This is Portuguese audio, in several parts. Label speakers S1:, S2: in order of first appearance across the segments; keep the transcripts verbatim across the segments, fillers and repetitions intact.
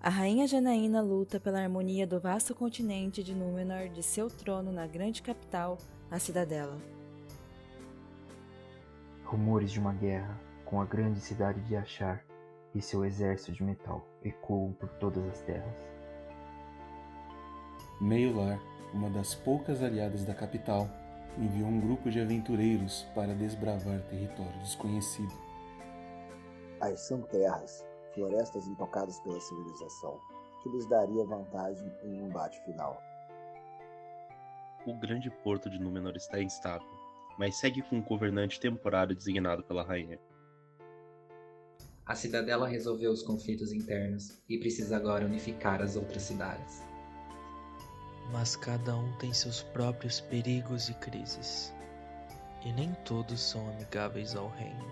S1: A rainha Janaína luta pela harmonia do vasto continente de Númenor de seu trono na grande capital, a Cidadela.
S2: Rumores de uma guerra com a grande cidade de Ashar e seu exército de metal ecoam por todas as terras.
S3: Meiolar, uma das poucas aliadas da capital, enviou um grupo de aventureiros para desbravar território desconhecido.
S4: As são terras, florestas intocadas pela civilização, que lhes daria vantagem em um embate final.
S5: O grande porto de Númenor está instável, mas segue com um governante temporário designado pela rainha.
S6: A Cidadela resolveu os conflitos internos e precisa agora unificar as outras cidades.
S7: Mas cada um tem seus próprios perigos e crises, e nem todos são amigáveis ao reino.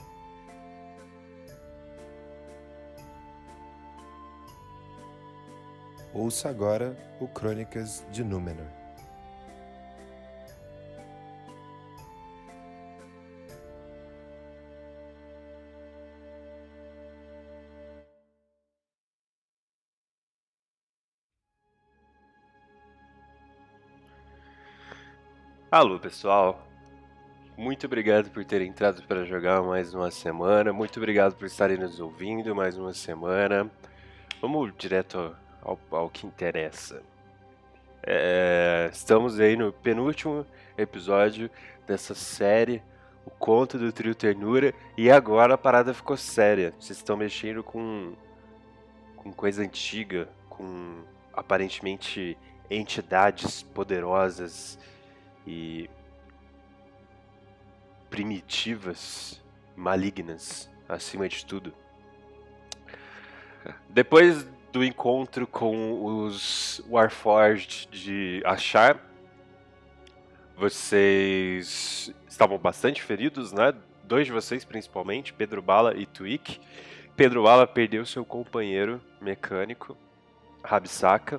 S8: Ouça agora o Crônicas de Númenor.
S9: Alô pessoal, muito obrigado por terem entrado para jogar mais uma semana, muito obrigado por estarem nos ouvindo mais uma semana. Vamos direto ao, ao que interessa. É, estamos aí no penúltimo episódio dessa série, o Conto do Trio Ternura, e agora a parada ficou séria. Vocês estão mexendo com, com coisa antiga, com aparentemente entidades poderosas e primitivas, malignas, acima de tudo. Depois do encontro com os Warforged de Ashar, vocês estavam bastante feridos, né? Dois de vocês, principalmente, Pedro Bala e Tuik. Pedro Bala perdeu seu companheiro mecânico, Rabisaka,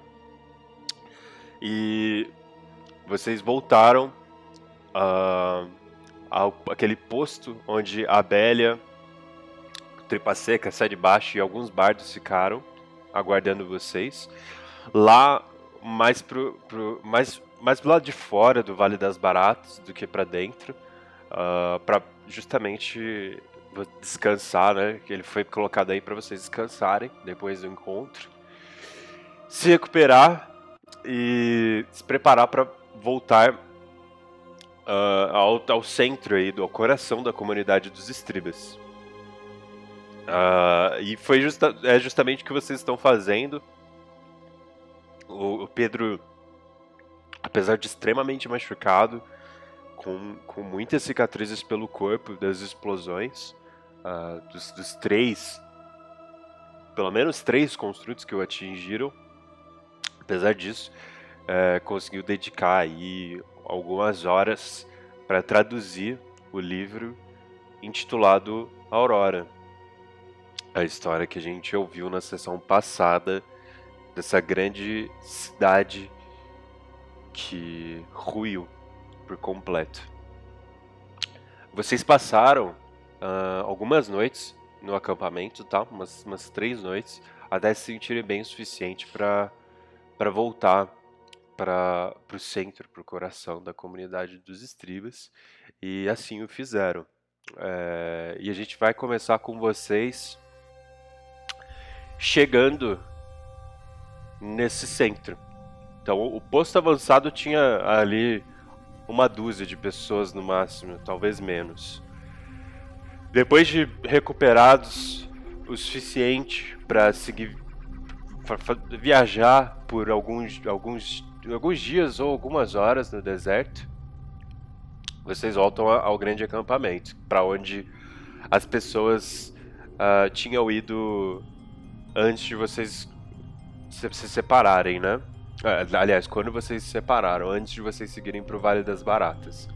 S9: e vocês voltaram uh, ao aquele posto onde a Bélia, Tripa Seca, Sai de Baixo e alguns bardos ficaram aguardando vocês. Lá, mais pro, pro, mais, mais pro lado de fora do Vale das Baratas do que para dentro, uh, para justamente descansar, né? Ele foi colocado aí para vocês descansarem depois do encontro, se recuperar e se preparar para voltar uh, ao, ao centro aí, do ao coração da comunidade dos Estribas. Uh, e foi justa, é justamente o que vocês estão fazendo. O, o Pedro, apesar de extremamente machucado, com, com muitas cicatrizes pelo corpo das explosões, uh, dos, dos três, pelo menos três construtos que o atingiram, apesar disso, É, conseguiu dedicar aí algumas horas para traduzir o livro intitulado Aurora, a história que a gente ouviu na sessão passada dessa grande cidade que ruiu por completo. Vocês passaram uh, algumas noites no acampamento, tá? Umas, umas três noites, até se sentirem bem o suficiente para para voltar para o centro, para o coração da comunidade dos Estribas, e assim o fizeram. É, e a gente vai começar com vocês chegando nesse centro. Então, o posto avançado tinha ali uma dúzia de pessoas no máximo, talvez menos. Depois de recuperados o suficiente para seguir, pra, pra viajar por alguns, alguns, alguns dias ou algumas horas no deserto, vocês voltam ao grande acampamento, para onde as pessoas uh, tinham ido antes de vocês se, se separarem, né? Uh, aliás, quando vocês se separaram, antes de vocês seguirem para o Vale das Baratas.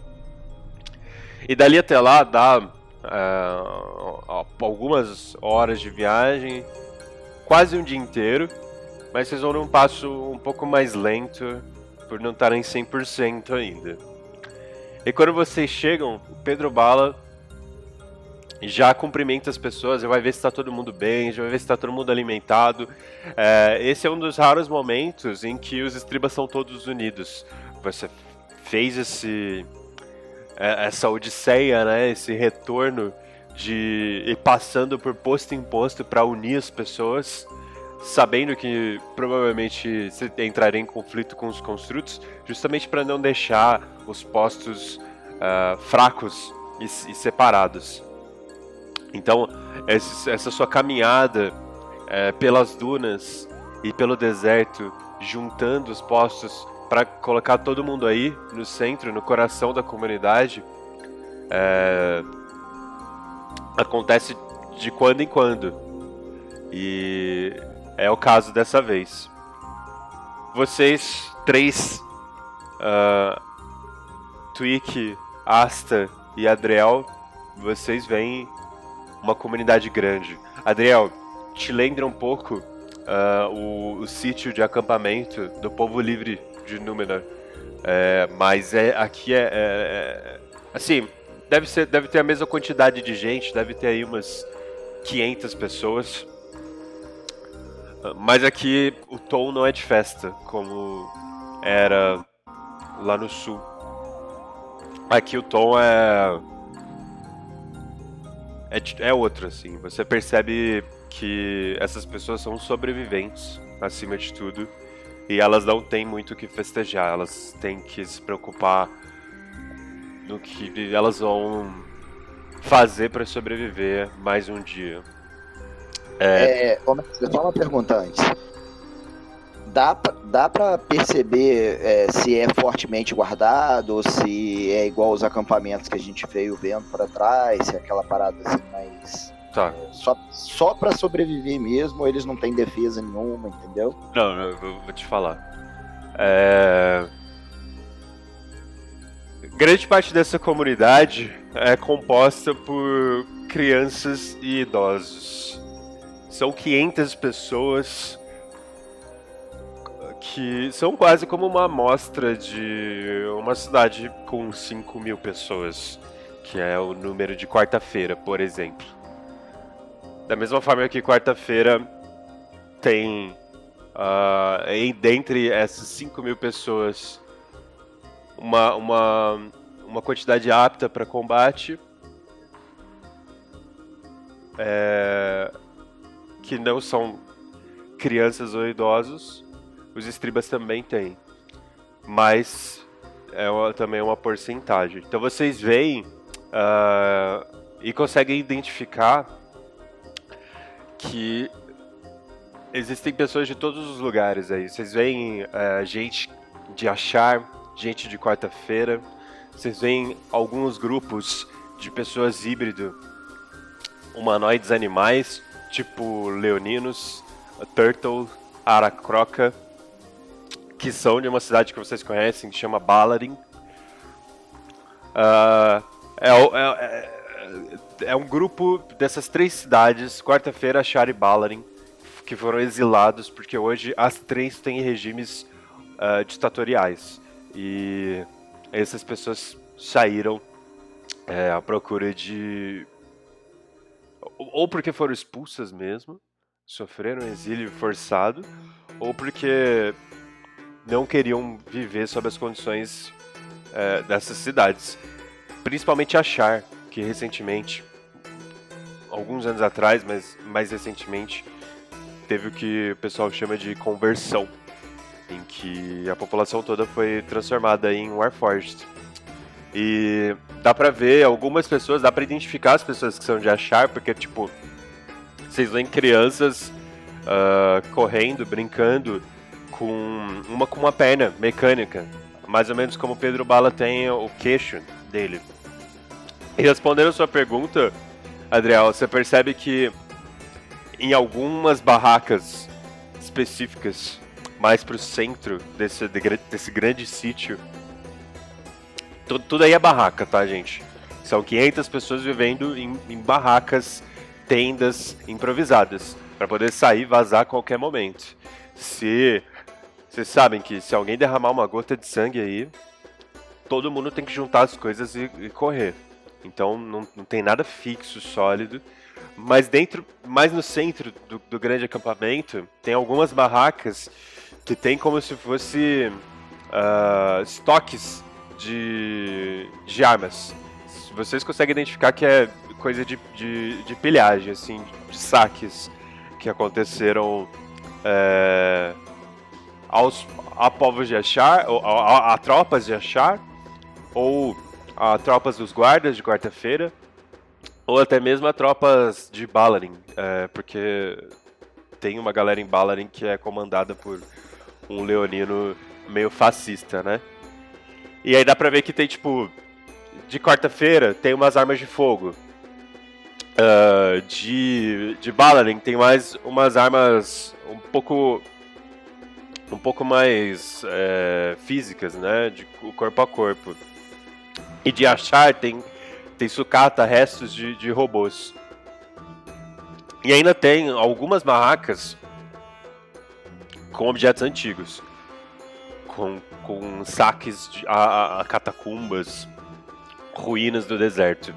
S9: E dali até lá dá uh, algumas horas de viagem, quase um dia inteiro, mas vocês vão num passo um pouco mais lento, por não estarem cem por cento ainda. E quando vocês chegam, o Pedro Bala já cumprimenta as pessoas, já vai ver se está todo mundo bem, já vai ver se está todo mundo alimentado. É, esse é um dos raros momentos em que os estribas são todos unidos. Você fez esse, essa odisseia, né, esse retorno de ir passando por posto em posto para unir as pessoas, sabendo que provavelmente você entraria em conflito com os construtos, justamente para não deixar os postos uh, fracos e, e separados. Então, essa sua caminhada é, pelas dunas e pelo deserto, juntando os postos para colocar todo mundo aí no centro, no coração da comunidade, é, acontece de quando em quando. E é o caso dessa vez. Vocês três, uh, Twig, Asta e Adriel, vocês veem uma comunidade grande. Adriel, te lembra um pouco uh, o, o sítio de acampamento do povo livre de Númenor. É, mas é, aqui é, é, é... Assim, deve, ser, deve ter a mesma quantidade de gente, deve ter aí umas quinhentas pessoas. Mas aqui o tom não é de festa, como era lá no sul. Aqui o tom é... É, é outro, assim. Você percebe que essas pessoas são sobreviventes, acima de tudo. E elas não têm muito o que festejar. Elas têm que se preocupar no que elas vão fazer para sobreviver mais um dia.
S4: É... É, só uma pergunta antes. Dá pra, dá pra perceber é, se é fortemente guardado, ou se é igual os acampamentos que a gente veio vendo para trás, se é aquela parada assim, mas...
S9: Tá.
S4: É, só, só pra sobreviver mesmo, eles não têm defesa nenhuma, entendeu?
S9: Não, não, eu vou te falar. É... Grande parte dessa comunidade é composta por crianças e idosos. São quinhentas pessoas... que são quase como uma amostra de uma cidade com cinco mil pessoas, que é o número de quarta-feira, por exemplo. Da mesma forma que quarta-feira tem, uh, em, dentre essas cinco mil pessoas, uma, uma, uma quantidade apta para combate, é, que não são crianças ou idosos. Os estribas também têm, mas é uma, também uma porcentagem. Então vocês veem uh, e conseguem identificar que existem pessoas de todos os lugares aí. Vocês veem uh, gente de Ashar, gente de quarta-feira. Vocês veem alguns grupos de pessoas híbrido, humanoides animais, tipo leoninos, Turtle, Aracroca, que são de uma cidade que vocês conhecem, que chama Balarin. Uh, é, é, é um grupo dessas três cidades, quarta-feira, Ashar e Balarin, que foram exilados, porque hoje as três têm regimes uh, ditatoriais. E essas pessoas saíram é, à procura de... Ou porque foram expulsas mesmo, sofreram exílio forçado, ou porque não queriam viver sob as condições é, dessas cidades. Principalmente Ashar, que recentemente, alguns anos atrás, mas mais recentemente, teve o que o pessoal chama de conversão, em que a população toda foi transformada em Warforged. E dá pra ver algumas pessoas, dá pra identificar as pessoas que são de Ashar, porque, tipo, vocês veem crianças uh, correndo, brincando, com uma com uma perna mecânica, mais ou menos como o Pedro Bala tem o queixo dele. E respondendo a sua pergunta, Adriel, você percebe que em algumas barracas específicas, mais pro centro desse, desse grande sítio, tudo, tudo aí é barraca, tá, gente? São quinhentas pessoas vivendo em, em barracas, tendas improvisadas, para poder sair e vazar a qualquer momento. Se... Vocês sabem que se alguém derramar uma gota de sangue aí, todo mundo tem que juntar as coisas e, e correr. Então não, não tem nada fixo, sólido. Mas dentro, mais no centro do, do grande acampamento, tem algumas barracas que tem como se fosse uh, estoques de, de armas. Vocês conseguem identificar que é coisa de, de, de pilhagem, assim, de saques que aconteceram é, aos, a povos de Ashar, ou, a, a tropas de Ashar, ou a tropas dos guardas de quarta-feira, ou até mesmo a tropas de Balarin, é, porque tem uma galera em Balarin que é comandada por um leonino meio fascista, né? E aí dá pra ver que tem, tipo, de quarta-feira tem umas armas de fogo. Uh, de, de Balarin tem mais umas armas um pouco um pouco mais é, físicas, né? De corpo a corpo. E de Ashar tem tem sucata, restos de, de robôs. E ainda tem algumas barracas com objetos antigos. Com, com saques de, a, a, a catacumbas, ruínas do deserto.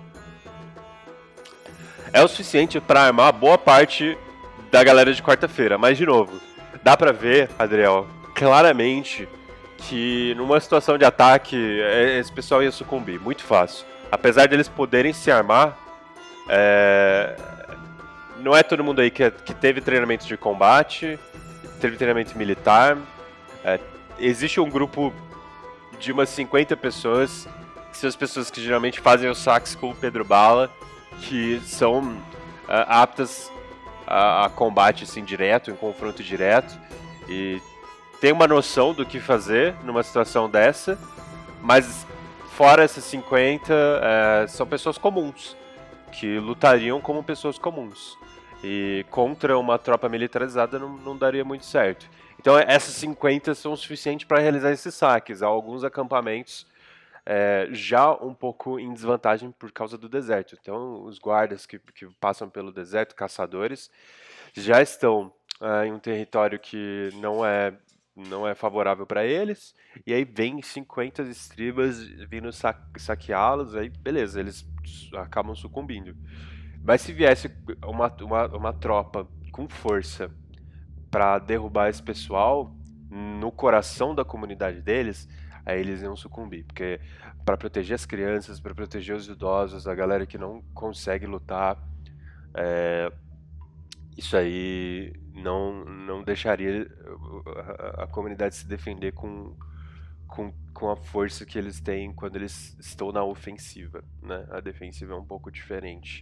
S9: É o suficiente para armar boa parte da galera de quarta-feira. Mas, de novo, dá pra ver, Adriel, claramente que numa situação de ataque, esse pessoal ia sucumbir. Muito fácil. Apesar deles poderem se armar, é... não é todo mundo aí que, que teve treinamento de combate, teve treinamento militar. É... Existe um grupo de umas cinquenta pessoas, que são as pessoas que geralmente fazem os saques com o Pedro Bala, que são uh, aptas a, a combate assim, direto, em confronto direto, e tem uma noção do que fazer numa situação dessa, mas fora essas cinquenta, uh, são pessoas comuns, que lutariam como pessoas comuns, e contra uma tropa militarizada não, não daria muito certo. Então essas cinquenta são o suficiente para realizar esses saques. Há alguns acampamentos É, já um pouco em desvantagem por causa do deserto. Então, os guardas que, que passam pelo deserto, caçadores, já estão é, em um território que não é, não é favorável para eles, e aí vem cinquenta estribas vindo sa saqueá-los, aí beleza, eles acabam sucumbindo. Mas se viesse uma, uma, uma tropa com força para derrubar esse pessoal no coração da comunidade deles, aí eles iam sucumbir, porque para proteger as crianças, para proteger os idosos, a galera que não consegue lutar, é, isso aí não, não deixaria a, a comunidade se defender com, com, com a força que eles têm quando eles estão na ofensiva, né? A defensiva é um pouco diferente.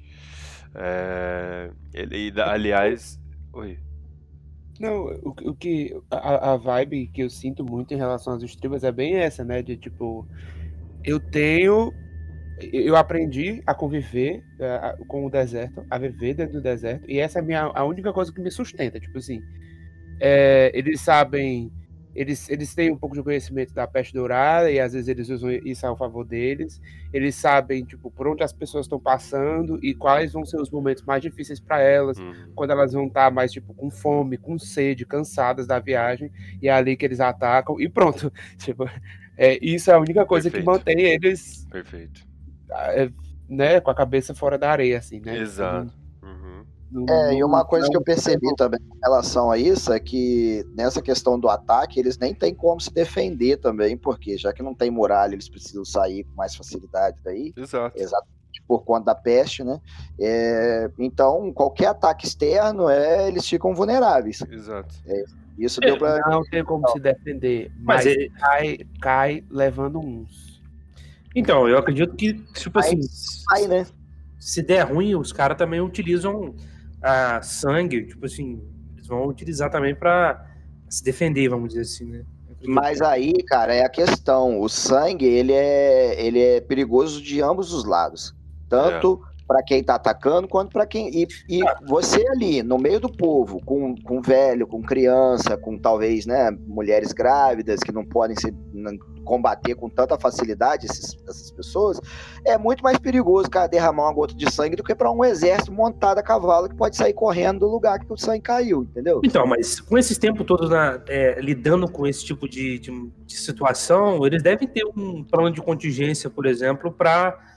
S9: É, ele, aliás... Oi.
S10: Não, o, o que a, a vibe que eu sinto muito em relação às estribas é bem essa, né? De tipo, eu tenho, eu aprendi a conviver uh, com o deserto, a viver dentro do deserto, e essa é a, minha, a única coisa que me sustenta. Tipo assim, é, eles sabem, eles, eles têm um pouco de conhecimento da peste dourada, e às vezes eles usam isso ao favor deles. Eles sabem, tipo, por onde as pessoas estão passando e quais vão ser os momentos mais difíceis para elas, uhum. Quando elas vão estar mais, tipo, com fome, com sede, cansadas da viagem, e é ali que eles atacam, e pronto. Tipo, é, isso é a única coisa Perfeito. Que mantém eles...
S9: Perfeito.
S10: É, né, com a cabeça fora da areia, assim, né?
S9: Exato.
S4: É, e uma coisa que eu percebi também em relação a isso é que nessa questão do ataque, eles nem têm como se defender também, porque já que não tem muralha, eles precisam sair com mais facilidade daí.
S9: Exato.
S4: Exatamente por conta da peste, né? É, então, qualquer ataque externo, é, eles ficam vulneráveis.
S9: Exato.
S4: É, isso
S10: é,
S4: deu pra...
S10: Não tem como não. se defender, mas, mas ele... cai, cai levando uns.
S11: Então, eu acredito que, tipo assim,
S4: sai, né?
S11: Se der ruim, os caras também utilizam a sangue, tipo assim, eles vão utilizar também pra se defender, vamos dizer assim, né?
S4: Mas aí, cara, é a questão, o sangue, ele é, ele é perigoso de ambos os lados, tanto é. para quem tá atacando, quanto para quem... E, e você ali, no meio do povo, com, com velho, com criança, com talvez, né, mulheres grávidas, que não podem se combater com tanta facilidade esses, essas pessoas, é muito mais perigoso, cara, derramar uma gota de sangue do que para um exército montado a cavalo que pode sair correndo do lugar que o sangue caiu, entendeu?
S11: Então, mas com esses tempos todos na, é, lidando com esse tipo de, de, de situação, eles devem ter um plano de contingência, por exemplo, para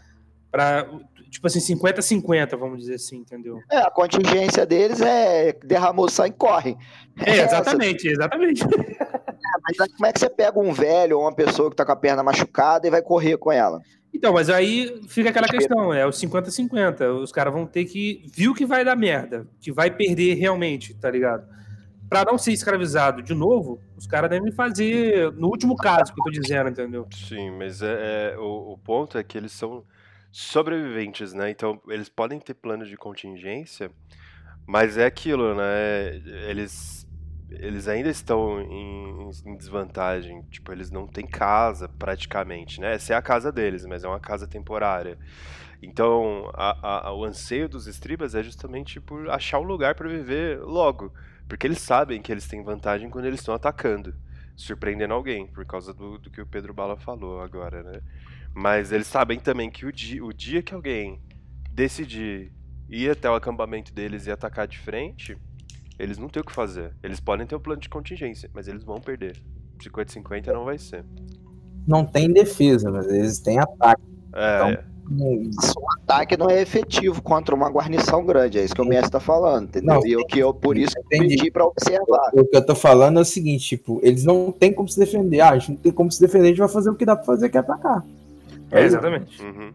S11: Pra, tipo assim, cinquenta a cinquenta, vamos dizer assim, entendeu?
S4: É, a contingência deles é derramou sangue e corre.
S11: É, exatamente,
S4: Essa.
S11: exatamente.
S4: É, mas como é que você pega um velho ou uma pessoa que tá com a perna machucada e vai correr com ela?
S11: Então, mas aí fica aquela questão, é o cinquenta a cinquenta. Os caras vão ter que... Viu que vai dar merda, que vai perder realmente, tá ligado? Pra não ser escravizado de novo, os caras devem fazer, no último caso que eu tô dizendo, entendeu?
S9: Sim, mas é, é, o, o ponto é que eles são sobreviventes, né? Então, eles podem ter planos de contingência, mas é aquilo, né? Eles, eles ainda estão em, em desvantagem. Tipo, eles não têm casa, praticamente, né? Essa é a casa deles, mas é uma casa temporária. Então, a, a, o anseio dos estribas é justamente por achar um lugar para viver logo. Porque eles sabem que eles têm vantagem quando eles estão atacando, surpreendendo alguém, por causa do, do que o Pedro Bala falou agora, né? Mas eles sabem também que o dia, o dia que alguém decidir ir até o acampamento deles e atacar de frente, eles não têm o que fazer. Eles podem ter o plano de contingência, mas eles vão perder. cinquenta a cinquenta não vai ser.
S12: Não tem defesa, mas eles têm ataque.
S9: É,
S12: então,
S9: é.
S4: O ataque não é efetivo contra uma guarnição grande, é isso que o mestre está falando, entendeu?
S12: Não,
S4: e eu, que eu, por isso,
S12: entendi.
S4: pedi para observar.
S12: O que eu tô falando é o seguinte, tipo, eles não tem como se defender. Ah, a gente não tem como se defender, a gente vai fazer o que dá pra fazer, que é atacar.
S11: É, exatamente.
S9: Uhum.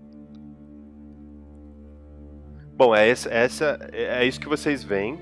S9: Bom, é, essa, essa, é isso que vocês veem.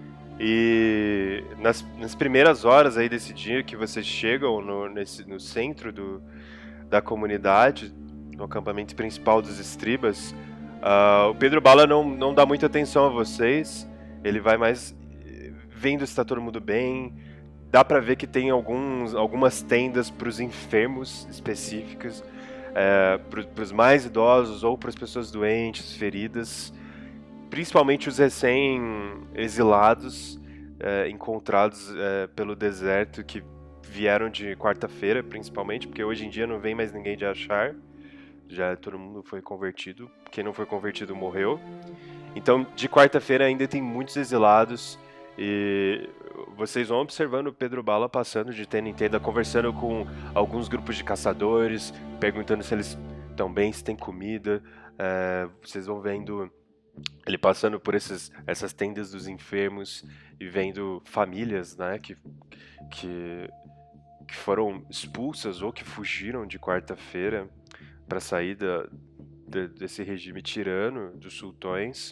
S9: E nas, nas primeiras horas aí desse dia que vocês chegam no, nesse, no centro do, da comunidade, no acampamento principal dos estribas, uh, o Pedro Bala não, não dá muita atenção a vocês. Ele vai mais vendo se está todo mundo bem. Dá pra ver que tem alguns, algumas tendas para os enfermos específicas, é, para os mais idosos ou para as pessoas doentes, feridas, principalmente os recém-exilados, é, encontrados é, pelo deserto, que vieram de quarta-feira, principalmente, porque hoje em dia não vem mais ninguém de Ashar. Já todo mundo foi convertido. Quem não foi convertido morreu. Então, de quarta-feira ainda tem muitos exilados. E vocês vão observando o Pedro Bala passando de tenda em tenda, conversando com alguns grupos de caçadores, perguntando se eles estão bem, se tem comida. É, vocês vão vendo ele passando por esses, essas tendas dos enfermos e vendo famílias, né, que, que, que foram expulsas ou que fugiram de quarta-feira para sair da, de, desse regime tirano dos sultões,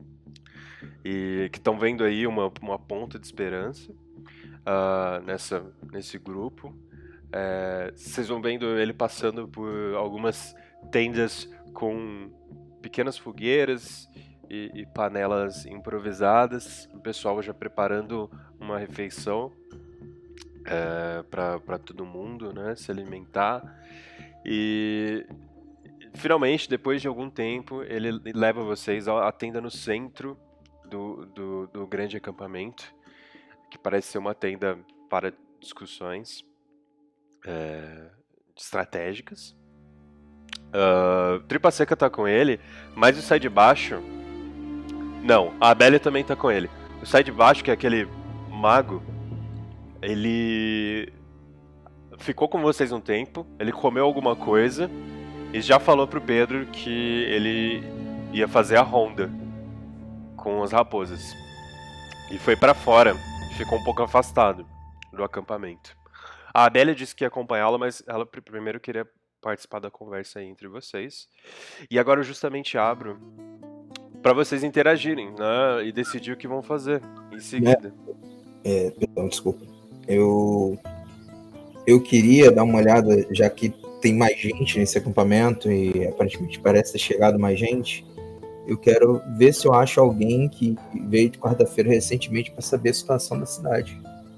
S9: e que estão vendo aí uma, uma ponta de esperança uh, nessa, nesse grupo. É, vocês vão vendo ele passando por algumas tendas com pequenas fogueiras e, e panelas improvisadas, o pessoal já preparando uma refeição é, para todo mundo, né, se alimentar. E finalmente, depois de algum tempo, ele leva vocês à tenda no centro do, do, do grande acampamento, que parece ser uma tenda para discussões é, estratégicas. Uh, Tripa Seca tá com ele, mas o Sai de Baixo... Não, a Abélia também tá com ele. O Sai de Baixo, que é aquele mago, ele... ficou com vocês um tempo, ele comeu alguma coisa e já falou pro Pedro que ele ia fazer a ronda com as raposas. E foi pra fora, ficou um pouco afastado do acampamento. A Abélia disse que ia acompanhá-la, mas ela primeiro queria participar da conversa aí entre vocês. E agora eu justamente abro pra vocês interagirem, né, e decidir o que vão fazer em seguida.
S12: É, é, perdão, desculpa. Eu... Eu queria dar uma olhada, já que tem mais gente nesse acampamento e aparentemente parece ter chegado mais gente, eu quero ver se eu acho alguém que veio de quarta-feira recentemente para saber a situação da cidade.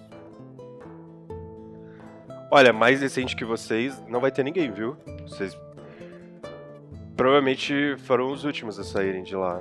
S9: Olha, mais recente que vocês, não vai ter ninguém, viu? Vocês provavelmente foram os últimos a saírem de lá.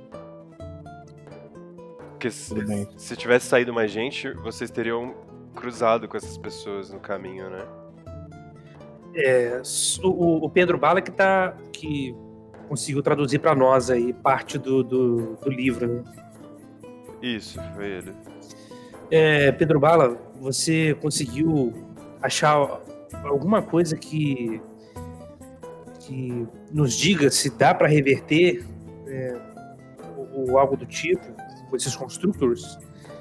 S9: Porque se, se tivesse saído mais gente, vocês teriam cruzado com essas pessoas no caminho, né?
S11: É, o, o Pedro Bala que tá que conseguiu traduzir para nós aí parte do, do, do livro, né?
S9: Isso, foi ele.
S11: É, Pedro Bala, você conseguiu achar alguma coisa que que nos diga se dá para reverter é, ou, ou algo do tipo com esses constructors?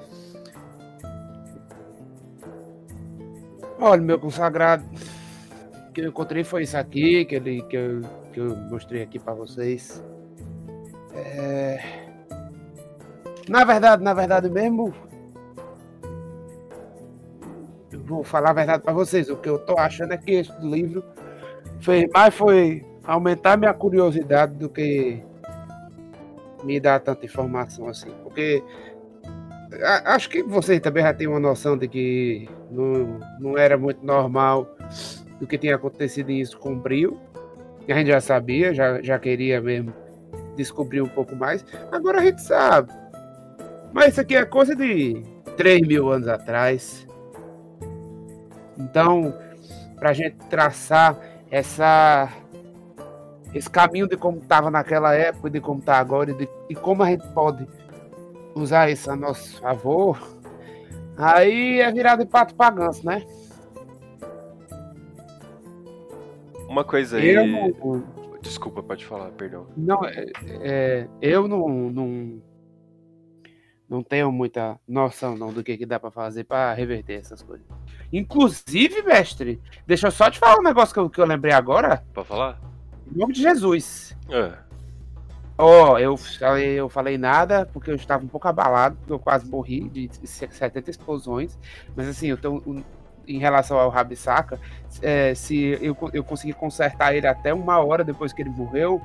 S10: Olha, meu consagrado, o que eu encontrei foi isso aqui, que, ele, que, eu, que eu mostrei aqui para vocês. É... Na verdade, na verdade mesmo, eu vou falar a verdade para vocês. O que eu tô achando é que esse livro fez mais foi aumentar minha curiosidade do que me dar tanta informação assim. Porque a, acho que vocês também já têm uma noção de que não, não era muito normal do que tinha acontecido isso com o Brio. A gente já sabia, já, já queria mesmo descobrir um pouco mais. Agora a gente sabe. Mas isso aqui é coisa de três mil anos atrás. Então, para a gente traçar essa, esse caminho de como estava naquela época, de como está agora, e de, de como a gente pode usar isso a nosso favor, aí é virar de pato pra ganso, né?
S9: Uma coisa aí...
S10: Eu não,
S9: Desculpa, pode falar, perdão.
S10: não, é, é, eu não, não, não tenho muita noção não, do que, que dá para fazer para reverter essas coisas. Inclusive, mestre, deixa eu só te falar um negócio que eu, que eu lembrei agora.
S9: Pode falar?
S10: Em nome de Jesus.
S9: É.
S10: Ó, oh, eu, falei, eu falei nada porque eu estava um pouco abalado, porque eu quase morri de setenta explosões. Mas assim, eu tenho, um, em relação ao Rabisaka, é, se eu, eu conseguir consertar ele até uma hora depois que ele morreu,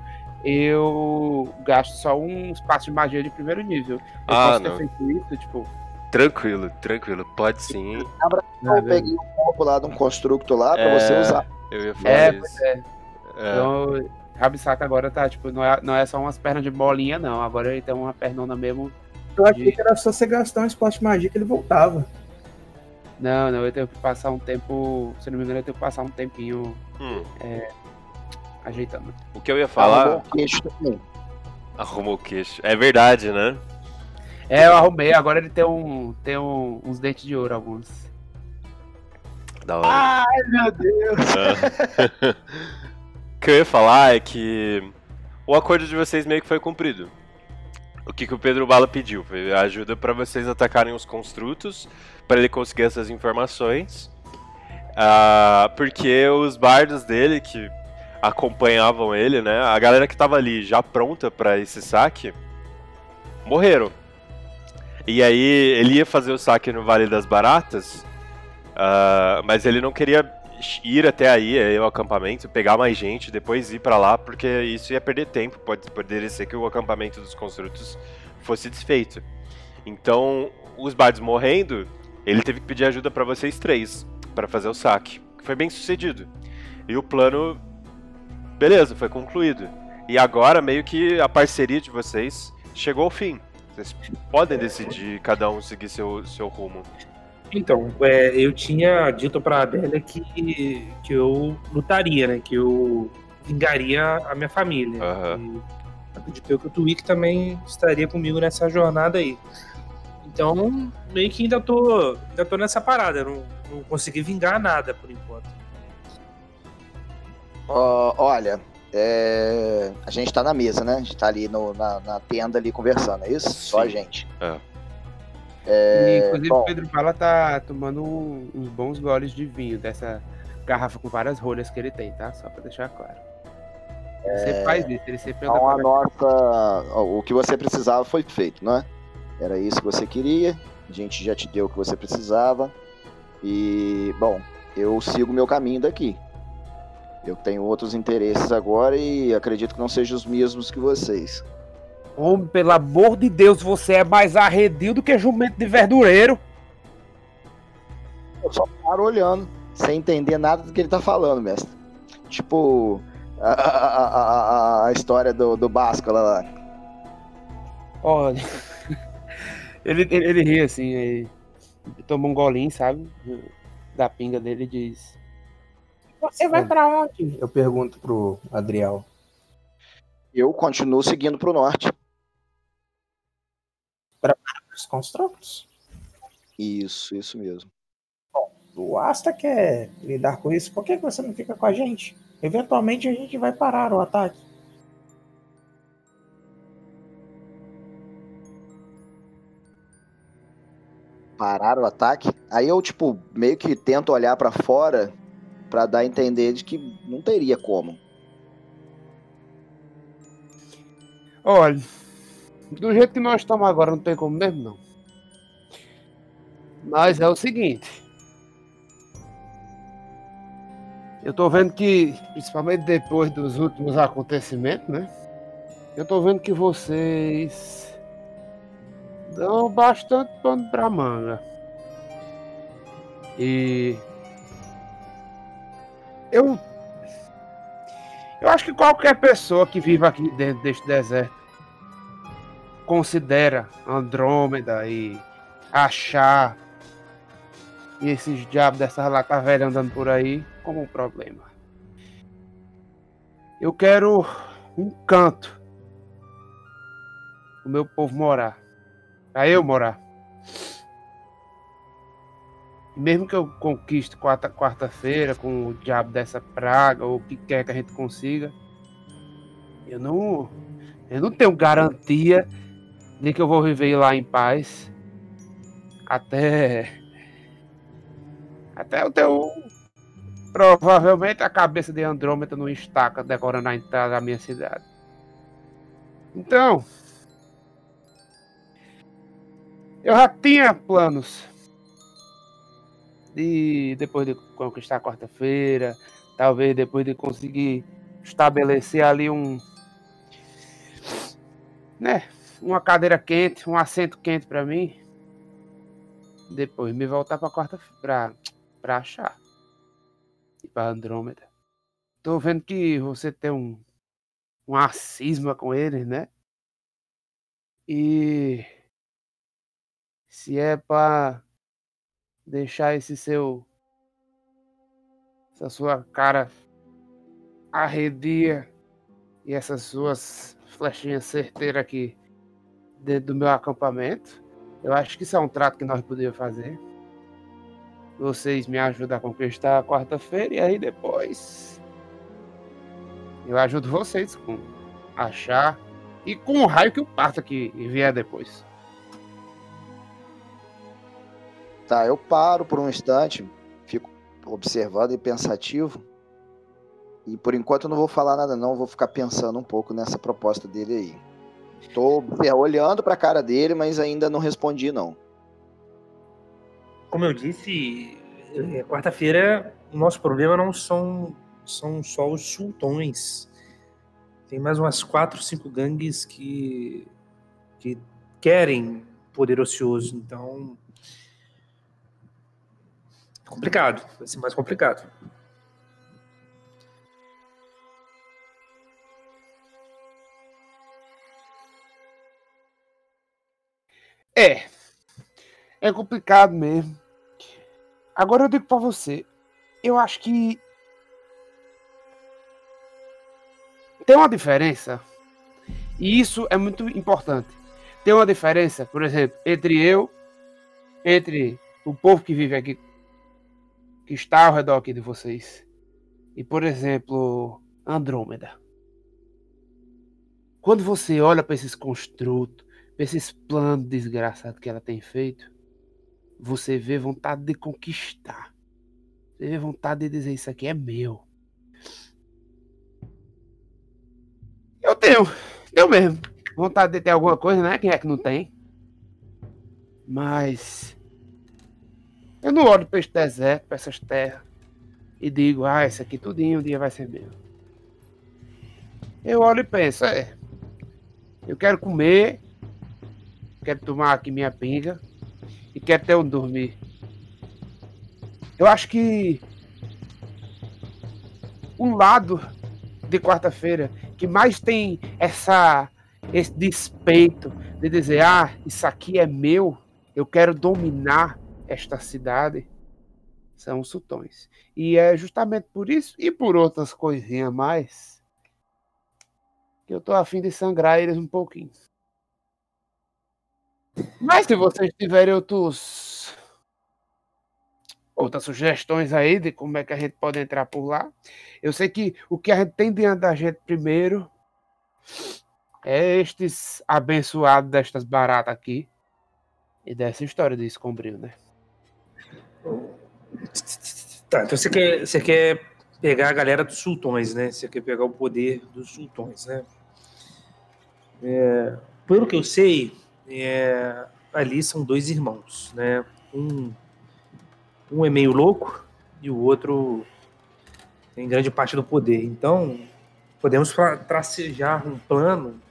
S10: eu gasto só um espaço de magia de primeiro nível. Eu
S9: ah,
S10: posso ter
S9: não.
S10: feito isso, tipo...
S9: Tranquilo, tranquilo, pode sim.
S4: Eu peguei um corpo lá de um constructo lá pra
S9: É,
S4: você usar.
S9: Eu ia falar
S10: É,
S9: isso.
S10: pois é.
S9: É.
S10: Então, Rabisaka agora tá, tipo, não é, não é só umas pernas de bolinha, não. Agora ele tem uma pernona mesmo.
S13: Eu achei que era só você gastar um espaço de magia que ele voltava.
S10: Não, não, eu tenho que passar um tempo. Se não me engano, eu tenho que passar um tempinho
S9: Hum.
S10: é, ajeitando.
S9: O que eu ia falar...
S4: Arrumou o queixo também.
S9: Arrumou o queixo. É verdade, né?
S10: É, eu arrumei, agora ele tem, um, tem um, uns dentes de ouro, alguns.
S9: Da hora.
S10: Ai, meu Deus!
S9: É. O que eu ia falar é que o acordo de vocês meio que foi cumprido. O que, que o Pedro Bala pediu? Foi ajuda para vocês atacarem os construtos, para ele conseguir essas informações. Ah, porque os bardos dele, que acompanhavam ele, né? A galera que tava ali já pronta para esse saque, morreram. E aí ele ia fazer o saque no Vale das Baratas, uh, mas ele não queria ir até aí, aí o acampamento, pegar mais gente, depois ir pra lá, porque isso ia perder tempo, pode poderia ser que o acampamento dos construtos fosse desfeito. Então, os bardos morrendo, ele teve que pedir ajuda pra vocês três, pra fazer o saque. Foi bem sucedido. E o plano, beleza, foi concluído. E agora, meio que a parceria de vocês chegou ao fim. Vocês podem decidir, cada um seguir seu, seu rumo.
S11: Então, é, eu tinha dito pra Adélia que, que eu lutaria, né? Que eu vingaria a minha família.
S9: Uhum.
S11: E acredito que o Twick também estaria comigo nessa jornada aí. Então, meio que ainda tô, ainda tô nessa parada. Não, não consegui vingar nada por enquanto.
S4: Uh, olha, é... a gente tá na mesa, né? A gente tá ali no, na, na tenda ali conversando, é isso?
S9: Sim.
S4: Só a gente.
S9: É.
S4: É...
S10: E, inclusive,
S4: bom,
S10: o Pedro Bala tá tomando uns bons goles de vinho dessa garrafa com várias rolhas que ele tem, tá? Só pra deixar claro. Ele sempre faz isso, ele sempre anda
S4: então a
S10: para-
S4: nossa... O que você precisava foi feito, não é? Era isso que você queria, a gente já te deu o que você precisava. E, bom, eu sigo o meu caminho daqui. Eu tenho outros interesses agora e acredito que não sejam os mesmos que vocês.
S10: Homem, pelo amor de Deus, você é mais arredio do que jumento de verdureiro.
S4: Eu só paro olhando, sem entender nada do que ele tá falando, mestre. Tipo, a, a, a, a, a história do, do Báscula lá.
S10: Olha, ele, ele, ele ri assim, ele toma um golinho, sabe? Da pinga dele e diz:
S13: Você vai pra onde? Eu pergunto pro Adriel.
S4: Eu continuo seguindo pro norte.
S13: Para os construtos?
S4: Isso, isso mesmo.
S13: O Asta quer lidar com isso, por que você não fica com a gente? Eventualmente a gente vai parar o ataque.
S4: Parar o ataque? Aí eu, tipo, meio que tento olhar pra fora pra dar a entender de que não teria como.
S10: Olha, do jeito que nós estamos agora, não tem como mesmo, não. Mas é o seguinte. Eu tô vendo que, principalmente depois dos últimos acontecimentos, né? Eu tô vendo que vocês dão bastante pano pra manga. E eu eu acho que qualquer pessoa que vive aqui dentro deste deserto considera Andrômeda e Achar e esses diabos dessas lata velha andando por aí como um problema. Eu quero um canto o meu povo morar. Pra eu morar. E mesmo que eu conquiste quarta, quarta-feira com o diabo dessa praga, ou o que quer que a gente consiga, eu não, eu não tenho garantia de que eu vou viver lá em paz até, até eu ter um, provavelmente a cabeça de Andrômeda numa estaca decorando a entrada da minha cidade. Então, eu já tinha planos de, depois de conquistar a quarta-feira, talvez depois de conseguir estabelecer ali um, né, uma cadeira quente, um assento quente para mim, depois me voltar para quarta para para achar e para Andrômeda. Tô vendo que você tem um uma cisma com eles, né? E se é para deixar esse seu essa sua cara arredia e essas suas flechinhas certeiras aqui dentro do meu acampamento, eu acho que isso é um trato que nós podíamos fazer. Vocês me ajudam a conquistar a quarta-feira e aí depois eu ajudo vocês com achar e com o raio que eu parto que vier depois.
S4: Tá, eu paro por um instante, fico observando e pensativo. E por enquanto eu não vou falar nada não, vou ficar pensando um pouco nessa proposta dele aí. Tô olhando pra cara dele, mas ainda não respondi não.
S11: Como eu disse, quarta-feira o nosso problema não são, são só os sultões. Tem mais umas quatro, cinco gangues que, que querem poder ocioso, então complicado, vai ser mais complicado.
S10: É, é complicado mesmo. Agora eu digo pra você, eu acho que tem uma diferença, e isso é muito importante. Tem uma diferença, por exemplo, entre eu, entre o povo que vive aqui, que está ao redor aqui de vocês, e, por exemplo, Andrômeda. Quando você olha para esses construtos, para esses planos desgraçados que ela tem feito, você vê vontade de conquistar. Você vê vontade de dizer, isso aqui é meu. Eu tenho, eu mesmo. Vontade de ter alguma coisa, né? Quem é que não tem? Mas eu não olho para esse deserto, para essas terras, e digo, ah, isso aqui tudinho um dia vai ser meu. Eu olho e penso, é, eu quero comer, quero tomar aqui minha pinga e quero ter onde dormir. Eu acho que o lado de quarta-feira que mais tem essa, esse despeito de dizer, ah, isso aqui é meu, eu quero dominar esta cidade, são os sultões. E é justamente por isso e por outras coisinhas mais que eu tô a fim de sangrar eles um pouquinho. Mas se vocês tiverem outros outras sugestões aí de como é que a gente pode entrar por lá. Eu sei que o que a gente tem diante da gente primeiro é estes abençoados destas baratas aqui e dessa história de Escombril, né?
S11: Tá, então você quer, você quer pegar a galera dos sultões, né? Você quer pegar o poder dos sultões, né? É, pelo que eu sei, é, ali são dois irmãos, né? Um, um é meio louco e o outro tem grande parte do poder. Então, podemos tra- tracejar um plano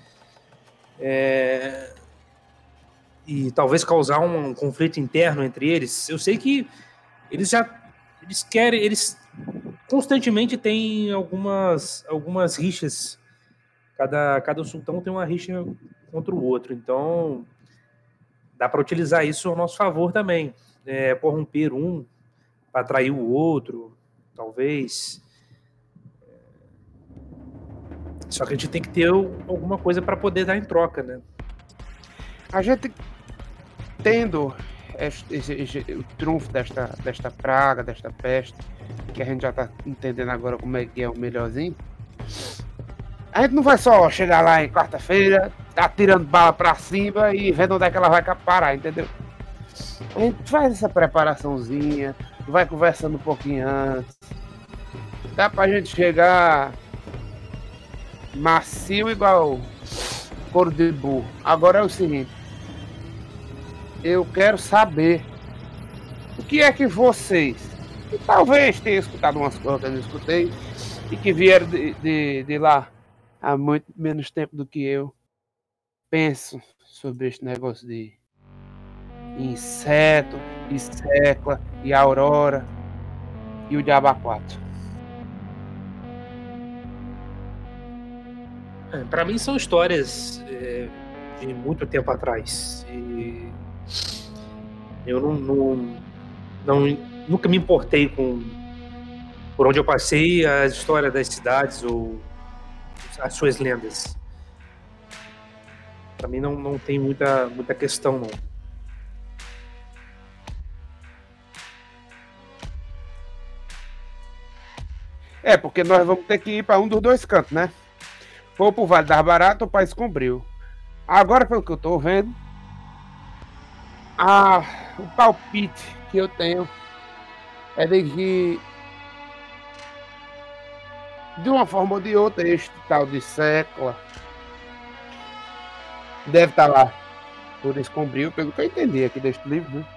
S11: é, e talvez causar um conflito interno entre eles. Eu sei que eles já eles querem, eles constantemente têm algumas algumas rixas. Cada cada sultão tem uma rixa contra o outro. Então, dá para utilizar isso ao nosso favor também. É, corromper um para atrair o outro, talvez. Só que a gente tem que ter alguma coisa para poder dar em troca, né?
S10: A gente tendo este, esse, esse, o trunfo desta, desta praga, desta peste, que a gente já tá entendendo agora como é que é o melhorzinho. A gente não vai só chegar lá em quarta-feira, tá tirando bala pra cima e vendo onde é que ela vai parar, entendeu? A gente faz essa preparaçãozinha, vai conversando um pouquinho antes. Dá pra gente chegar macio igual couro de burro. Agora é o seguinte, eu quero saber o que é que vocês, que talvez tenham escutado umas coisas que eu não escutei, e que vieram de, de, de lá há muito menos tempo do que eu, penso sobre este negócio de inseto, e secla, e aurora, e o diabo a quatro.
S11: É, para mim são histórias é, de muito tempo atrás. E eu não, não, não nunca me importei com por onde eu passei a história das cidades ou as suas lendas. Para mim não, não tem muita, muita questão, não.
S10: É, porque nós vamos ter que ir para um dos dois cantos, né? Ou pro Vale das Baratas ou para Escombril. Agora, pelo que eu tô vendo, a, o palpite que eu tenho é de que, de uma forma ou de outra, este tal de Secla deve estar lá por Escombril, pelo que eu entendi aqui deste livro, né?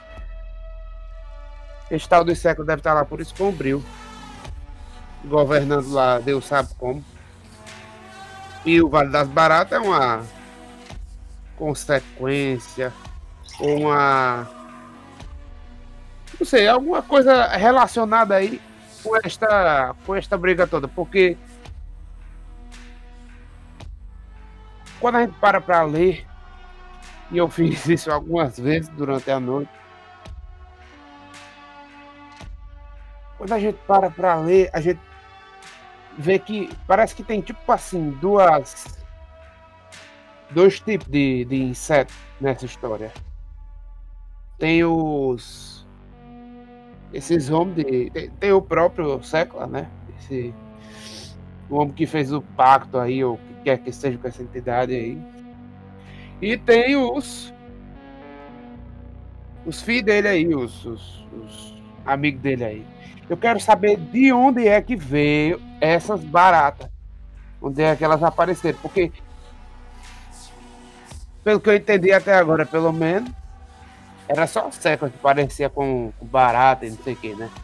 S10: Este tal de Secla deve estar lá por Escombril, governando lá, Deus sabe como. E o Vale das Baratas é uma consequência, ou uma, não sei, alguma coisa relacionada aí com esta, com esta briga toda, porque quando a gente para para ler, e eu fiz isso algumas vezes durante a noite, quando a gente para para ler, a gente vê que parece que tem tipo assim duas dois tipos de, de insetos nessa história. Tem os esses homens de, tem, tem o próprio Secla, né? Esse o homem que fez o pacto aí, ou que quer que seja com essa entidade aí. E tem os os filhos dele aí, os, os, os amigos dele aí. Eu quero saber de onde é que veio essas baratas. Onde é que elas apareceram. Porque, pelo que eu entendi até agora, pelo menos, era só Secla que parecia com, com barata e não sei o que, né?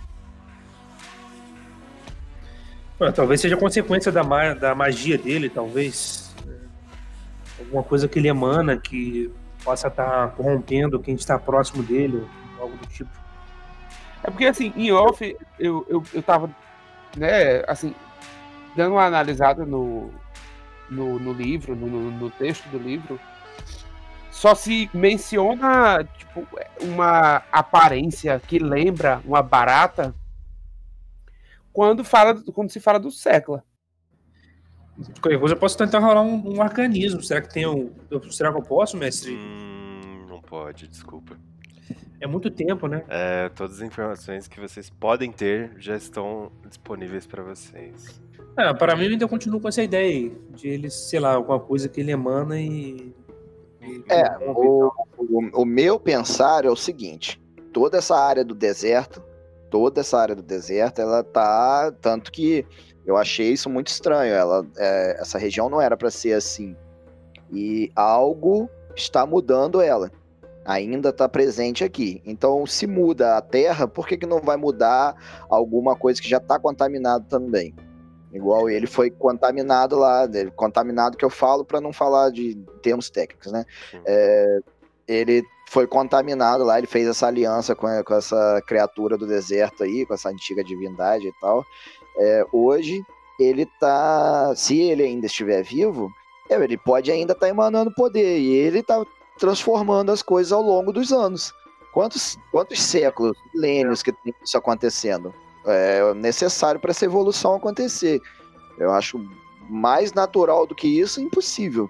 S11: Ah, talvez seja consequência da, ma- da magia dele, talvez. Alguma coisa que ele emana que possa estar corrompendo quem está próximo dele, algo do tipo.
S10: É porque, assim, em off, eu, eu, eu tava, né, assim, dando uma analisada no, no, no livro, no, no texto do livro, só se menciona, tipo, uma aparência que lembra uma barata quando, fala, quando se fala do Secla.
S11: Qualquer coisa eu posso tentar rolar um, um arcanismo. Será que tem um. Será que eu posso, mestre?
S9: Hum, não pode, desculpa.
S11: É muito tempo, né?
S9: É, todas as informações que vocês podem ter já estão disponíveis para vocês.
S11: Ah, para mim eu ainda continuo com essa ideia aí, de ele, sei lá, alguma coisa que ele emana e... e
S4: É, o, o, o meu pensar é o seguinte, toda essa área do deserto, toda essa área do deserto, ela tá, tanto que eu achei isso muito estranho, ela, é, essa região não era para ser assim, e algo está mudando ela, ainda está presente aqui, então se muda a terra, por que que não vai mudar alguma coisa que já está contaminada também? Igual ele foi contaminado lá, contaminado que eu falo para não falar de termos técnicos, né? É, ele foi contaminado lá, ele fez essa aliança com, com essa criatura do deserto aí, com essa antiga divindade e tal. É, hoje, ele tá, se ele ainda estiver vivo, é, ele pode ainda estar tá emanando poder, e ele tá transformando as coisas ao longo dos anos. Quantos, quantos séculos, milênios que tem isso acontecendo? É necessário para essa evolução acontecer. Eu acho mais natural do que isso, impossível.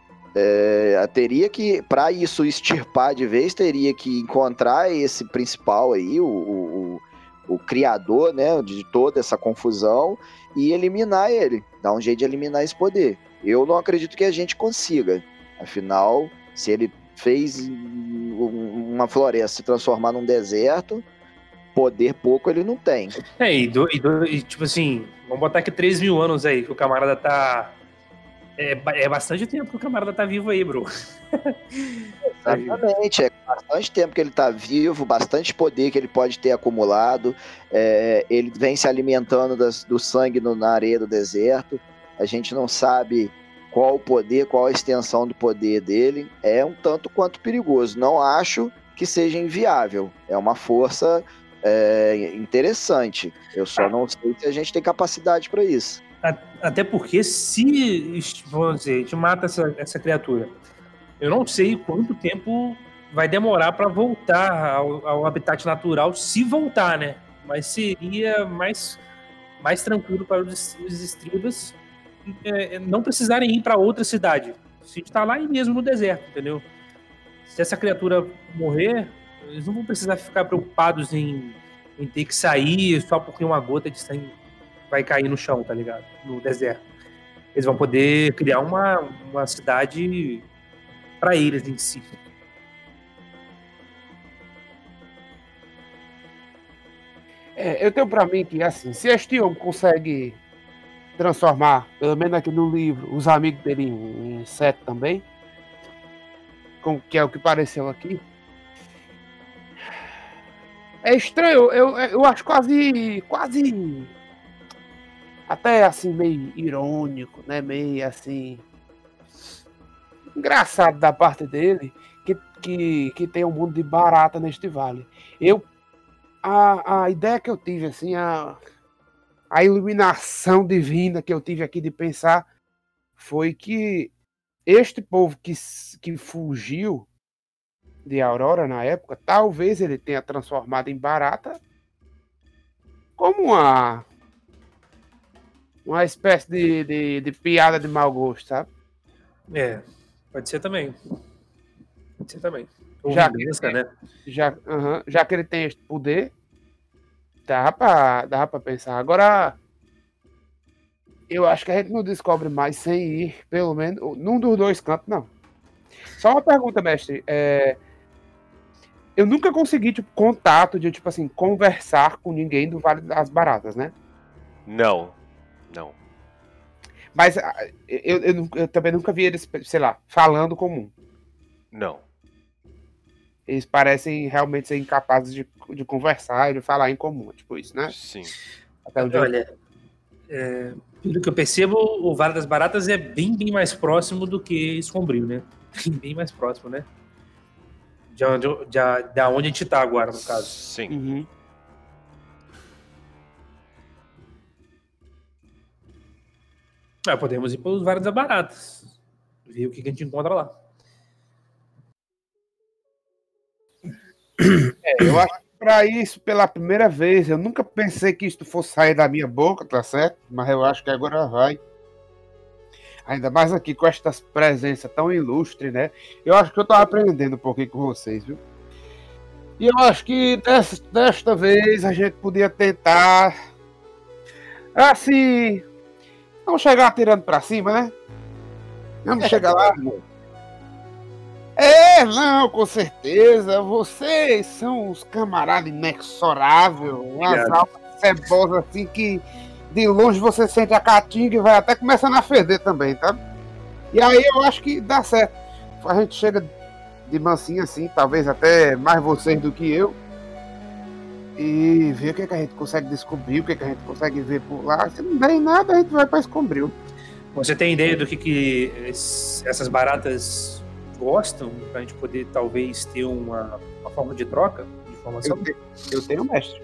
S4: É, teria que, para isso extirpar de vez, teria que encontrar esse principal aí, o, o, o criador, né, de toda essa confusão, e eliminar ele, dar um jeito de eliminar esse poder. Eu não acredito que a gente consiga. Afinal, se ele fez uma floresta se transformar num deserto, poder pouco ele não tem.
S11: É, e, do, e, do, e tipo assim, vamos botar aqui três mil anos aí, que o camarada tá... É, é bastante tempo que o camarada tá vivo aí, bro.
S4: Exatamente, é bastante tempo que ele tá vivo, bastante poder que ele pode ter acumulado, é, ele vem se alimentando das, do sangue no, na areia do deserto, a gente não sabe qual o poder, qual a extensão do poder dele, é um tanto quanto perigoso, não acho que seja inviável, é uma força... É interessante. Eu só não sei se a gente tem capacidade para isso.
S11: Até porque se, vamos dizer, a gente mata essa, essa criatura, eu não sei quanto tempo vai demorar para voltar ao, ao habitat natural, se voltar, né? Mas seria mais, mais tranquilo para os, os estribas é, não precisarem ir para outra cidade. Se a gente tá lá mesmo no deserto, entendeu? Se essa criatura morrer, eles não vão precisar ficar preocupados em, em ter que sair só porque uma gota de sangue vai cair no chão, tá ligado? No deserto. Eles vão poder criar uma, uma cidade para eles em si.
S10: É, eu tenho pra mim que, assim, se este homem consegue transformar, pelo menos aqui no livro, os amigos dele em inseto também, com, que é o que pareceu aqui, é estranho, eu, eu acho quase, quase, até assim, meio irônico, né, meio assim, engraçado da parte dele, que, que, que tem um mundo de barata neste vale. Eu, a, a ideia que eu tive, assim, a, a iluminação divina que eu tive aqui de pensar, foi que este povo que, que fugiu de Aurora na época, talvez ele tenha transformado em barata como uma uma espécie de, de, de piada de mau gosto, sabe?
S11: É, pode ser também. Pode ser também. Ou
S10: Já,
S11: vingança,
S10: que ele,
S11: né?
S10: já, uh-huh, já que ele tem este poder, dá pra, dá pra pensar. Agora, eu acho que a gente não descobre mais sem ir, pelo menos, num dos dois cantos, não. Só uma pergunta, mestre. É, eu nunca consegui, tipo, contato de, tipo assim, conversar com ninguém do Vale das Baratas, né?
S9: Não, não.
S10: Mas eu, eu, eu também nunca vi eles, sei lá, falando comum.
S9: Não.
S10: Eles parecem realmente ser incapazes de, de conversar e de falar em comum, tipo isso, né?
S9: Sim.
S10: Até onde
S11: Olha, eu... é, pelo que eu percebo, o Vale das Baratas é bem, bem mais próximo do que Sombrio, né? Bem mais próximo, né? De onde, de, de onde a gente tá agora, no caso.
S9: Sim.
S10: Uhum.
S11: Ah, podemos ir pelos Vales das Baratas. Ver o que, que a gente encontra lá.
S10: É, eu acho que pra isso, pela primeira vez, eu nunca pensei que isso fosse sair da minha boca, tá certo? Mas eu acho que agora vai. Ainda mais aqui com estas presenças tão ilustres, né? Eu acho que eu tô aprendendo um pouquinho com vocês, viu? E eu acho que dessa, desta vez a gente podia tentar. Assim. Vamos chegar atirando pra cima, né? Vamos chegar lá. É, não, com certeza. Vocês são uns camaradas inexoráveis, umas almas cebosas assim que de longe você sente a caatinga e vai até começando a feder também, tá? E aí eu acho que dá certo. A gente chega de mansinho assim, talvez até mais vocês do que eu, e ver o que, é que a gente consegue descobrir, o que, é que a gente consegue ver por lá. Se não der em nada, a gente vai pra Escombril.
S11: Você tem ideia do que, que essas baratas gostam, pra gente poder talvez ter uma, uma forma de troca de informação?
S10: Eu, te, eu tenho, mestre.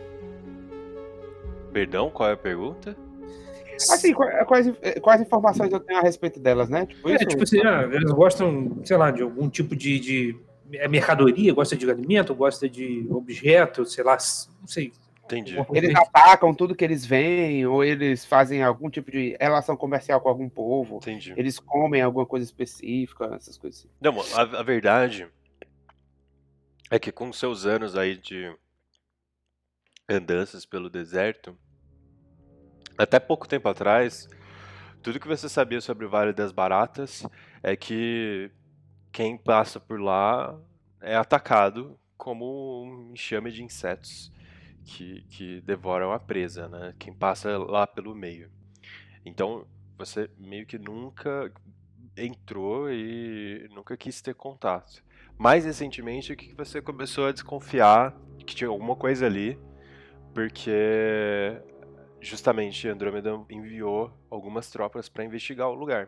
S9: Perdão, qual é a pergunta?
S10: Assim, quais, quais informações eu tenho a respeito delas, né? Tipo,
S11: é,
S10: isso,
S11: tipo assim, ah, eles gostam, sei lá, de algum tipo de, de mercadoria, gosta de alimento, gosta de objeto, sei lá, não sei.
S9: Entendi.
S10: Eles atacam tudo que eles veem, ou eles fazem algum tipo de relação comercial com algum povo.
S9: Entendi.
S10: Eles comem alguma coisa específica, essas coisas assim.
S9: Não, a, a verdade é que com seus anos aí de andanças pelo deserto, até pouco tempo atrás, tudo que você sabia sobre o Vale das Baratas é que quem passa por lá é atacado como um enxame de insetos que, que devoram a presa, né? Quem passa lá pelo meio. Então, você meio que nunca entrou e nunca quis ter contato. Mais recentemente, que você começou a desconfiar que tinha alguma coisa ali, porque justamente Andrômeda enviou algumas tropas para investigar o lugar.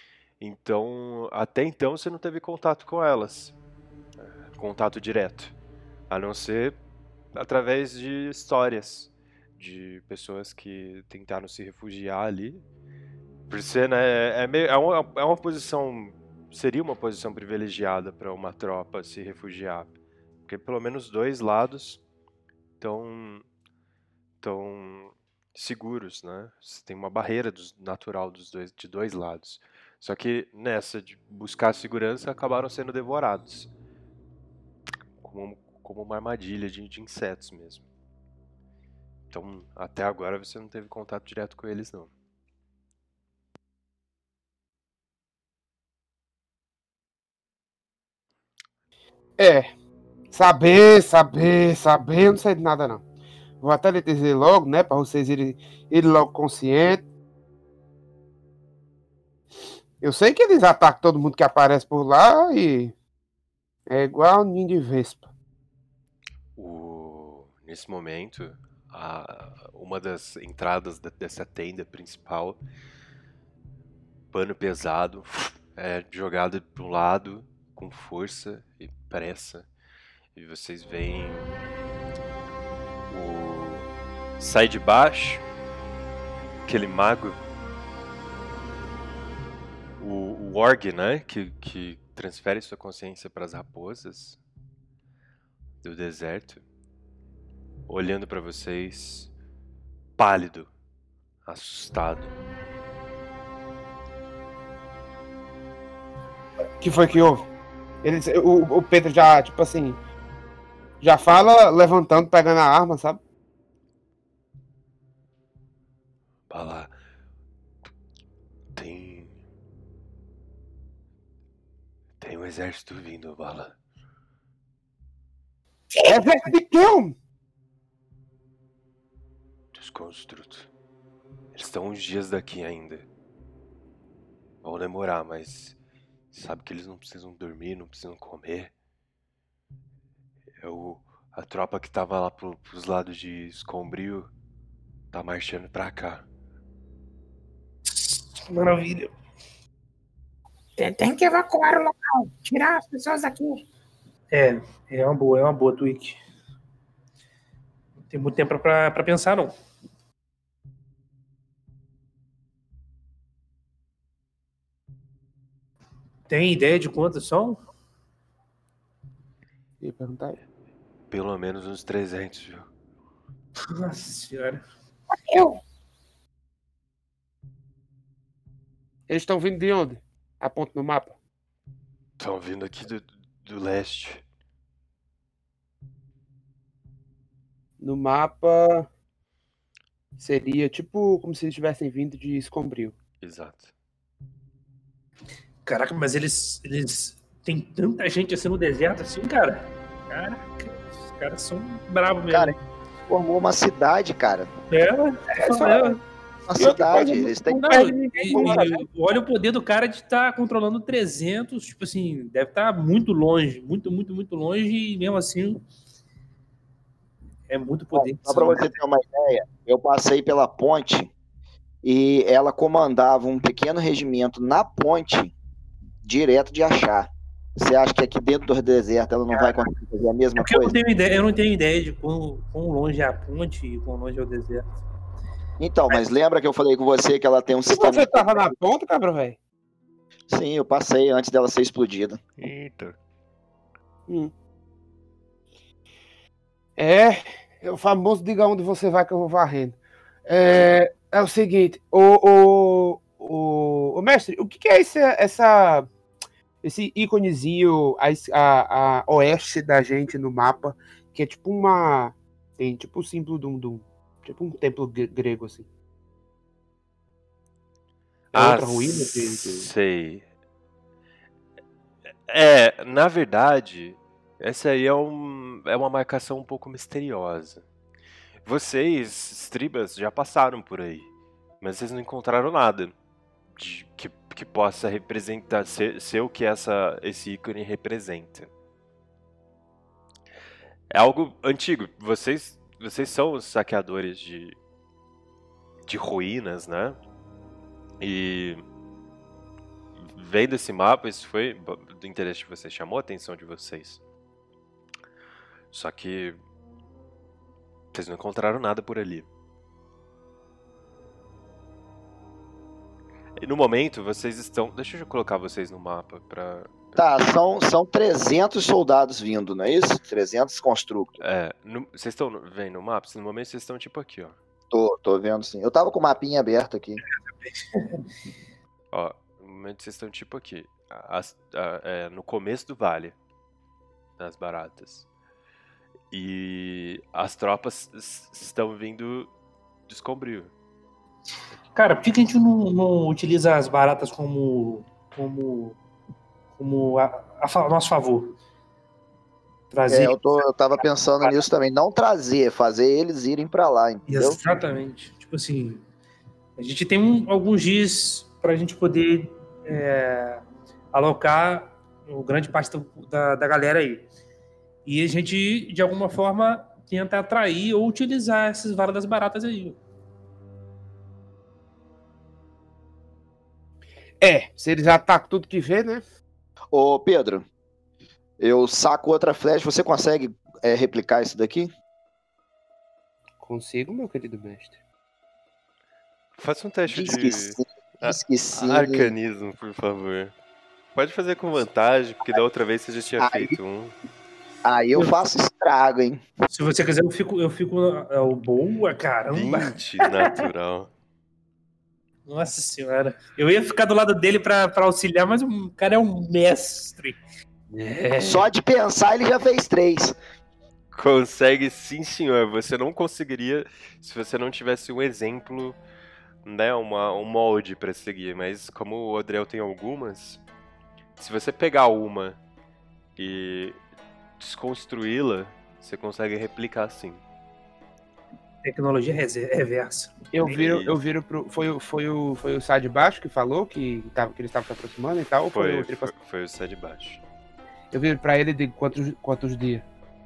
S9: Então, até então você não teve contato com elas, contato direto, a não ser através de histórias de pessoas que tentaram se refugiar ali. Por ser, né, é, meio, é, uma, é uma posição, seria uma posição privilegiada para uma tropa se refugiar, porque pelo menos dois lados estão tão seguros, né? Você tem uma barreira dos, natural dos dois, de dois lados. Só que nessa de buscar segurança acabaram sendo devorados, como, como uma armadilha de, de insetos mesmo. Então, até agora você não teve contato direto com eles, não.
S10: É, saber, saber, saber, eu não sei de nada não. Vou até lhe dizer logo, né, para vocês irem, irem logo conscientes. Eu sei que eles atacam todo mundo que aparece por lá e é igual um ninho de vespa.
S9: O... Nesse momento, a... uma das entradas da... dessa tenda principal, pano pesado, é jogado para um lado com força e pressa, e vocês veem o... sai de baixo aquele mago, o, o org, né, que, que transfere sua consciência para as raposas do deserto, olhando para vocês, pálido, assustado.
S10: O que foi que houve? Eles, o, o Pedro já, tipo assim, já fala levantando, pegando a arma, sabe?
S9: Bala, tem... Tem um exército vindo, Bala.
S10: Exército de quê?
S9: Dos construtos. Eles estão uns dias daqui ainda. Vão demorar, mas... Sabe que eles não precisam dormir, não precisam comer. Eu, a tropa que tava lá pro, pros lados de Escombril tá marchando pra cá.
S11: Maravilha.
S13: Tem, tem que evacuar o local, tirar as pessoas daqui.
S11: É, é uma boa, é uma boa, Twig. Não tem muito tempo pra, pra pensar, não. Tem ideia de quantos são?
S10: E perguntar aí.
S9: Pelo menos uns trezentos, viu?
S11: Nossa senhora.
S13: Eu.
S10: Eles estão vindo de onde? Aponta no mapa.
S9: Estão vindo aqui do, do leste.
S10: no mapa seria tipo como se eles tivessem vindo de Escombril.
S9: Exato.
S11: Caraca, mas eles, eles... Tem tanta gente assim no deserto assim, cara. Caraca, os caras são bravos mesmo.
S4: Cara, formou uma cidade, cara.
S11: É,
S10: É, só-
S11: é.
S4: Uma cidade. Eles têm
S11: Não, e- e- olha o poder do cara de estar controlando trezentos, tipo assim, deve estar muito longe, muito, muito, muito longe, e mesmo assim é muito poder.
S4: Só pra você ter uma ideia, eu passei pela ponte e ela comandava um pequeno regimento na ponte, direto de Achar. Você acha que aqui dentro do deserto ela não vai conseguir fazer a mesma
S11: Porque eu não
S4: coisa?
S11: tenho ideia, eu não tenho ideia de quão, quão longe é a ponte e quão longe é o deserto.
S4: Então, mas lembra que eu falei com você que ela tem um sistema...
S10: Você tava na ponta, cabra, velho?
S4: Sim, eu passei antes dela ser explodida.
S9: Eita.
S10: Hum. É, é o famoso diga onde você vai que eu vou varrendo. É, é o seguinte, o, o, o, o mestre, o que, que é esse, essa, esse íconezinho a, a, a oeste da gente no mapa, que é tipo uma... Tem tipo o símbolo de um, de um tipo um templo gre- grego, assim. É
S9: Ah,
S10: outra ruína? Que, que...
S9: sei. É, na verdade, essa aí é, um, é uma marcação um pouco misteriosa. Vocês, Stribas, já passaram por aí, mas vocês não encontraram nada de, que, que possa representar, ser, ser o que essa, esse ícone representa. É algo antigo. Vocês, vocês são os saqueadores de, de ruínas, né? E vendo esse mapa, isso foi do interesse de vocês, chamou a atenção de vocês. Só que vocês não encontraram nada por ali. E no momento, vocês estão... Deixa eu colocar vocês no mapa pra...
S4: Tá, são, são trezentos soldados vindo, não é isso? trezentos construtos.
S9: É, no- vocês estão vendo o mapa? No momento vocês estão tipo aqui, ó.
S4: Tô, tô vendo sim. Eu tava com o mapinha aberto aqui.
S9: Ó, no momento vocês estão tipo aqui. As- a- é, no começo do vale das baratas. E as tropas s- estão vindo de Escombril.
S11: Cara, por que que a gente não, não utiliza as baratas como como como a, a fa- nosso favor? Trazer
S4: É, eu, tô, eu tava pensando nisso também. Não trazer, fazer eles irem pra lá, entendeu?
S11: Exatamente. Tipo assim, a gente tem um- alguns dias para a gente poder é, alocar o grande parte do- da, da galera aí. E a gente, de alguma forma, tenta atrair ou utilizar essas varas das baratas aí.
S10: É, se eles atacam tudo que vê, né?
S4: Ô, Pedro, eu saco outra flecha. Você consegue é, replicar isso daqui?
S10: Consigo, meu querido mestre.
S9: Faça um teste
S4: Diz
S9: de
S4: que sim, diz que sim.
S9: arcanismo, por favor. Pode fazer com vantagem, porque da outra vez você já tinha
S4: Aí-
S9: feito um.
S4: Aí eu faço estrago, hein?
S11: Se você quiser, eu fico, eu fico é, o boa, caramba.
S9: vinte natural.
S11: Nossa senhora. Eu ia ficar do lado dele pra, pra auxiliar, mas o cara é um mestre.
S10: É.
S4: Só de pensar ele já fez três.
S9: Consegue sim, senhor. Você não conseguiria se você não tivesse um exemplo, né, uma, um molde pra seguir. Mas como o Odrel tem algumas, se você pegar uma e desconstruí-la, você consegue replicar sim.
S11: Tecnologia rese- reversa.
S10: Eu viro, eu viro pro. Foi, o- foi, o, foi o Sá de baixo que falou que, tava, que eles estavam se aproximando e tal? Ou foi,
S9: Foi,
S10: o Tripa?
S9: foi, foi o sai de baixo.
S10: Eu viro pra ele e digo quantos, quantos dias.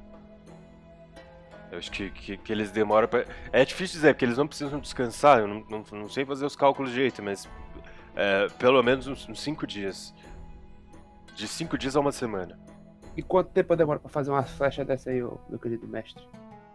S9: Eu acho que, que, que eles demoram pra... É difícil dizer, porque eles não precisam descansar. Eu não, não, não sei fazer os cálculos direito, mas é, pelo menos uns, uns cinco dias. De cinco dias a uma semana.
S10: E quanto tempo eu demoro pra fazer uma flecha dessa aí, ô, meu querido mestre?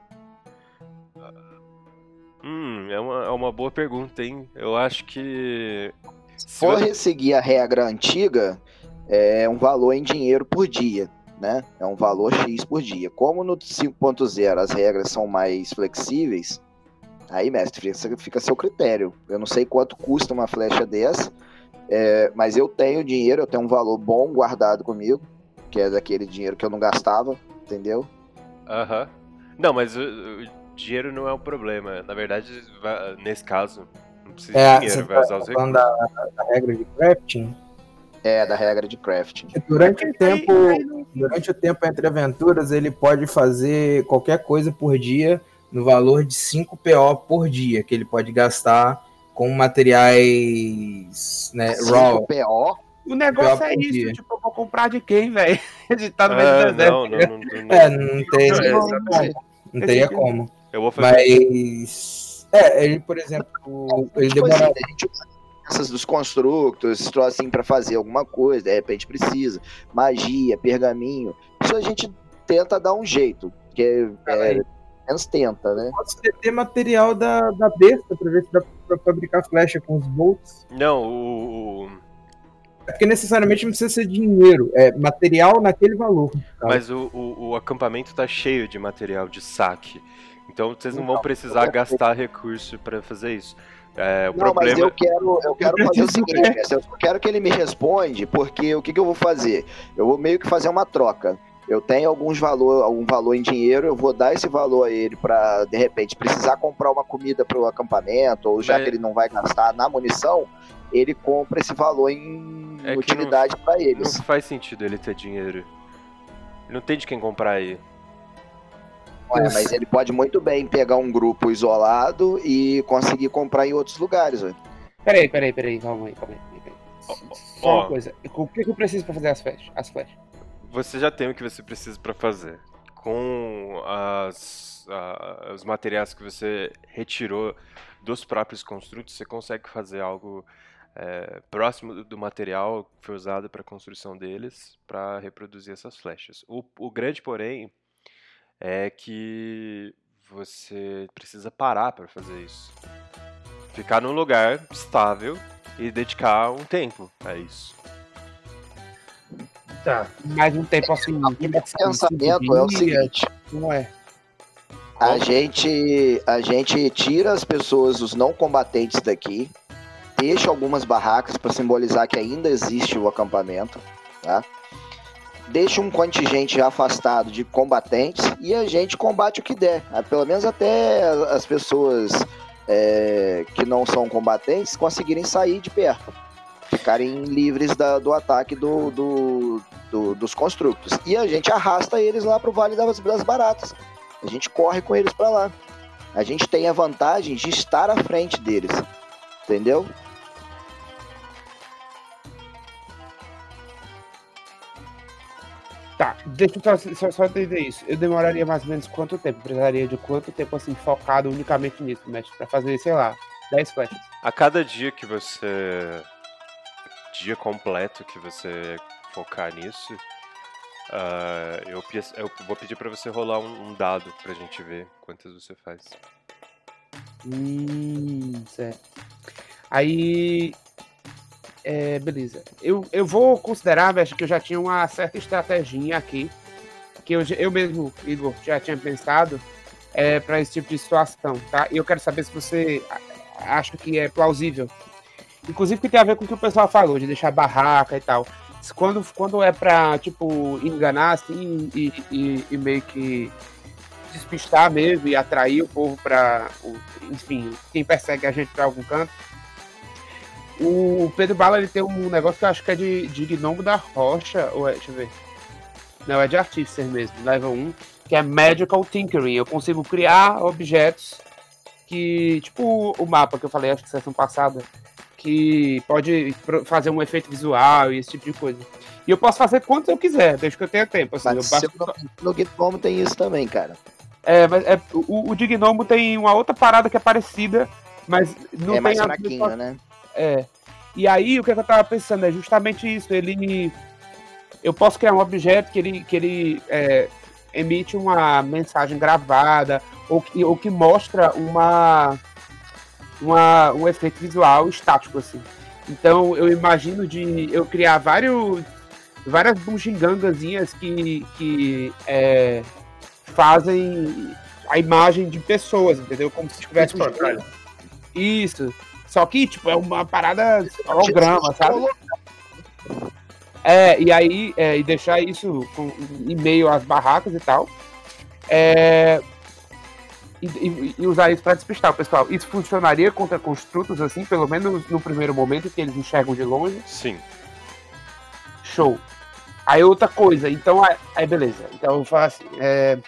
S9: Hum, é uma, é uma boa pergunta, hein? Eu acho que...
S4: Se for seguir a regra antiga, é um valor em dinheiro por dia, né? É um valor X por dia. Como no cinco ponto zero as regras são mais flexíveis, aí, mestre, fica, fica a seu critério. Eu não sei quanto custa uma flecha dessa, é, mas eu tenho dinheiro, eu tenho um valor bom guardado comigo, que é daquele dinheiro que eu não gastava, entendeu?
S9: Aham. Não, mas uh, uh, dinheiro não é um problema. Na verdade, vai- nesse caso, não precisa de
S12: É,
S9: dinheiro,
S12: você
S9: vai usar
S12: tá
S9: os
S12: falando
S9: recursos.
S12: da, da regra de crafting?
S4: É, da regra de crafting.
S12: Durante o tempo, durante o tempo entre aventuras, ele pode fazer qualquer coisa por dia no valor de cinco P O por dia, que ele pode gastar com materiais, né, raw.
S4: cinco P O?
S10: O negócio
S12: Pior
S10: é
S12: por
S10: isso,
S12: dia.
S10: tipo, eu vou comprar de quem, velho? De tá no meio do
S9: Ah,
S10: deserto.
S9: não, não, não, não,
S12: É, não tem,
S10: Não,
S12: não,
S10: exatamente.
S12: não teria como.
S9: Eu vou fazer.
S12: Mas, é, ele, por exemplo, ele
S4: Tipo
S12: demora...
S4: assim, a gente usa essas dos constructos, esses troços assim pra fazer alguma coisa, de repente precisa. Magia, pergaminho. Isso a gente tenta dar um jeito. Porque é, pelo menos tenta, né?
S12: Pode ter material da, da besta pra ver se dá pra fabricar flecha com os bolts.
S9: Não, o. o-
S12: É porque necessariamente não precisa ser dinheiro, é material naquele valor. tá?
S9: Mas o, o, o acampamento tá cheio de material de saque. Então vocês não vão precisar gastar recurso pra fazer isso. É, o
S4: Não,
S9: problema.
S4: mas eu quero, eu quero fazer o seguinte, Mestre, eu só quero que ele me responde, porque o que, que eu vou fazer? Eu vou meio que fazer uma troca. Eu tenho alguns valor, algum valor em dinheiro, eu vou dar esse valor a ele pra, de repente, precisar comprar uma comida pro acampamento, ou já
S9: Mas-
S4: que ele não vai gastar na munição, ele compra esse valor em
S9: É que
S4: utilidade
S9: não-
S4: pra eles.
S9: Não faz sentido ele ter dinheiro. Ele não tem de quem comprar aí.
S4: Ué, mas ele pode muito bem pegar um grupo isolado e conseguir comprar em outros lugares, ué.
S10: Peraí, peraí, peraí, calma aí, calma aí. calma aí. Só
S9: Ó.
S10: uma coisa, o que que eu preciso pra fazer as flechas? As flechas?
S9: Você já tem o que você precisa pra fazer. Com as, a- os materiais que você retirou dos próprios construtos, você consegue fazer algo é, próximo do- do material que foi usado para a construção deles, para reproduzir essas flechas. O, o grande, porém, é que você precisa parar para fazer isso. Ficar num lugar estável e dedicar um tempo a isso.
S10: Tá. Mais um tempo assim.
S4: O pensamento é o seguinte.
S10: Não é.
S4: A gente, a gente tira as pessoas, os não combatentes daqui, deixa algumas barracas para simbolizar que ainda existe o acampamento, tá? Deixa um contingente afastado de combatentes e a gente combate o que der. Ah, pelo menos até as pessoas é, que não são combatentes conseguirem sair de perto, ficarem livres da- do ataque do, do- do- dos construtos. E a gente arrasta eles lá pro Vale das, das Baratas. A gente corre com eles pra lá. A gente tem a vantagem de estar à frente deles. Entendeu?
S10: Tá, deixa eu só, só, só entender isso. Eu demoraria mais ou menos quanto tempo? Precisaria de quanto tempo, assim, focado unicamente nisso, mestre? Pra fazer, sei lá, dez flechas.
S9: A cada dia que você. Dia completo que você focar nisso, ah, eu, pe- eu vou pedir pra você rolar um, um dado pra gente ver quantas você faz.
S10: Hum, certo. Aí. É, beleza. Eu, eu vou considerar, mestre, que eu já tinha uma certa estratégia aqui. Que eu, já- eu mesmo, Igor, já tinha pensado é, para esse tipo de situação, tá? E eu quero saber se você a- acha que é plausível. Inclusive que tem a ver com o que o pessoal falou, de deixar barraca e tal. Quando, quando é pra, tipo, enganar, assim, e, e, e meio que despistar mesmo e atrair o povo pra, o- enfim, quem persegue a gente pra algum canto. O Pedro Bala, ele tem um negócio que eu acho que é de, de gnomo da rocha, ou é, deixa eu ver. Não, é de Artificer mesmo, level um, que é Magical Tinkering. Eu consigo criar objetos que, tipo o mapa que eu falei, acho que sessão passada, que pode pro- fazer um efeito visual e esse tipo de coisa. E eu posso fazer quantos eu quiser, desde que eu tenha tempo. Assim, eu
S4: Mas
S10: basto...
S4: seu- no Gnomo tem isso também, cara.
S10: É, mas é, o, o de gnomo tem uma outra parada que é parecida, mas não
S4: É
S10: tem
S4: mais
S10: a
S4: fraquinho,
S10: mesma-
S4: né?
S10: É. E aí, o que, é que eu tava pensando é justamente isso. Ele. Eu posso criar um objeto que ele, que ele é, emite uma mensagem gravada ou que, ou que mostra uma, uma, um efeito visual estático, assim. Então, eu imagino de eu criar vários, várias bugigangazinhas que, que é, fazem a imagem de pessoas, entendeu? Como se estivesse um
S11: Espantalho.
S10: Isso. Só que, tipo, é uma parada holograma, sabe? É, e aí, é, e deixar isso com, em meio às barracas e tal. É, e, e, e usar isso para despistar o pessoal. Isso funcionaria contra construtos, assim, pelo menos no primeiro momento que eles enxergam de longe?
S9: Sim.
S10: Show. Aí outra coisa, então, aí beleza. Então eu vou falar assim, é...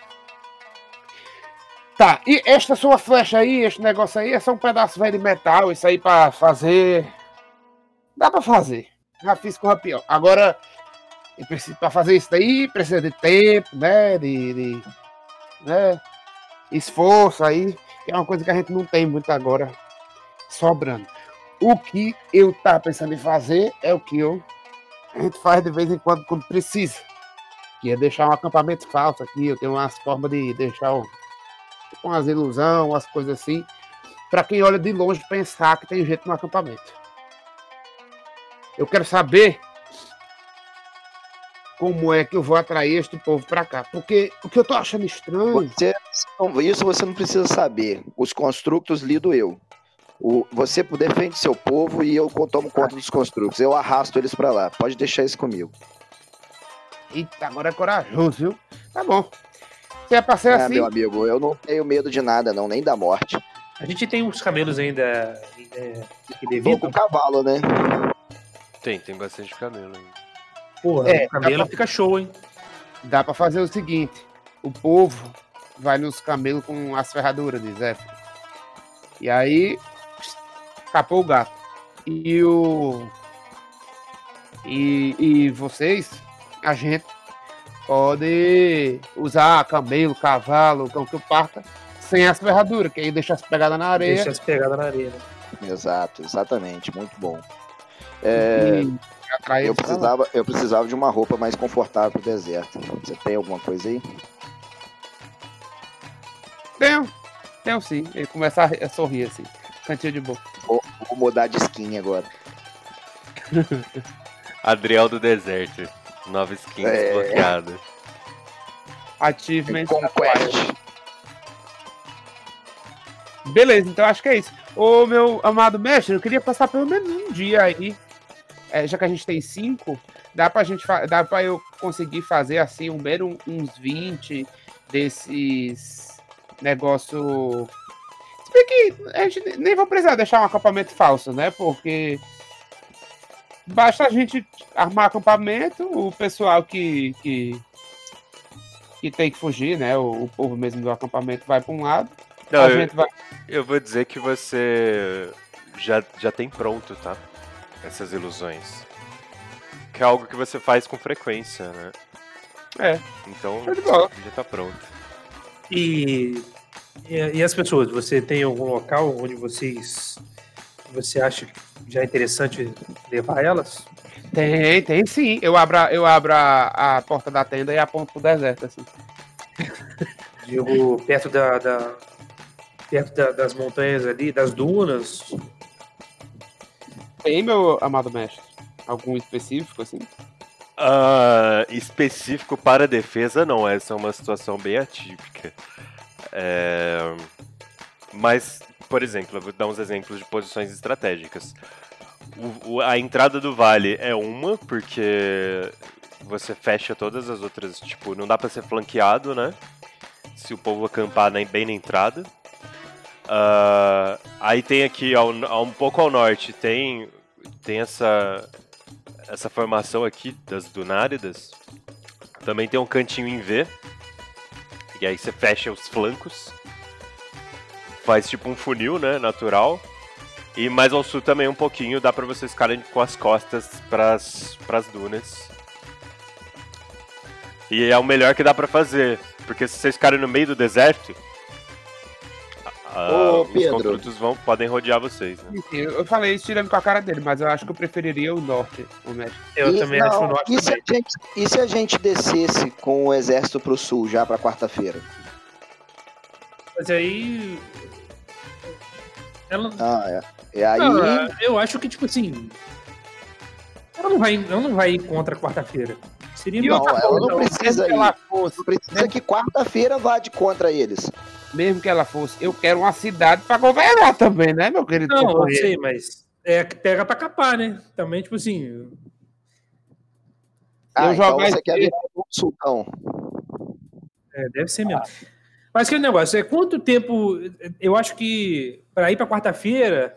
S10: Tá, e esta sua flecha aí, este negócio aí, é só um pedaço velho de metal, isso aí pra fazer... Dá pra fazer. Já fiz com o Rapião. Agora, eu preciso, pra fazer isso daí, precisa de tempo, né, de... de né, esforço aí, que é uma coisa que a gente não tem muito agora, sobrando. O que eu tava pensando em fazer é o que eu, a gente faz de vez em quando, quando precisa. Que é deixar um acampamento falso aqui, eu tenho umas formas de deixar um... com umas ilusões, umas coisas assim, para quem olha de longe pensar que tem gente no acampamento. Eu quero saber como é que eu vou atrair este povo para cá, porque o que eu tô achando estranho...
S4: Você, isso você não precisa saber, os construtos lido eu. O, você defende seu povo e eu tomo conta dos construtos, eu arrasto eles para lá, pode deixar isso comigo.
S10: Eita, agora é corajoso, viu? Tá bom. Se é pra ser
S4: é,
S10: assim...
S4: meu amigo, eu não tenho medo de nada, não, nem da morte.
S11: A gente tem uns camelos ainda é, que
S4: Tô
S11: deviam.
S4: com cavalo, né?
S9: Tem, tem bastante camelo ainda.
S11: Porra,
S10: É,
S11: o camelo
S10: dá pra-
S11: fica show, hein?
S10: Dá pra fazer o seguinte: o povo vai nos camelos com as ferraduras de Zé. E aí, capou o gato. E o. E, e vocês, a gente pode usar camelo, cavalo, cão que parta, sem as ferraduras, que aí deixa as pegadas na areia.
S11: Deixa as pegadas na areia, né?
S4: Exato, exatamente, muito bom. É,
S10: E atrair
S4: eu,
S10: eles pra lá.
S4: precisava, eu precisava de uma roupa mais confortável pro deserto. Você tem alguma coisa aí?
S10: Tenho, tenho sim. Ele começa a sorrir assim, cantinho de boca.
S4: Vou, vou mudar de skin agora.
S9: Adriel do Deserto. Nova skin
S4: É.
S9: desbloqueada.
S10: Achievement
S4: Conquest.
S10: Beleza, então acho que é isso. Ô, meu amado mestre, eu queria passar pelo menos um dia aí. É, já que a gente tem cinco, dá pra gente fa- dá pra eu conseguir fazer assim, um mero uns vinte desses negócio. Se bem que a gente nem vai precisar deixar um acampamento falso, né? Porque basta a gente armar acampamento, o pessoal que, que, que tem que fugir, né? O, o povo mesmo do acampamento vai pra um lado.
S9: Não,
S10: a
S9: eu,
S10: gente vai.
S9: eu vou dizer que você já, já tem pronto, tá? Essas ilusões. Que é algo que você faz com frequência, né?
S10: É.
S9: Então,
S10: Show de bola.
S9: já tá pronto.
S11: E, e, e as pessoas, você tem algum local onde vocês você acha que já é interessante levar elas?
S10: Tem, tem sim. Eu abro, a- eu abro a, a porta da tenda e aponto pro deserto, assim.
S11: Digo, perto da, da- perto da- das montanhas ali, das dunas.
S10: Tem, meu amado mestre? Algum específico, assim?
S9: Ah, específico para a defesa, não. Essa é uma situação bem atípica. É, Mas, por exemplo, eu vou dar uns exemplos de posições estratégicas. O- o- a entrada do vale é uma, porque você fecha todas as outras. Tipo, não dá pra ser flanqueado, né? Se o povo acampar na- bem na entrada. Ah, aí tem aqui, ao, ao- um pouco ao norte, tem, tem essa, essa formação aqui das Dunáridas. Também tem um cantinho em V. E aí você fecha os flancos. Faz tipo um funil, né, natural. E mais ao sul também um pouquinho, dá pra vocês ficarem com as costas pras, pras dunas. E é o melhor que dá pra fazer, porque se vocês ficarem no meio do deserto, a-
S4: Ô,
S9: os
S4: Pedro.
S9: construtos vão, podem rodear vocês, né?
S10: Enfim, eu eu falei isso tirando com a cara dele, mas eu acho que eu preferiria o norte, o mestre.
S11: Eu
S4: E-
S11: também
S4: não,
S11: acho o norte
S4: e se, a
S11: também.
S4: gente, e se a gente descesse com o exército pro sul já pra quarta-feira?
S11: Mas aí. Ela.
S4: Ah, é. E aí.
S11: Ah, eu acho que, tipo assim. Ela não vai, ela não vai ir contra quarta-feira. Seria
S10: E
S11: meio-
S10: outra
S4: ela
S10: coisa,
S4: não precisa
S10: mesmo que
S4: ir.
S10: ela fosse,
S4: Não precisa que quarta-feira vá de contra eles.
S10: mesmo que ela fosse, eu quero uma cidade pra governar também, né, meu querido?
S11: Não, eu
S10: companheiro?
S11: sei, mas é que pega pra capar, né? Também, tipo assim.
S4: Ah,
S10: Eu
S4: então
S10: jogar
S4: você
S10: esse-
S4: quer virar um sultão.
S11: É, deve ser mesmo. Mas que negócio, é quanto tempo... Eu acho que para ir para quarta-feira,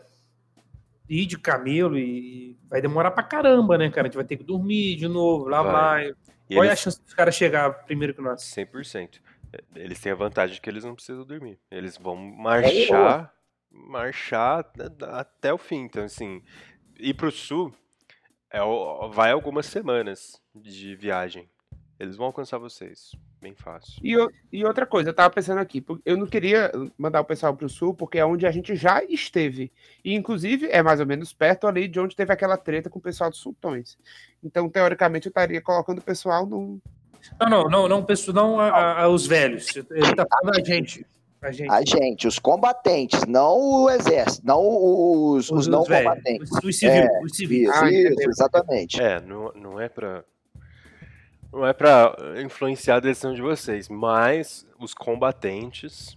S11: ir de camelo e vai demorar pra caramba, né, cara? A gente vai ter que dormir de novo, lá, lá.
S9: E
S11: Qual
S9: eles...
S11: é a chance dos caras chegar primeiro que nós?
S9: cem por cento. Eles têm a vantagem de que eles não precisam dormir. Eles vão marchar, marchar até o fim. Então, assim, ir pro sul é, vai algumas semanas de viagem. Eles vão alcançar vocês. Bem fácil.
S10: E, e outra coisa, eu tava pensando aqui, eu não queria mandar o pessoal pro sul, porque é onde a gente já esteve. E, inclusive, é mais ou menos perto ali de onde teve aquela treta com o pessoal dos sultões. Então, teoricamente, eu estaria colocando o pessoal no...
S11: Não, não, não, não, pessoal, não a, a, os velhos. Ele tá falando a gente. A gente.
S4: A gente, os combatentes, não o exército, não os, os, os não velhos, combatentes.
S11: Os, os civis. É, os civis.
S4: Isso,
S11: ah,
S4: isso, exatamente.
S9: É, não, não é pra... Não é pra influenciar a decisão de vocês, mas os combatentes,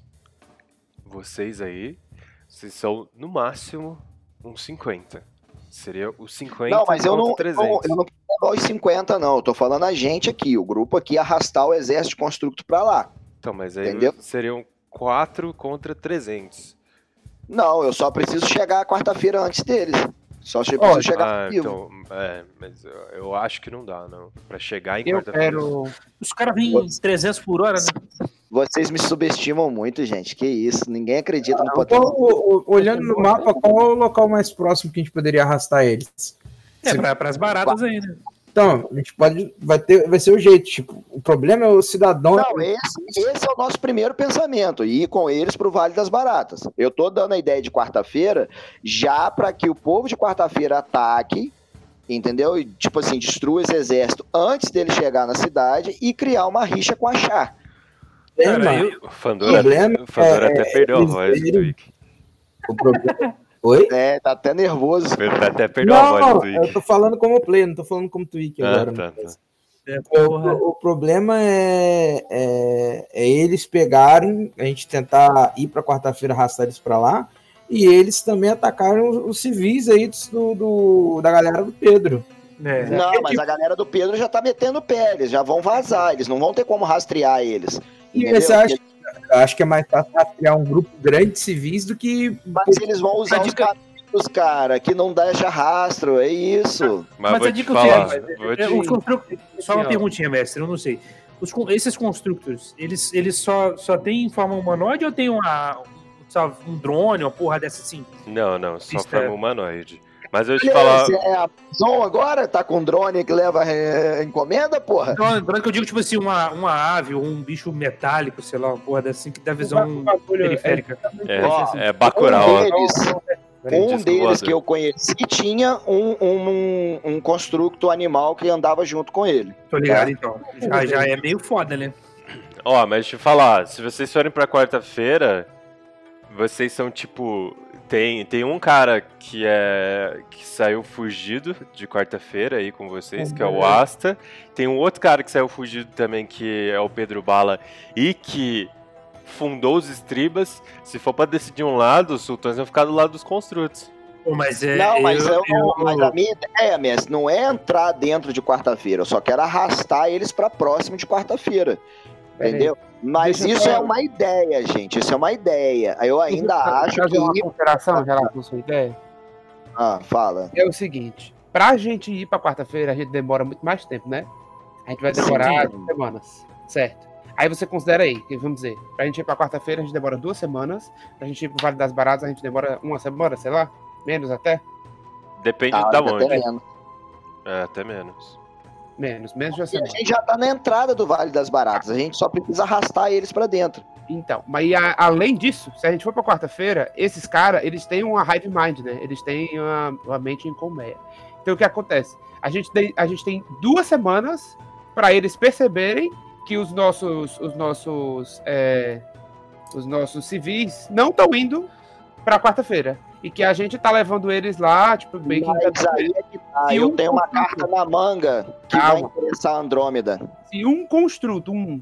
S9: vocês aí, vocês são no máximo uns cinquenta. Seria os cinquenta
S4: não, mas eu não,
S9: trezentos.
S4: Eu não quero levar os cinquenta, não. Eu tô falando a gente aqui, o grupo aqui, arrastar o exército constructo pra lá.
S9: Então, mas aí
S4: entendeu?
S9: Seriam quatro contra trezentos.
S4: Não, eu só preciso chegar quarta-feira antes deles. Só preciso oh, chegar
S9: ah, então, é, mas eu, eu acho que não dá, não. Pra chegar em quarta-feira.
S10: Quero...
S11: Os caras vêm trezentos por hora, né?
S4: Vocês me subestimam muito, gente. Que isso, ninguém acredita no
S14: ah,
S4: potencial.
S14: Qual, olhando no mapa, qual é o local mais próximo que a gente poderia arrastar eles?
S11: É, Você... para as baratas aí, né?
S14: Então, a gente pode. Vai, ter, vai ser o jeito. Tipo, o problema é o cidadão.
S4: Não, esse, esse é o nosso primeiro pensamento. Ir com eles pro Vale das Baratas. Eu tô dando a ideia de quarta-feira já para que o povo de quarta-feira ataque, entendeu? E, tipo assim, destrua esse exército antes dele chegar na cidade e criar uma rixa com a Chá.
S9: Cara, eu... O Fandora, o Fandora é, até perdeu é, a voz do Wiki.
S14: O problema. Oi?
S4: É, tá até nervoso.
S9: Ele tá até perdeu
S14: não,
S9: a voz do Twig.
S14: Eu tô falando como player, não tô falando como Twig
S9: ah,
S14: agora.
S9: Tá, tá.
S14: É, o, o problema é, é, é eles pegarem, a gente tentar ir pra quarta-feira, arrastar eles pra lá, e eles também atacaram os, os civis aí do, do, da galera do Pedro.
S4: É. Não, mas a galera do Pedro já tá metendo o pé, eles já vão vazar, eles não vão ter como rastrear eles.
S14: E você acha que Eu acho que é mais fácil rastrear um grupo grande de civis do que...
S4: Mas eles vão usar os caminhos, cara, que não deixa rastro, é isso.
S9: Mas,
S11: mas
S9: vou
S11: a dica
S9: te falar,
S11: é,
S9: vou te...
S11: é, os constru... Só uma perguntinha, mestre, eu não sei. Os, esses constructors, eles, eles só, só têm forma humanoide ou tem uma, um drone, uma porra dessa assim?
S9: Não, não, só
S11: Pista...
S9: forma humanoide. Mas eu te falar...
S4: É a Zon agora? Tá com drone que leva é, encomenda, porra?
S11: Drone, drone que eu digo, tipo assim, uma, uma ave ou um bicho metálico, sei lá, uma porra dessa assim, que dá visão periférica.
S9: É, é, é Bacurau.
S4: Um deles, um deles que eu conheci tinha um, um, um construto animal que andava junto com ele.
S11: Tô ligado, é. então. Já, já é meio foda, né?
S9: Ó, mas deixa eu falar, se vocês forem pra quarta-feira, vocês são tipo... Tem, tem um cara que é que saiu fugido de quarta-feira aí com vocês, que é o Asta. Tem um outro cara que saiu fugido também, que é o Pedro Bala, e que fundou os estribas. Se for pra decidir um lado, os sultões vão ficar do lado dos construtos.
S11: Pô, mas é,
S4: não, mas,
S11: eu,
S4: eu,
S11: eu,
S4: mas a minha ideia, mestre, não é entrar dentro de quarta-feira. Eu só quero arrastar eles pra próximo de quarta-feira. Entendeu? Mas Deixa isso eu... é uma ideia, gente. Isso é uma ideia. Eu ainda acho que...
S10: uma consideração, já lá com sua ideia?
S4: Ah, fala.
S10: É o seguinte. Pra gente ir pra quarta-feira, a gente demora muito mais tempo, né? A gente vai demorar duas semanas. Certo. Aí você considera aí, que vamos dizer, pra gente ir pra quarta-feira, a gente demora duas semanas. Pra gente ir pro Vale das Baratas, a gente demora uma semana, sei lá. Menos até.
S9: Depende ah, da onde. Até menos. É, até menos.
S10: Menos, menos de uma
S4: semana. A gente já tá na entrada do Vale das Baratas, a gente só precisa arrastar eles pra dentro.
S10: Então, mas a, além disso, se a gente for pra quarta-feira, esses caras, eles têm uma hive mind, né? Eles têm uma, uma mente em colmeia. Então o que acontece? A gente tem, a gente tem duas semanas pra eles perceberem que os nossos, os nossos, é, os nossos civis não estão indo pra quarta-feira. E que a gente tá levando eles lá, tipo, bem que...
S4: Mas aí é que tá, eu um tenho uma carta na manga que Calma. vai interessar a Andrômeda.
S10: Se um construto, um,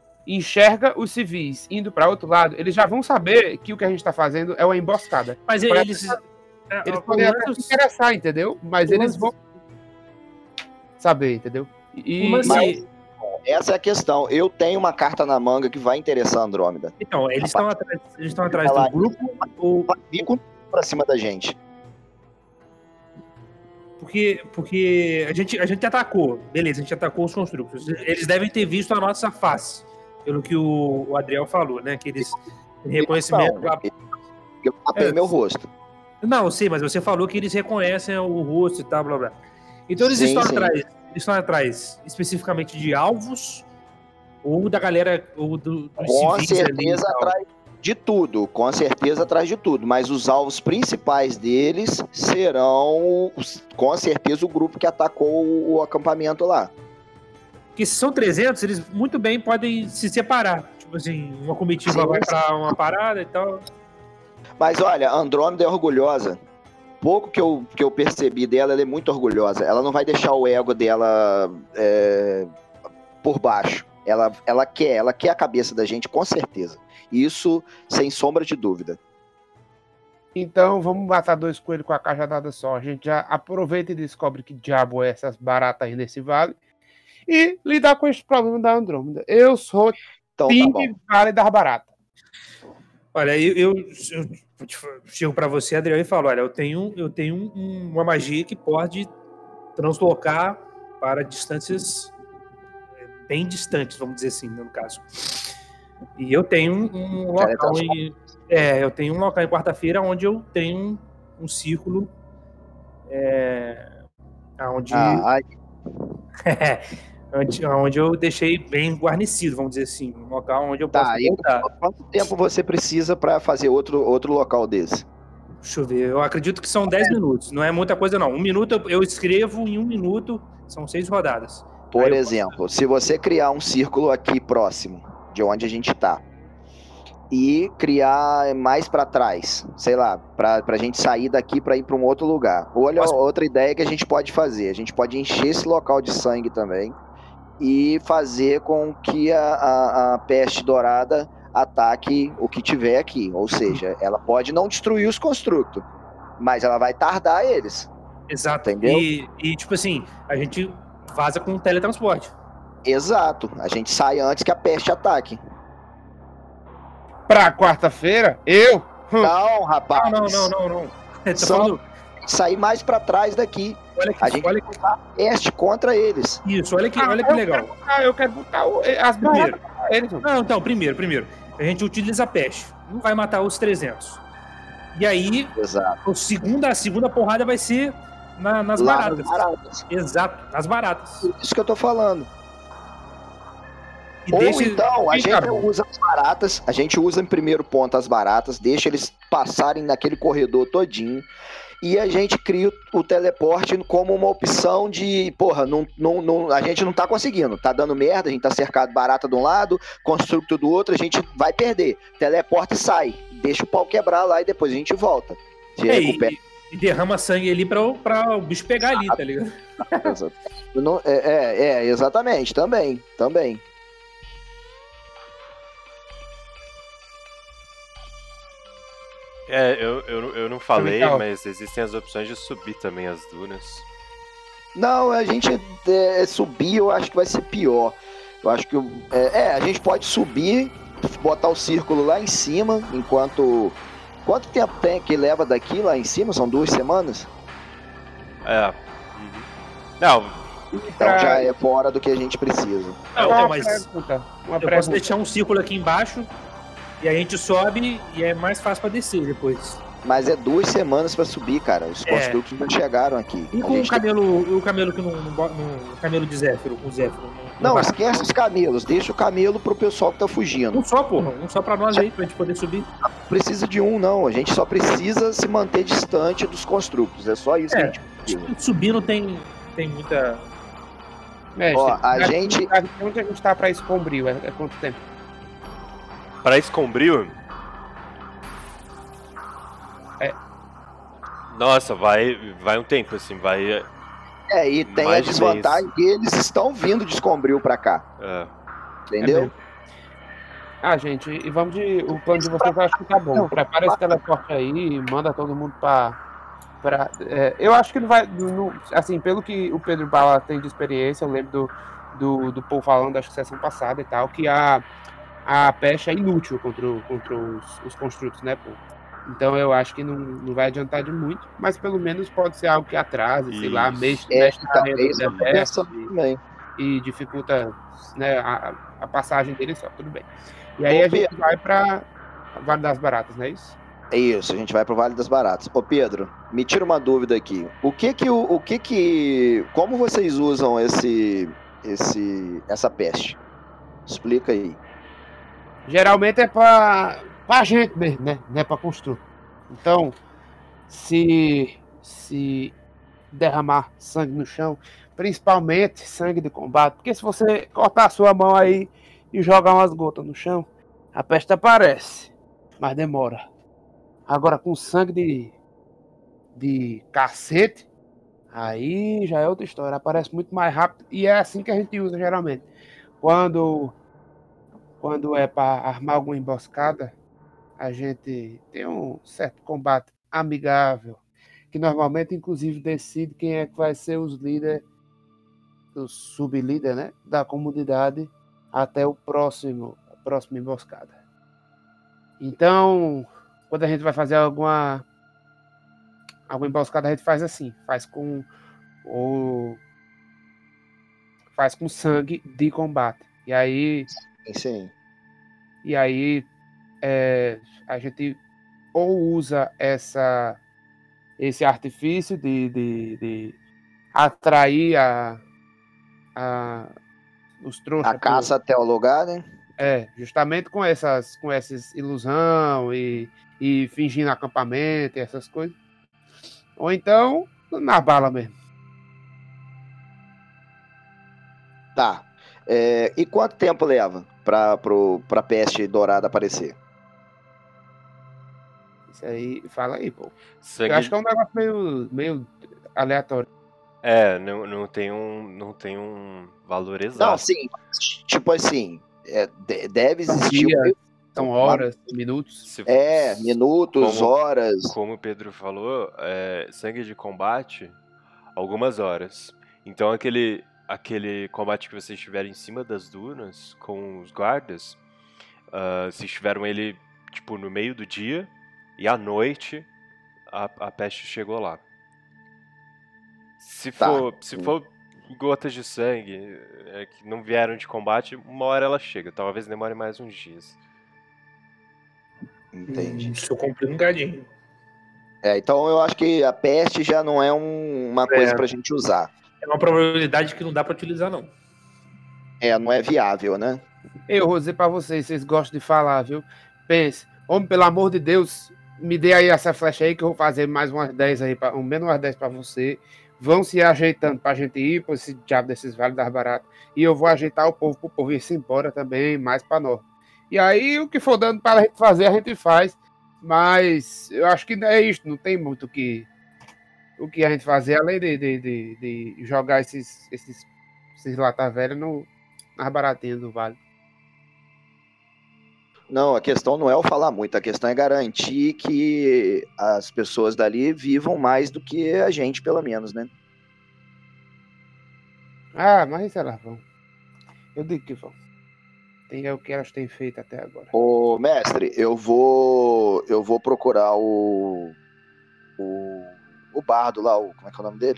S10: enxerga os civis indo pra outro lado, eles já vão saber que o que a gente tá fazendo é uma emboscada.
S11: Mas pra eles... Eles,
S10: eles podem até se interessar, entendeu? Mas eles vão saber, entendeu?
S11: E, mas,
S4: mas essa é a questão. Eu tenho uma carta na manga que vai interessar a Andrômeda.
S11: Então, eles estão atrás, eles estão atrás
S4: Ela-
S11: do grupo ou...
S4: Vai vir com pra cima da gente.
S11: Porque, porque a, gente, a gente atacou, beleza, a gente atacou os construtos. Eles devem ter visto a nossa face, pelo que o, o Adriel falou, né? Que eles têm reconhecimento.
S4: Não, eu tapei
S11: É.
S4: meu rosto.
S11: Não, eu sei, mas você falou que eles reconhecem o rosto e tal, blá blá. Então eles
S4: Sim,
S11: estão
S4: sim.
S11: atrás. Eles estão atrás especificamente de alvos ou da galera ou do, dos
S4: Com
S11: civis ali e
S4: certeza
S11: tal?
S4: atrás de tudo, com certeza atrás de tudo. Mas os alvos principais deles serão, com certeza, o grupo que atacou o, o acampamento lá.
S11: Porque se são trezentos, eles muito bem podem se separar. Tipo assim, uma comitiva
S4: Sim,
S11: vai
S4: sim.
S11: pra uma parada e tal.
S4: Mas olha, a Andrômeda é orgulhosa. Pouco que eu, que eu percebi dela, ela é muito orgulhosa. Ela não vai deixar o ego dela é, por baixo. Ela, ela quer, ela quer a cabeça da gente, com certeza. Isso, sem sombra de dúvida.
S10: Então, vamos matar dois coelhos com a cajadada só. A gente já aproveita e descobre que diabo é essas baratas aí nesse vale. E lidar com esse problema da Andrômeda. Eu sou
S4: então,
S10: time Vale das Baratas.
S11: Olha, eu, eu, eu chego pra você, Adriel, e falo: olha, eu tenho, eu tenho um- uma magia que pode translocar para distâncias é, bem distantes, vamos dizer assim, no caso. E eu tenho um, um local em. É, eu tenho um local em quarta-feira onde eu tenho um, um círculo. É, onde,
S4: Ah,
S11: onde, onde eu deixei bem guarnecido, vamos dizer assim. Um local onde eu posso
S4: Tá, e
S11: voltar.
S4: quanto tempo você precisa para fazer outro, outro local desse?
S11: Deixa eu ver, eu acredito que são dez minutos, não é muita coisa não. Um minuto eu, eu escrevo em um minuto, são seis rodadas.
S4: Por exemplo, se você criar um círculo aqui próximo de onde a gente tá e criar mais para trás, sei lá, pra, pra gente sair daqui para ir para um outro lugar. Olha, outra ideia que a gente pode fazer, a gente pode encher esse local de sangue também e fazer com que a, a, a peste dourada ataque o que tiver aqui, ou seja, ela pode não destruir os construtos, mas ela vai tardar eles.
S11: Exato.
S4: Entendeu?
S11: E, e tipo assim, a gente vaza com teletransporte.
S4: Exato, a gente sai antes que a peste ataque.
S10: Pra quarta-feira, eu?
S4: Não, rapaz.
S11: Não, não, não, não. não.
S4: Só
S11: falando...
S4: sair mais pra trás daqui.
S11: Olha que,
S4: a gente
S11: olha
S4: vai usar a peste contra eles.
S11: Isso, olha que, olha que
S10: eu
S11: legal.
S10: Quero botar, eu quero botar o- as
S11: Primeiro.
S10: baratas pra eles.
S11: Não, então, primeiro, primeiro. A gente utiliza a peste. Não vai matar os trezentos. E aí,
S4: Exato.
S11: o segunda, a segunda porrada vai ser na- nas
S4: Lá
S11: baratas.
S4: nas baratas.
S11: Exato, nas baratas.
S4: Isso que eu tô falando.
S11: E
S4: Ou
S11: deixa-
S4: então, a
S11: Fica
S4: gente
S11: bom.
S4: usa as baratas, a gente usa em primeiro ponto as baratas, deixa eles passarem naquele corredor todinho, e a gente cria o, o teleporte como uma opção de, porra, não, não, não, a gente não tá conseguindo, tá dando merda, a gente tá cercado barata de um lado, construto do outro, a gente vai perder. Teleporta e sai, deixa o pau quebrar lá e depois a gente volta. Se
S11: É,
S4: recupera.
S11: e, e derrama sangue ali pra, o- pra o bicho pegar ali, tá ligado?
S4: Não- é, é, é, exatamente, também, também.
S9: É, eu, eu, eu não falei,
S4: Legal.
S9: mas existem as opções de subir também as dunas.
S4: Não, a gente é, subir eu acho que vai ser pior. Eu acho que é, é, a gente pode subir, botar o círculo lá em cima, enquanto. Quanto tempo tem que leva daqui lá em cima? São duas semanas?
S9: É. Uhum. Não,
S4: Então já é fora do que a gente precisa.
S11: Não,
S10: Uma
S11: então, mas
S10: pergunta, uma
S11: eu
S10: pergunta.
S11: posso deixar um círculo aqui embaixo e a gente sobe e é mais fácil pra descer depois.
S4: Mas é duas semanas pra subir, cara. Os
S11: É.
S4: construtos não chegaram aqui.
S11: E
S4: A
S11: com o
S4: gente tem-
S11: camelo, o camelo que não, não, bo- não- o camelo de Zéfiro, o Zéfiro.
S4: Não,
S11: vai.
S4: esquece os camelos. Deixa o camelo pro pessoal que tá fugindo.
S11: Um só, porra. Um só pra nós aí, pra gente poder subir.
S4: Não precisa de um, não. A gente só precisa se manter distante dos construtos. É só isso que a
S11: É,
S4: gente precisa.
S11: subindo tem, tem muita...
S10: É,
S4: Ó,
S10: tem-
S4: a
S10: na-
S4: gente-
S10: Onde a gente tá pra Escombril? É, é quanto tempo?
S9: pra Escombril.
S10: É.
S9: Nossa, vai, vai um tempo, assim, vai.
S4: É, e tem
S9: Mais
S4: a
S9: de
S4: desvantagem que eles estão vindo de Escombril pra cá.
S9: É.
S4: Entendeu?
S10: Ah, gente, e vamos de. O plano de vocês eu acho que tá bom. Prepara esse teleporte aí, manda todo mundo pra. pra é, eu acho que não vai. Não, assim, pelo que o Pedro Bala tem de experiência, eu lembro do, do, do povo falando, acho que sessão passada e tal, que a, a peste é inútil contra, o, contra os, os construtos, né, pô? Então eu acho que não, não vai adiantar de muito, mas pelo menos pode ser algo que atrase, sei lá, mexe,
S4: É,
S10: mexe na
S4: talvez
S10: renda do
S4: eu tô
S10: exército
S4: pensando também.
S10: e, e dificulta, né, a, a passagem dele só, tudo bem. E aí
S4: Ô,
S10: a gente
S4: Pedro.
S10: vai para Vale das Baratas, não é isso?
S4: É isso, a gente vai pro Vale das Baratas. Ô Pedro, me tira uma dúvida aqui. O que que o, o que que como vocês usam esse esse essa peste? Explica aí.
S10: Geralmente é para a gente mesmo, né? Não é para construir. Então, se se derramar sangue no chão, principalmente sangue de combate, porque se você cortar a sua mão aí e jogar umas gotas no chão, a peste aparece, mas demora. Agora com sangue de de cacete, aí já é outra história, aparece muito mais rápido e é assim que a gente usa geralmente. Quando quando é para armar alguma emboscada, a gente tem um certo combate amigável, que normalmente, inclusive, decide quem é que vai ser os líderes, os sublíder, né, da comunidade até o próximo, a próxima emboscada. Então, quando a gente vai fazer alguma, alguma emboscada, a gente faz assim, faz com o faz com sangue de combate. E aí,
S4: Sim.
S10: E aí é, a gente ou usa essa, esse artifício de, de, de atrair a, a, os trouxas.
S4: A caça até o lugar, né?
S10: É, justamente com essas, com essas ilusão e, e fingindo acampamento e essas coisas. Ou então, na bala mesmo.
S4: Tá. É, e quanto tempo leva pra, pro, pra peste dourada aparecer?
S10: Isso aí, fala aí, pô.
S9: Sangue...
S10: Eu acho que é um negócio meio, meio aleatório.
S9: É, não, não, tem um, não tem um valor exato.
S4: Não, sim. Tipo assim, é, deve existir...
S10: Dia, são horas, minutos.
S9: Se,
S4: é, minutos,
S9: como,
S4: horas.
S9: Como o Pedro falou, é, sangue de combate, algumas horas. Então aquele... aquele combate que vocês tiveram em cima das dunas com os guardas, uh, vocês tiveram ele tipo no meio do dia e à noite a, a peste chegou lá. Se
S4: tá.
S9: for se for gotas de sangue é, que não vieram de combate, uma hora ela chega. Talvez demore mais uns dias.
S4: Entendi.
S11: Estou complicadinho.
S4: É, então eu acho que a peste já não é um, uma coisa
S11: É.
S4: pra gente usar.
S11: É uma probabilidade que não dá pra utilizar, não.
S4: É, não é viável, né?
S10: Eu vou dizer pra vocês, vocês gostam de falar, viu? Pense, homem, pelo amor de Deus, me dê aí essa flecha aí que eu vou fazer mais umas dez aí, pra, um menos umas dez pra você. Vão se ajeitando pra gente ir pra esse diabo desses vales das baratas. E eu vou ajeitar o povo pro povo ir-se embora também, mais pra nós. E aí, o que for dando pra gente fazer, a gente faz. Mas eu acho que não é isso, não tem muito o que, o que a gente fazer, além de, de, de, de jogar esses, esses, esses lata velha no, nas baratinhas do vale.
S4: Não, a questão não é o falar muito, a questão é garantir que as pessoas dali vivam mais do que a gente, pelo menos, né?
S10: Ah, mas sei lá, vão. Eu digo que vão. Tem, é o que elas têm feito até agora.
S4: Ô, mestre, eu vou eu vou procurar o o, o bardo lá, o, como é que é o nome dele?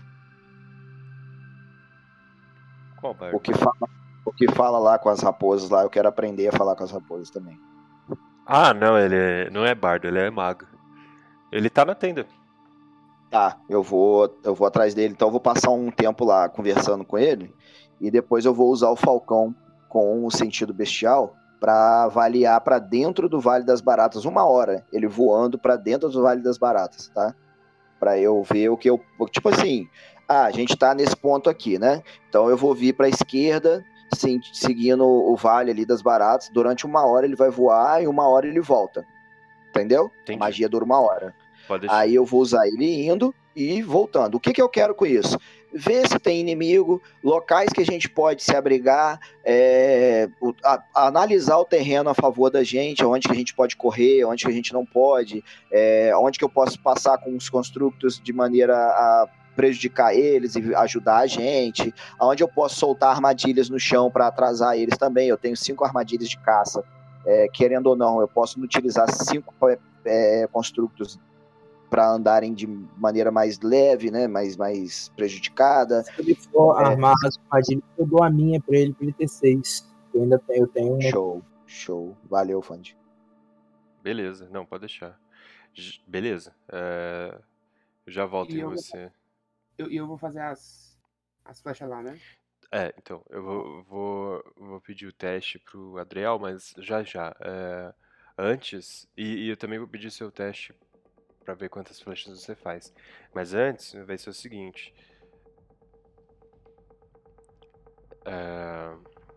S9: Qual bardo?
S4: O que fala, o que fala lá com as raposas lá, eu quero aprender a falar com as raposas também.
S9: Ah, não, ele é, não é bardo, ele é mago. Ele tá na tenda.
S4: Tá, eu vou eu vou atrás dele, então eu vou passar um tempo lá conversando com ele e depois eu vou usar o falcão com o sentido bestial para avaliar para dentro do Vale das Baratas uma hora, ele voando para dentro do Vale das Baratas, tá? Para eu ver o que eu, tipo assim, ah, a gente tá nesse ponto aqui, né? Então eu vou vir para a esquerda, sim, seguindo o vale ali das Baratas, durante uma hora ele vai voar e uma hora ele volta. Entendeu?
S9: Entendi.
S4: A magia dura uma hora.
S9: Pode deixar.
S4: Aí eu vou usar ele indo e voltando. O que, que eu quero com isso? Ver se tem inimigo, locais que a gente pode se abrigar, é, a, a analisar o terreno a favor da gente, onde que a gente pode correr, onde que a gente não pode, é, onde que eu posso passar com os construtos de maneira a prejudicar eles e ajudar a gente, aonde eu posso soltar armadilhas no chão para atrasar eles também. Eu tenho cinco armadilhas de caça, é, querendo ou não, eu posso utilizar cinco é, construtos para andarem de maneira mais leve, né, mais, mais prejudicada.
S14: Se ele for
S4: é...
S14: armar as armadilhas, eu dou a minha para ele, para ele ter seis. Eu ainda tenho, eu tenho uma...
S4: Show, show. Valeu, Fand.
S9: Beleza, não, pode deixar. J- Beleza. É, Eu já volto
S10: E
S9: em
S10: eu vou,
S9: você.
S10: eu, eu vou fazer as, as flechas lá, né?
S9: É, então, eu vou, vou, vou pedir o teste pro Adriel, mas já já. É, antes, e, e eu também vou pedir seu teste pra ver quantas flechas você faz. Mas antes, vai ser o seguinte. É,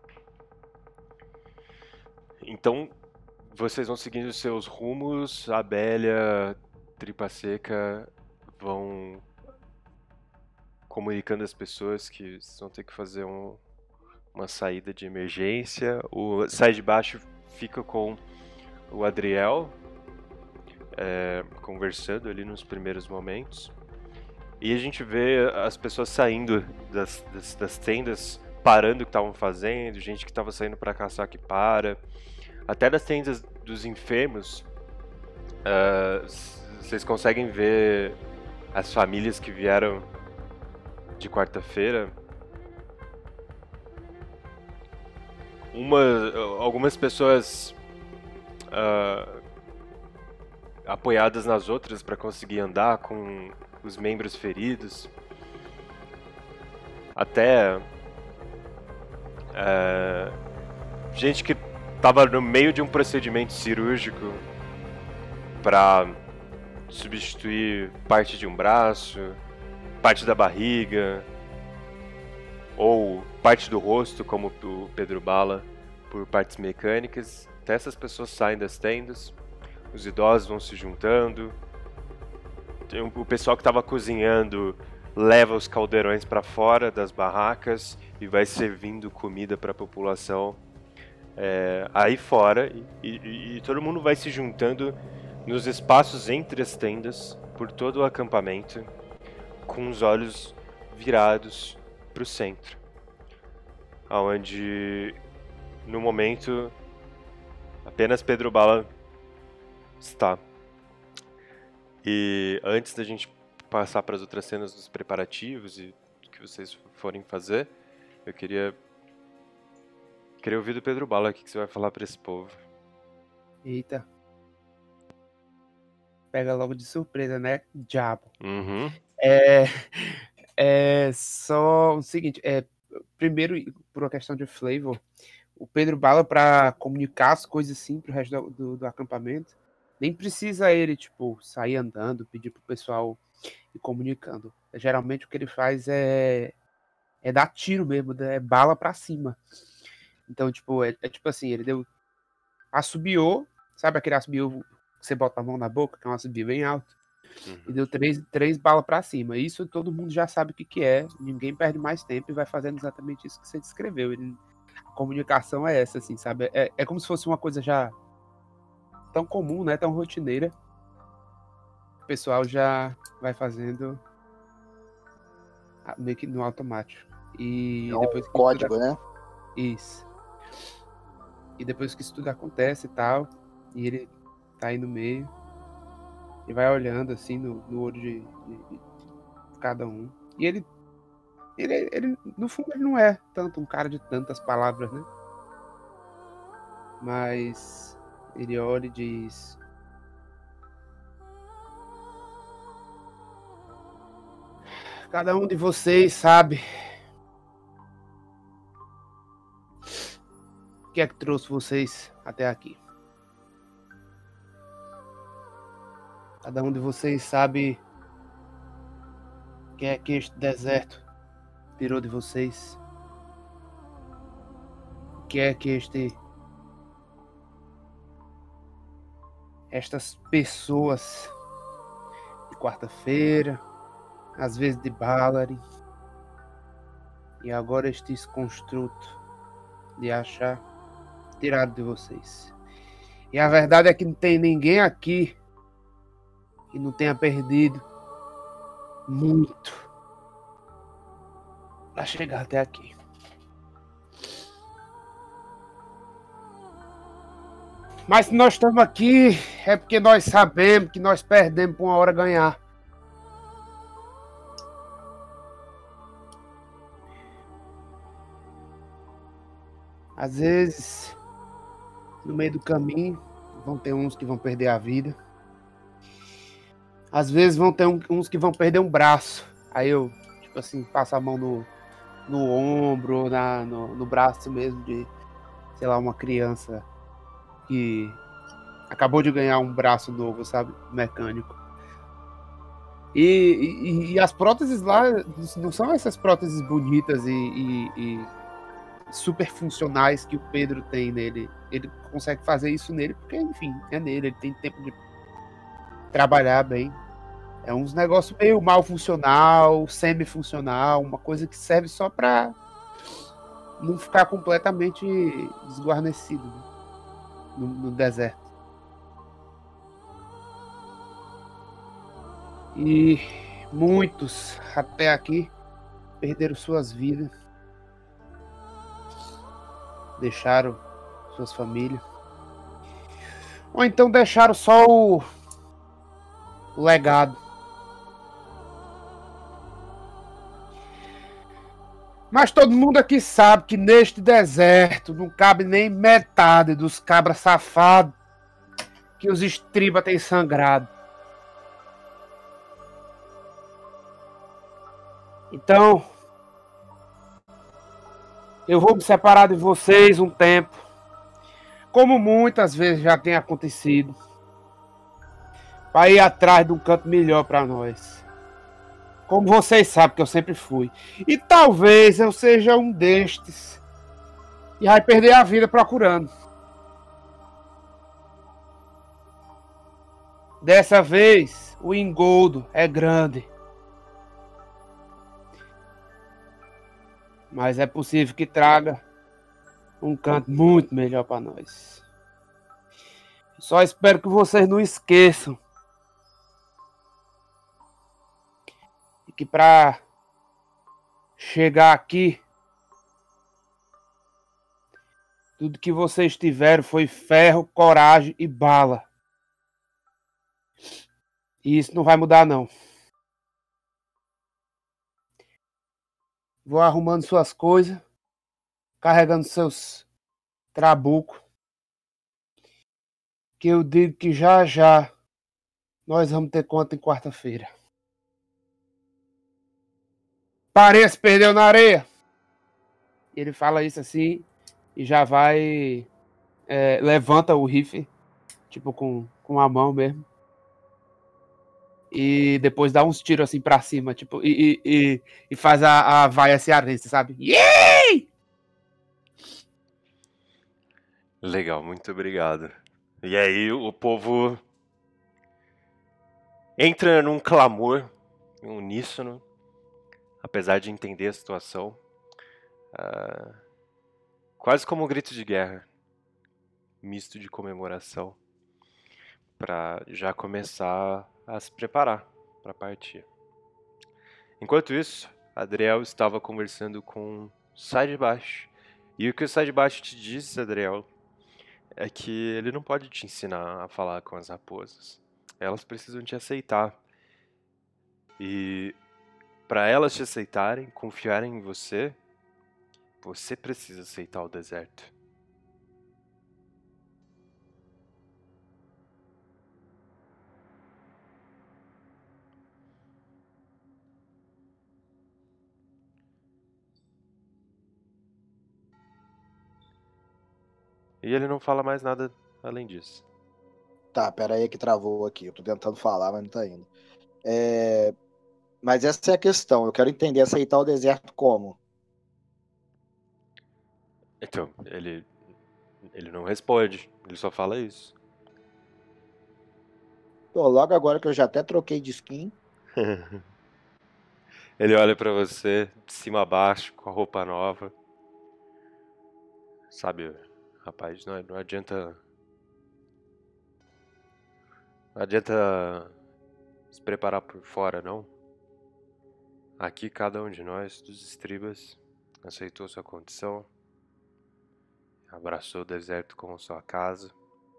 S9: então, vocês vão seguindo os seus rumos, a Bélia, Tripa Seca vão comunicando às pessoas que vocês vão ter que fazer um, uma saída de emergência. O sai de baixo fica com o Adriel, é, conversando ali nos primeiros momentos. E a gente vê as pessoas saindo das, das, das tendas, parando o que estavam fazendo, gente que estava saindo para caçar que para. Até das tendas dos enfermos, uh, vocês conseguem ver as famílias que vieram de quarta-feira. Uma, algumas pessoas uh, apoiadas nas outras para conseguir andar com os membros feridos. Até uh, gente que estava no meio de um procedimento cirúrgico para substituir parte de um braço, parte da barriga ou parte do rosto, como o Pedro Bala, por partes mecânicas. Até essas pessoas saem das tendas, os idosos vão se juntando, o pessoal que estava cozinhando leva os caldeirões para fora das barracas e vai servindo comida para a população é, aí fora, e, e, e todo mundo vai se juntando nos espaços entre as tendas, por todo o acampamento, com os olhos virados para o centro, onde no momento apenas Pedro Bala está. E antes da gente passar para as outras cenas dos preparativos e do que vocês forem fazer, eu queria queria ouvir do Pedro Bala o que você vai falar para esse povo.
S10: Eita. Pega logo de surpresa, né, diabo?
S9: Uhum.
S10: É, é só o seguinte, é, primeiro, por uma questão de flavor, o Pedro Bala, para comunicar as coisas assim pro resto do, do, do acampamento, nem precisa ele, tipo, sair andando, pedir pro pessoal ir comunicando. Geralmente o que ele faz é, é dar tiro mesmo, é bala pra cima. Então, tipo, é, é tipo assim, ele deu, assobiou, sabe aquele assobio que você bota a mão na boca, que é um assobio bem alto, uhum. E deu três, três balas pra cima. Isso todo mundo já sabe o que que é, ninguém perde mais tempo e vai fazendo exatamente isso que você descreveu. Ele, a comunicação é essa, assim, sabe? É, é como se fosse uma coisa já tão comum, né? Tão rotineira. O pessoal já vai fazendo meio que no automático. E
S4: é um
S10: depois que
S4: código,
S10: tudo...
S4: né?
S10: Isso. E depois que isso tudo acontece e tal, e ele tá aí no meio, e vai olhando assim no, no olho de, de, de cada um. E ele, ele, ele, no fundo, ele não é tanto um cara de tantas palavras, né? Mas ele olha e diz: cada um de vocês sabe o que é que trouxe vocês até aqui. Cada um de vocês sabe o que é que este deserto tirou de vocês. O que é que este estas pessoas de quarta-feira, às vezes de Balarim, e agora este construto de achar tirado de vocês. E a verdade é que não tem ninguém aqui que não tenha perdido muito para chegar até aqui. Mas se nós estamos aqui, é porque nós sabemos que nós perdemos por uma hora ganhar. Às vezes, no meio do caminho, vão ter uns que vão perder a vida. Às vezes vão ter um, uns que vão perder um braço. Aí eu, tipo assim, passo a mão no, no ombro, na, no, no braço mesmo de, sei lá, uma criança que acabou de ganhar um braço novo, sabe? Mecânico. E, e, e as próteses lá não são essas próteses bonitas e, e, e super funcionais que o Pedro tem nele. Ele consegue fazer isso nele porque, enfim, é nele. Ele tem tempo de trabalhar bem. É uns negócios meio mal funcional, semi-funcional, uma coisa que serve só pra não ficar completamente desguarnecido, né? no, no deserto. E muitos até aqui perderam suas vidas, deixaram suas famílias, ou então deixaram só o, o legado. Mas todo mundo aqui sabe que neste deserto não cabe nem metade dos cabras safados que os estriba têm sangrado. Então, eu vou me separar de vocês um tempo, como muitas vezes já tem acontecido, para ir atrás de um canto melhor para nós. Como vocês sabem que eu sempre fui. E talvez eu seja um destes e vai perder a vida procurando. Dessa vez, o engoldo é grande. Mas é possível que traga um canto muito melhor para nós. Só espero que vocês não esqueçam e que para chegar aqui, tudo que vocês tiveram foi ferro, coragem e bala. E isso não vai mudar, não. Vou arrumando suas coisas, carregando seus trabucos, que eu digo que já já nós vamos ter conta em quarta-feira. Parece perdeu na areia. Ele fala isso assim e já vai é, levanta o rifle, tipo com, com a mão mesmo. E depois dá uns tiros assim pra cima, tipo, e, e, e faz a, a vaia cearense, sabe? Yeah!
S9: Legal, muito obrigado. E aí o povo entra num clamor uníssono, apesar de entender a situação, uh, quase como um grito de guerra, misto de comemoração, para já começar a se preparar para partir. Enquanto isso, Adriel estava conversando com o Sai de Baixo. E o que o Sai de Baixo te disse, Adriel, é que ele não pode te ensinar a falar com as raposas. Elas precisam te aceitar. E para elas te aceitarem, confiarem em você, você precisa aceitar o deserto. E ele não fala mais nada além disso.
S4: Tá, pera aí que travou aqui. Eu tô tentando falar, mas não tá indo. É... Mas essa é a questão. Eu quero entender aceitar o deserto como?
S9: Então, ele, ele não responde. Ele só fala isso.
S4: Pô, logo agora que eu já até troquei de skin.
S9: Ele olha pra você de cima a baixo, com a roupa nova. Sabe, rapaz, não, não adianta... Não adianta se preparar por fora, não. Aqui cada um de nós, dos estribas, aceitou sua condição, abraçou o deserto como sua casa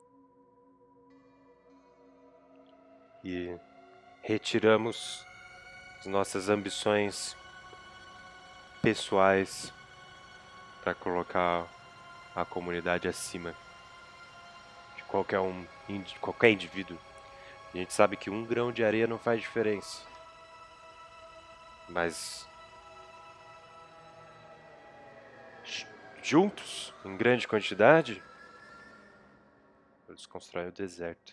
S9: e retiramos as nossas ambições pessoais para colocar a comunidade acima de qualquer um, de qualquer indivíduo. A gente sabe que um grão de areia não faz diferença, mas juntos, em grande quantidade, eles constroem o deserto.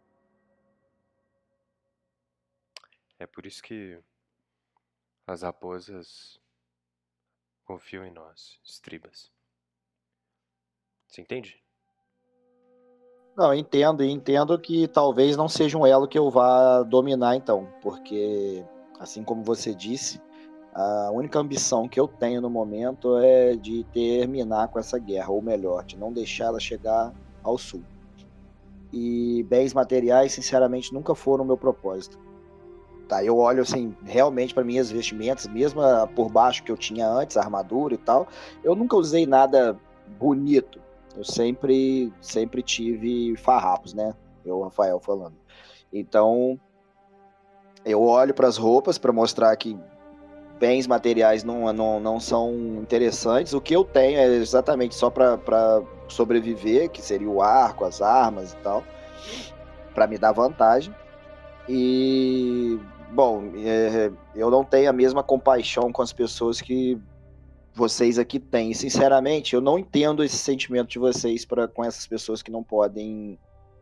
S9: É por isso que as raposas confiam em nós, estribas. Você entende?
S4: Não, eu entendo, e entendo que talvez não seja um elo que eu vá dominar então, porque, assim como você disse, a única ambição que eu tenho no momento é de terminar com essa guerra, ou melhor, de não deixar ela chegar ao sul. E bens materiais, sinceramente, nunca foram o meu propósito. Tá, eu olho assim, realmente para minhas vestimentas, mesmo por baixo que eu tinha antes, a armadura e tal, eu nunca usei nada bonito. Eu sempre, sempre tive farrapos, né? Eu, Rafael, falando. Então, eu olho para as roupas para mostrar que bens materiais não, não, não são interessantes. O que eu tenho é exatamente só para sobreviver, que seria o arco, as armas e tal, para me dar vantagem. E, bom, é, eu não tenho a mesma compaixão com as pessoas que vocês aqui têm. E, sinceramente, eu não entendo esse sentimento de vocês pra, com essas pessoas que não podem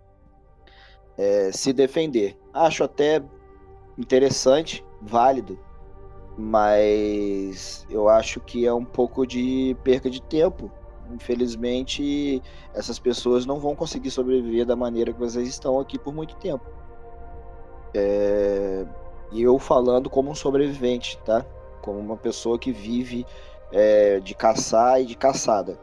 S4: é, se defender. Acho até interessante, válido, mas eu acho que é um pouco de perca de tempo. Infelizmente, essas pessoas não vão conseguir sobreviver da maneira que vocês estão aqui por muito tempo. É, e eu falando como um sobrevivente, tá? Como uma pessoa que vive É, de caçar e de caçada.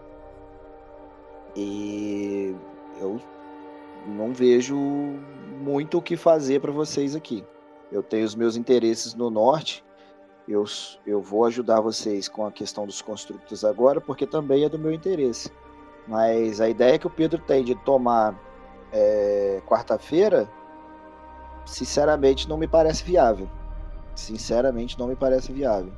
S4: E eu não vejo muito o que fazer para vocês aqui. Eu tenho os meus interesses no norte. Eu, eu vou ajudar vocês com a questão dos construtos agora, porque também é do meu interesse. Mas a ideia que o Pedro tem de tomar é, quarta-feira, sinceramente não me parece viável. Sinceramente não me parece viável.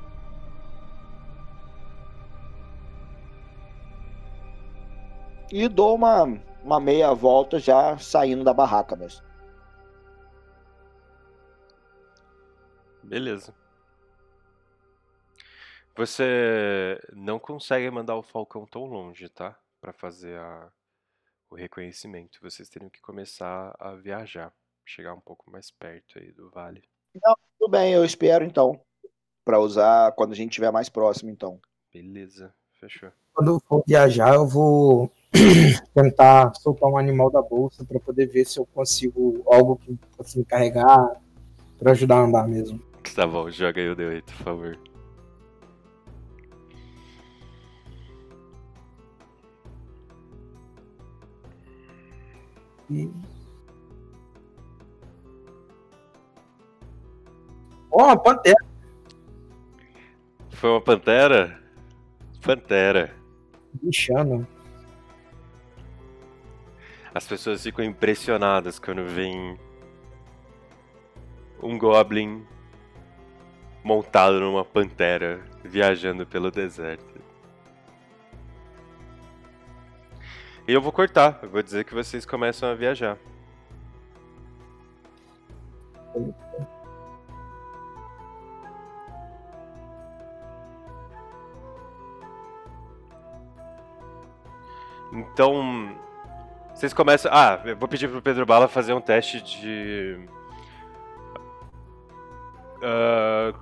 S4: E dou uma, uma meia volta já saindo da barraca mesmo.
S9: Beleza. Você não consegue mandar o Falcão tão longe, tá? Pra fazer a, o reconhecimento. Vocês teriam que começar a viajar. Chegar um pouco mais perto aí do vale.
S4: Não, tudo bem, eu espero então. Pra usar quando a gente estiver mais próximo, então.
S9: Beleza, fechou.
S14: Quando eu for viajar, eu vou tentar soltar um animal da bolsa para poder ver se eu consigo algo que possa me carregar para ajudar a andar mesmo.
S9: Tá bom, joga aí o D oito, por favor.
S14: E... Oh, uma pantera!
S9: Foi uma pantera? Pantera.
S14: Bichano.
S9: As pessoas ficam impressionadas quando veem um Goblin montado numa pantera viajando pelo deserto. E eu vou cortar, eu vou dizer que vocês começam a viajar. Então, vocês começam... Ah, eu vou pedir pro Pedro Bala fazer um teste de... Uh...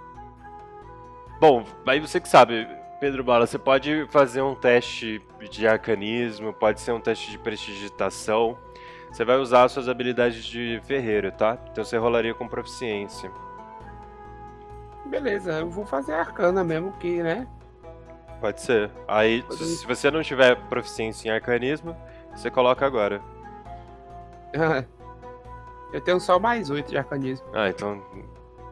S9: Bom, aí você que sabe, Pedro Bala, você pode fazer um teste de arcanismo, pode ser um teste de prestidigitação. Você vai usar as suas habilidades de ferreiro, tá? Então você rolaria com proficiência.
S10: Beleza, eu vou fazer arcana mesmo, que, né?
S9: Pode ser. Aí, se você não tiver proficiência em arcanismo, você coloca agora.
S10: Eu tenho só mais oito de arcanismo.
S9: Ah, então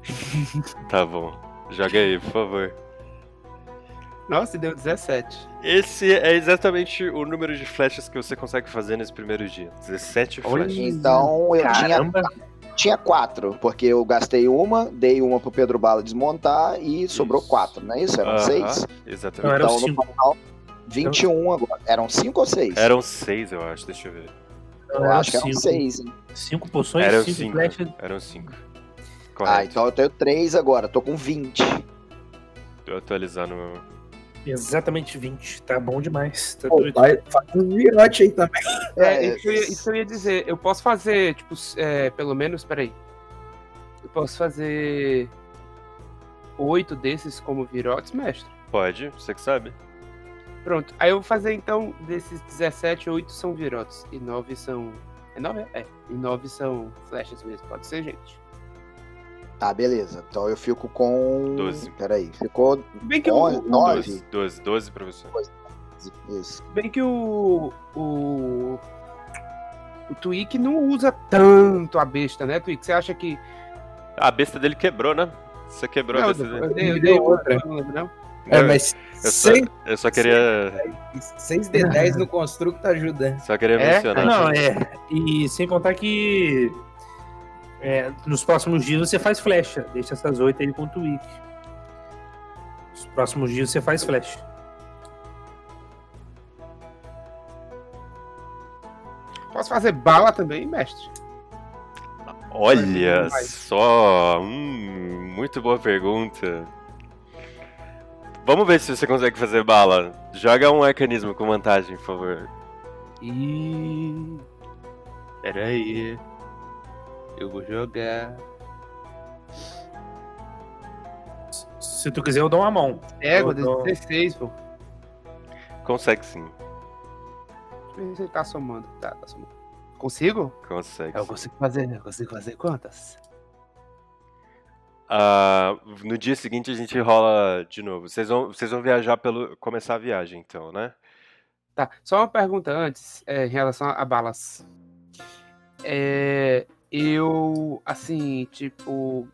S9: Tá bom. Joga aí, por favor.
S10: Nossa, deu dezessete.
S9: Esse é exatamente o número de flechas que você consegue fazer nesse primeiro dia. dezessete flechas.
S4: Então eu tinha, tinha quatro, porque eu gastei uma, dei uma pro Pedro Bala desmontar e sobrou quatro, não é isso? Eram
S9: Aham,
S4: seis?
S9: exatamente.
S4: Então
S9: Não,
S4: no total, vinte e um agora. Eram cinco ou seis?
S9: Eram seis, eu acho. Deixa eu ver.
S4: Eu acho que eram seis, hein?
S11: Cinco poções,
S9: Eram
S11: cinco
S9: cinco.
S11: flechas.
S9: Eram cinco.
S4: Ah,
S9: Correto.
S4: então eu tenho três agora, tô com vinte.
S9: Tô atualizando.
S11: Exatamente vinte. Tá bom demais. Tá
S14: Pô,
S11: doido.
S14: vai, faz um virote aí também.
S10: É, isso, que eu ia, isso que eu ia dizer. Eu posso fazer, tipo, é, pelo menos, peraí. Eu posso fazer oito desses como virotes, mestre?
S9: Pode, você que sabe.
S10: Pronto. Aí eu vou fazer, então, desses dezessete, oito são virotes. E nove são... É nove? É. E nove são flechas mesmo. Pode ser, gente.
S4: Tá, beleza. Então eu fico com...
S9: doze.
S4: Peraí, ficou
S10: Bem que
S4: onze,
S10: o- o-
S4: nove.
S9: doze, doze pra você.
S4: Isso.
S10: Bem que o... O... O Twig não usa tanto a besta, né, Twig? Você acha que...
S9: A besta dele quebrou, né? Você quebrou
S10: Não,
S9: a
S10: eu,
S9: besta
S10: eu
S9: dele.
S10: dei, eu dei outra. Não lembro, não?
S14: É, mas
S9: Eu só,
S14: seis-
S9: eu só queria.
S14: seis D dez no construto ajuda.
S9: Só queria
S11: É?
S9: mencionar.
S11: Não, é. E sem contar que é, nos próximos dias você faz flecha. Deixa essas oito aí com o Twig. Nos próximos dias você faz flecha.
S10: Posso fazer bala também, mestre?
S9: Olha
S10: Vai.
S9: só. Hum, muito boa pergunta. Vamos ver se você consegue fazer bala. Joga um arcanismo com vantagem, por favor.
S10: Ih. Pera aí. Eu vou jogar.
S11: Se tu quiser, eu dou uma mão.
S10: É,
S11: Eu
S10: vou
S11: dou-
S10: dezesseis, pô.
S9: Consegue sim.
S10: Deixa eu ver se ele tá somando. Tá, tá somando. Consigo?
S9: Consegue.
S10: Eu consigo fazer, eu consigo fazer quantas?
S9: Ah, no dia seguinte a gente rola de novo. Vocês vão, vocês vão viajar pelo. Começar a viagem, então, né?
S10: Tá, só uma pergunta antes, é, em relação a balas. É, eu, assim, tipo...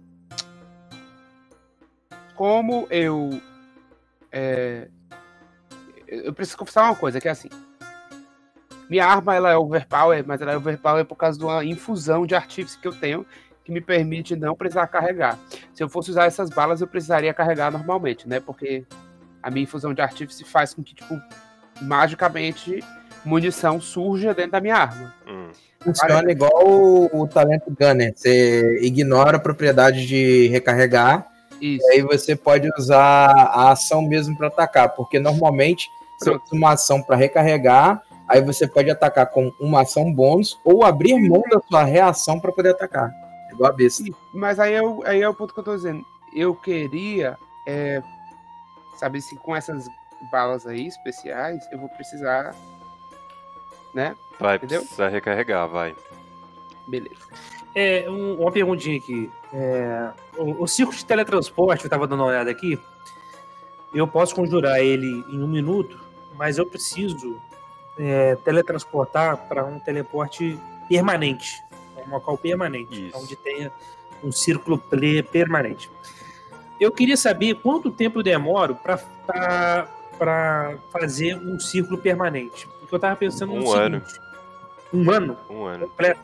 S10: Como eu... é, eu preciso confessar uma coisa, que é assim... Minha arma, ela é overpower, mas ela é overpower por causa de uma infusão de artífice que eu tenho, que me permite não precisar carregar. Se eu fosse usar essas balas, eu precisaria carregar normalmente, né? Porque a minha infusão de artífice faz com que, tipo, magicamente, munição surja dentro da minha arma.
S9: Hum.
S14: Funciona igual o, o talento Gunner. Você ignora a propriedade de recarregar.
S10: Isso.
S14: E aí você pode usar a ação mesmo para atacar. Porque normalmente você usa uma ação para recarregar. Aí você pode atacar com uma ação bônus ou abrir mão da sua reação para poder atacar. É igual a besta.
S10: Mas aí, eu, aí é o ponto que eu tô dizendo. Eu queria, é, sabe, se com essas balas aí especiais, eu vou precisar, né?
S9: Vai
S10: Entendeu?
S9: precisar recarregar, vai.
S10: Beleza.
S11: É, um- uma perguntinha aqui. É, o, o círculo de teletransporte, eu tava dando uma olhada aqui. Eu posso conjurar ele em um minuto, mas eu preciso é, teletransportar para um teleporte permanente. Um local permanente.
S9: Isso.
S11: Onde tenha um círculo ple- permanente. Eu queria saber quanto tempo eu demoro para fazer um círculo permanente. Porque eu tava pensando no
S9: Um ano.
S11: seguinte. Um ano?
S9: Um ano.
S11: Completo.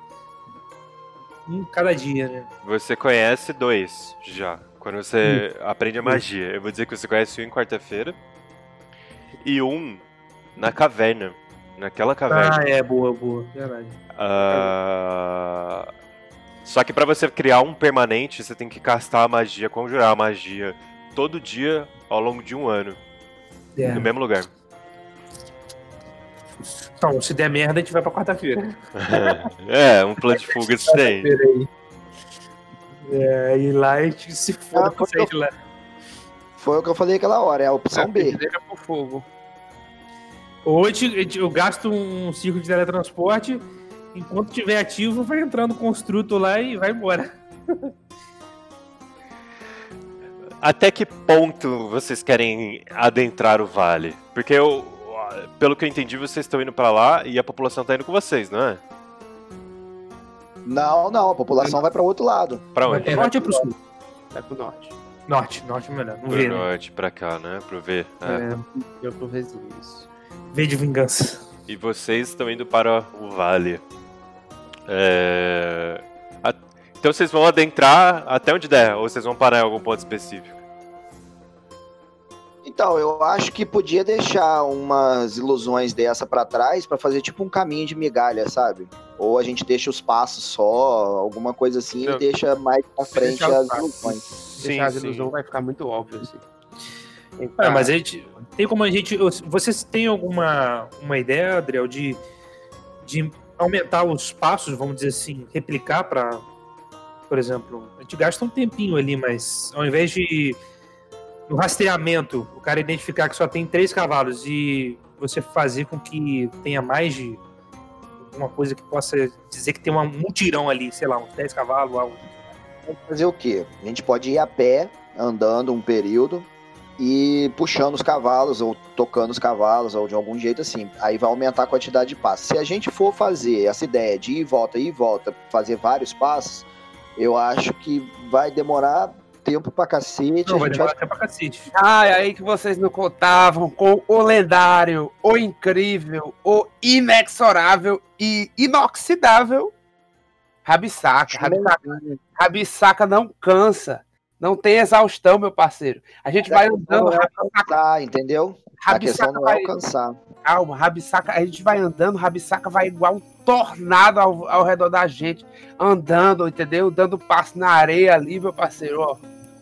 S11: Um cada dia, né?
S9: Você conhece dois já. Quando você aprende a magia. Eu vou dizer que você conhece um em quarta-feira. E um na caverna. Naquela caverna.
S11: Ah, é, boa, boa. Verdade.
S9: Ah, Só que pra você criar um permanente, você tem que castar a magia, conjurar a magia todo dia ao longo de um ano.
S11: É.
S9: No mesmo lugar.
S11: Então, se der merda, a gente vai pra quarta-feira.
S9: É, um plano de fuga você tem.
S11: É, e lá a gente se foda pra sair de lá.
S4: Foi o que eu falei aquela hora, é a opção B.
S10: Pedreira por fogo.
S11: Hoje eu gasto um ciclo de teletransporte, enquanto estiver ativo, vai entrando o construto lá e vai embora.
S9: Até que ponto vocês querem adentrar o vale? Porque eu, pelo que eu entendi, vocês estão indo pra lá e a população tá indo com vocês, não é?
S4: Não, não, a população vai para o outro lado.
S9: Pra
S11: Vai
S9: onde?
S11: pro norte ou pro sul?
S10: Vai pro norte.
S11: Norte, norte é melhor. Não
S9: Pro
S11: vê, né?
S9: norte, pra cá, né? Pro V. É.
S10: É, eu pro Vezinho, isso.
S11: Vê de vingança.
S9: E vocês estão indo para o vale. É... a- Então vocês vão adentrar até onde der, ou vocês vão parar em algum ponto específico?
S4: Então, eu acho que podia deixar umas ilusões dessa pra trás pra fazer tipo um caminho de migalha, sabe? Ou a gente deixa os passos só, alguma coisa assim,
S10: Não.
S4: e deixa mais pra frente
S10: Deixar os
S4: as
S10: passos.
S4: ilusões.
S9: Sim,
S10: Deixar as
S9: sim.
S10: ilusões vai ficar muito óbvio, assim.
S11: É, mas a gente. Tem como a gente. Vocês têm alguma uma ideia, Adriel, de, de aumentar os passos, vamos dizer assim, replicar pra. Por exemplo, a gente gasta um tempinho ali, mas ao invés de. No rastreamento, o cara identificar que só tem três cavalos e você fazer com que tenha mais de alguma coisa que possa dizer que tem uma mutirão ali, sei lá, uns dez cavalos, algo.
S4: Vamos fazer o quê? A gente pode ir a pé, andando um período, e puxando os cavalos, ou tocando os cavalos, ou de algum jeito assim. Aí vai aumentar a quantidade de passos. Se a gente for fazer essa ideia de ir e volta, ir e volta, fazer vários passos, eu acho que vai demorar tempo pra cacete.
S11: Não,
S4: a
S11: vai
S4: gente
S11: demorar tempo pra cacete.
S10: Ah, é aí que vocês não contavam com o lendário, o incrível, o inexorável e inoxidável Rabissaca. Rabissaca, Rabissaca não cansa. Não tem exaustão, meu parceiro. A gente vai andando.
S4: Não é alcançar, entendeu? A questão não é
S10: vai-
S4: alcançar.
S10: Calma, Rabissaca, a gente vai andando, Rabissaca vai igual um tornado ao, ao redor da gente, andando, entendeu? Dando passo na areia ali, meu parceiro, ó.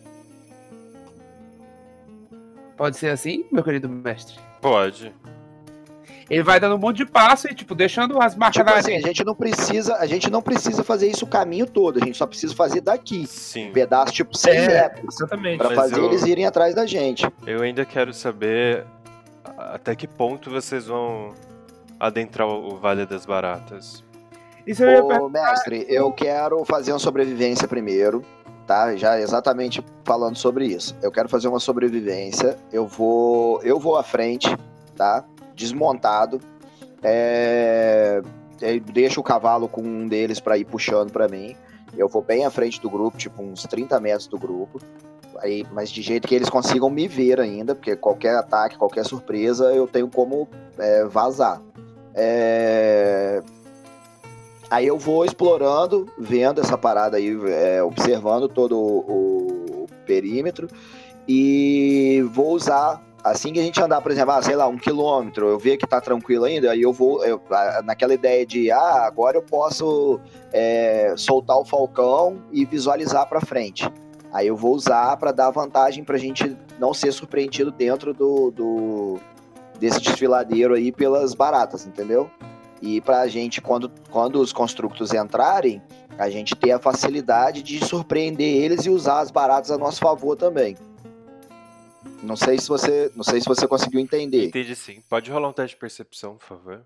S10: Pode ser assim, meu querido mestre?
S9: Pode.
S10: Ele vai dando um monte de passo e, tipo, deixando as marcas
S4: Tipo
S10: da
S4: assim, a gente não precisa, a gente não precisa fazer isso o caminho todo, a gente só precisa fazer daqui.
S9: Sim.
S4: Um pedaço tipo cem
S11: É,
S4: metros.
S11: exatamente.
S4: Pra
S9: Mas
S4: fazer
S9: eu-
S4: eles irem atrás da gente.
S9: Eu ainda quero saber até que ponto vocês vão adentrar o o Vale das Baratas.
S10: Isso eu ia
S4: Ô,
S10: perguntar.
S4: mestre, eu quero fazer uma sobrevivência primeiro, tá? Já exatamente falando sobre isso. Eu quero fazer uma sobrevivência. Eu vou, eu vou à frente, tá? Desmontado. É... eu deixo o cavalo com um deles pra ir puxando pra mim. Eu vou bem à frente do grupo, tipo uns trinta metros do grupo. Aí, mas de jeito que eles consigam me ver ainda, porque qualquer ataque, qualquer surpresa, eu tenho como é, vazar. É... Aí eu vou explorando, vendo essa parada aí, é, observando todo o, o perímetro, e vou usar, assim que a gente andar, por exemplo, ah, sei lá, um quilômetro, eu ver que tá tranquilo ainda, aí eu vou, eu, naquela ideia de, ah, agora eu posso é, soltar o falcão e visualizar pra frente. Aí eu vou usar pra dar vantagem pra gente não ser surpreendido dentro do, do desse desfiladeiro aí pelas baratas, entendeu? E pra gente, quando, quando os construtos entrarem, a gente ter a facilidade de surpreender eles e usar as baratas a nosso favor também. Não sei se você, não sei se você conseguiu entender.
S9: Entendi sim. Pode rolar um teste de percepção, por favor?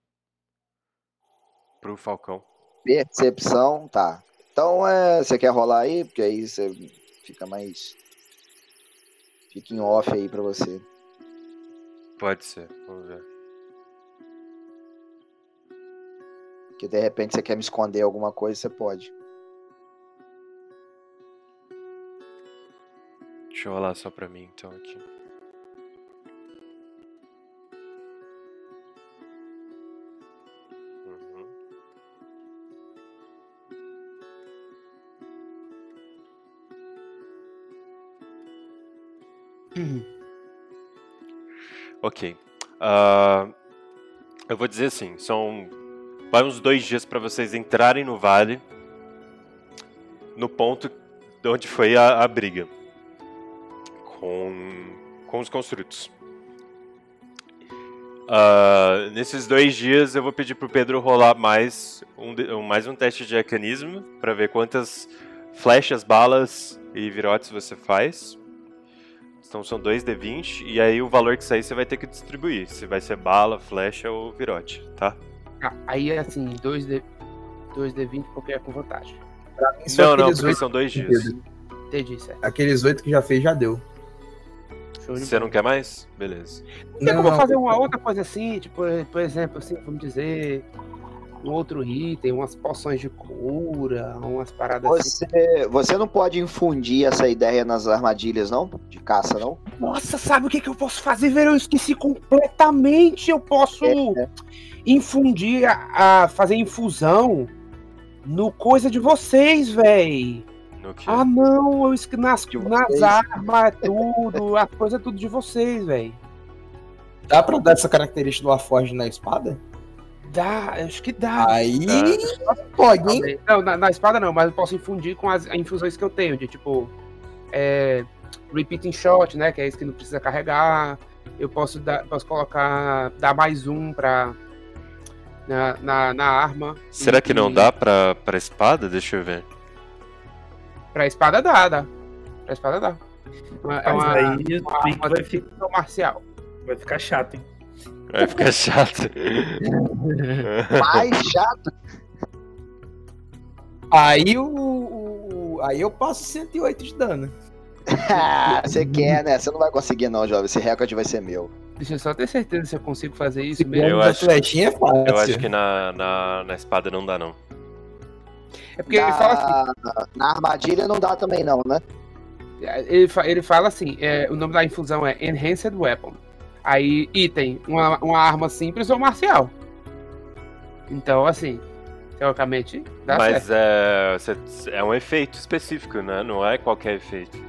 S9: Pro Falcão.
S4: Percepção, tá. Então, é, você quer rolar aí? Porque aí você fica mais... Fica em off aí pra você.
S9: Pode ser, vamos ver.
S4: Que de repente você quer me esconder alguma coisa, você pode.
S9: Deixa eu rolar só pra mim, então, aqui. Uhum. Ok. Ah, eu vou dizer assim, são... Vai uns dois dias para vocês entrarem no vale, no ponto de onde foi a, a briga com, com os construtos. Uh, nesses dois dias eu vou pedir pro Pedro rolar mais um, de- um- mais um teste de arcanismo para ver quantas flechas, balas e virotes você faz. Então são dois D vinte e aí o valor que sair você vai ter que distribuir, se vai ser bala, flecha ou virote, tá?
S10: Ah, aí é assim, dois D vinte porque é com vantagem.
S14: Pra mim, só
S9: Não, não,
S14: aqueles
S9: porque
S14: oito
S9: são dois
S14: que
S9: dias.
S14: fez.
S10: Entendi, certo.
S14: Aqueles oito que já fez, já deu.
S10: Show de
S9: Você
S10: bola.
S9: não quer mais? Beleza.
S10: Não tem
S14: Não,
S10: como
S14: não.
S10: fazer uma outra coisa assim, tipo, por exemplo, assim, vamos dizer. um outro item, umas poções de cura, umas paradas
S4: você, assim. Você não pode infundir essa ideia nas armadilhas, não? De caça, não?
S10: Nossa, sabe o que, que eu posso fazer, velho? Eu esqueci completamente. Eu posso é, é. infundir, a, a fazer infusão no coisa de vocês, velho. Ah, não, eu esqueci nas, nas armas, tudo, a coisa é tudo de vocês, velho.
S14: Dá pra dar essa característica do Warforged na espada?
S10: Dá, acho que dá.
S14: Aí dá. Pode, hein?
S10: Não, na, na espada não, mas eu posso infundir com as infusões que eu tenho, de tipo, é, repeating shot, né, que é isso que não precisa carregar. Eu posso, dar, posso colocar, dar mais um pra, na, na, na arma.
S9: Será e, que não dá pra, pra espada? Deixa eu ver.
S10: Pra espada dá, dá. Pra espada dá. Uma, é uma,
S11: aí
S10: uma, uma vai ficar marcial.
S11: Vai ficar chato, hein?
S9: Vai ficar chato.
S4: Mais chato.
S14: Aí o, o. Aí eu passo cento e oito de dano.
S4: Você quer, né? Você não vai conseguir, não, jovem. Esse recorde vai ser meu.
S10: Deixa eu só ter certeza se eu consigo fazer isso mesmo.
S9: Eu acho,
S14: flechinha é fácil.
S9: Eu acho que na, na, na espada não dá, não.
S10: É porque na, ele fala assim.
S4: Na armadilha não dá também, não, né?
S10: Ele, ele fala assim: é, o nome da infusão é Enhanced Weapon. Aí, item, uma, uma arma simples ou marcial. Então, assim, teoricamente, dá
S9: Mas
S10: certo.
S9: Mas é, é um efeito específico, né? Não é qualquer efeito.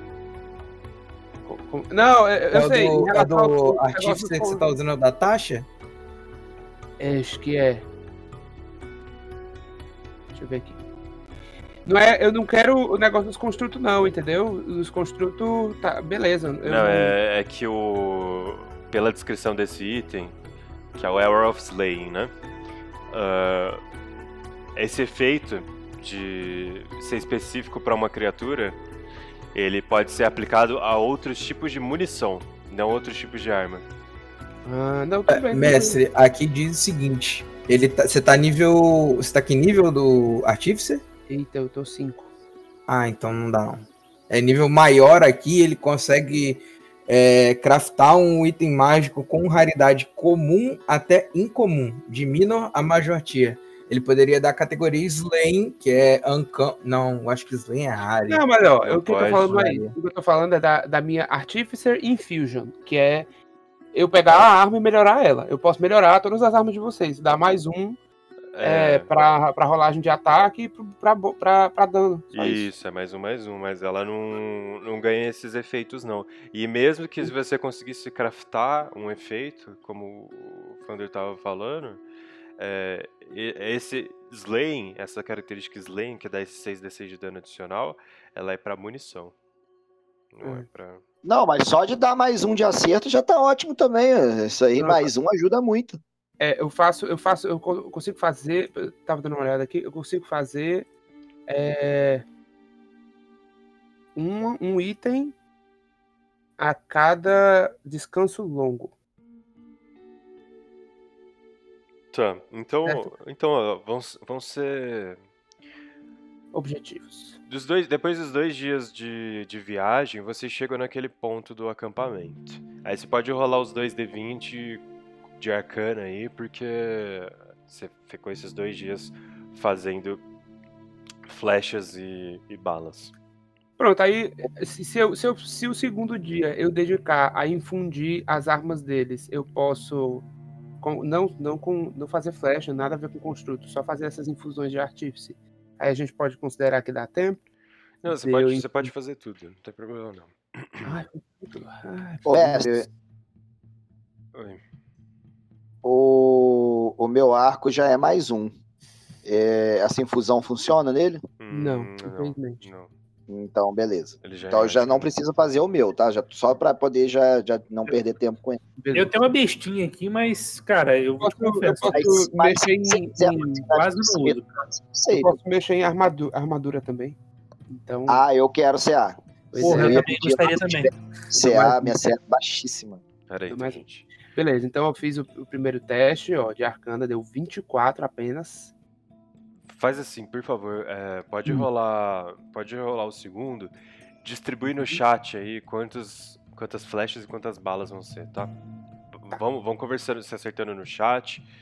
S10: Não, eu, eu
S14: é
S10: sei.
S14: Do, é do artífice que você tá usando da taxa?
S10: É, acho que é. Deixa eu ver aqui. Não é, eu não quero o negócio dos construtos, não, entendeu? Os construtos, tá, beleza. Eu
S9: não, é, é que o... Pela descrição desse item, que é o Hour of Slaying, né? Uh, esse efeito de ser específico para uma criatura, ele pode ser aplicado a outros tipos de munição, não outros tipos de arma.
S10: Ah, não, tudo bem.
S14: Mestre, tudo bem. Aqui diz o seguinte, ele tá, você tá nível... Você tá que nível do Artífice?
S10: Eita, eu tô cinco.
S14: Ah, então não dá não. É nível maior aqui, ele consegue... É, craftar um item mágico com raridade comum até incomum, de minor a major tier. Ele poderia dar a categoria Slaying, que é Uncommon. Não, acho que Slaying é raro.
S10: Não, mas ó, o que eu tô falando aí, o que eu tô falando é da, da minha Artificer Infusion, que é eu pegar a arma e melhorar ela. Eu posso melhorar todas as armas de vocês, dar mais um é... É, pra, pra rolagem de ataque e pra, pra, pra dano.
S9: Isso, isso, é mais um, mais um, mas ela não, não ganha esses efeitos, não. E mesmo que você conseguisse craftar um efeito, como o Thunder estava falando, é, esse Slaying, essa característica Slaying, que dá esse seis d seis de dano adicional, ela é pra munição. Não é, é pra...
S4: Não, mas só de dar mais um de acerto já tá ótimo também. Isso aí, não, mais um ajuda muito.
S10: É, eu faço, eu faço, eu consigo fazer, eu tava dando uma olhada aqui, eu consigo fazer é, um, um item a cada descanso longo.
S9: Tá, então, então ó, vão, vão ser...
S10: Objetivos.
S9: Dos dois, depois dos dois dias de, de viagem, você chega naquele ponto do acampamento. Aí você pode rolar os dois D vinte... de arcana aí, porque você ficou esses dois dias fazendo flechas e, e balas.
S10: Pronto, aí se, se, eu, se, eu, se o segundo dia eu dedicar a infundir as armas deles, eu posso com, não, não, com, não fazer flecha, nada a ver com construto, só fazer essas infusões de artífice. Aí a gente pode considerar que dá tempo.
S9: Não, você, pode, eu... você pode fazer tudo, não tem problema não.
S10: Ai, ai,
S4: Ô, mestre,
S9: Oi.
S4: O, o meu arco já é mais um. É, essa infusão funciona nele?
S10: Não, infelizmente.
S9: Não,
S4: não. Então, beleza.
S9: Já
S4: então
S9: é
S4: já não
S9: um...
S4: precisa fazer o meu, tá? Já, só pra poder já, já não perder tempo com ele.
S11: Eu tenho uma bestinha aqui, mas, cara, eu vou te confessar.
S10: Eu posso
S4: mas,
S10: mexer
S4: mas,
S10: em,
S4: em,
S11: quase não uso.
S10: Eu posso mexer em armadura, armadura também. Então...
S4: Ah, eu quero C A.
S11: Porra, eu, eu também gostaria também.
S4: C A, minha C A é baixíssima.
S9: Peraí,
S10: mas... gente. Beleza, então eu fiz o, o primeiro teste, ó, de arcana, deu vinte e quatro apenas.
S9: Faz assim, por favor, é, pode hum. rolar, pode rolar o segundo, distribui no chat aí quantos, quantas flechas e quantas balas vão ser, tá? tá. Vamos, vamos conversando, se acertando no chat,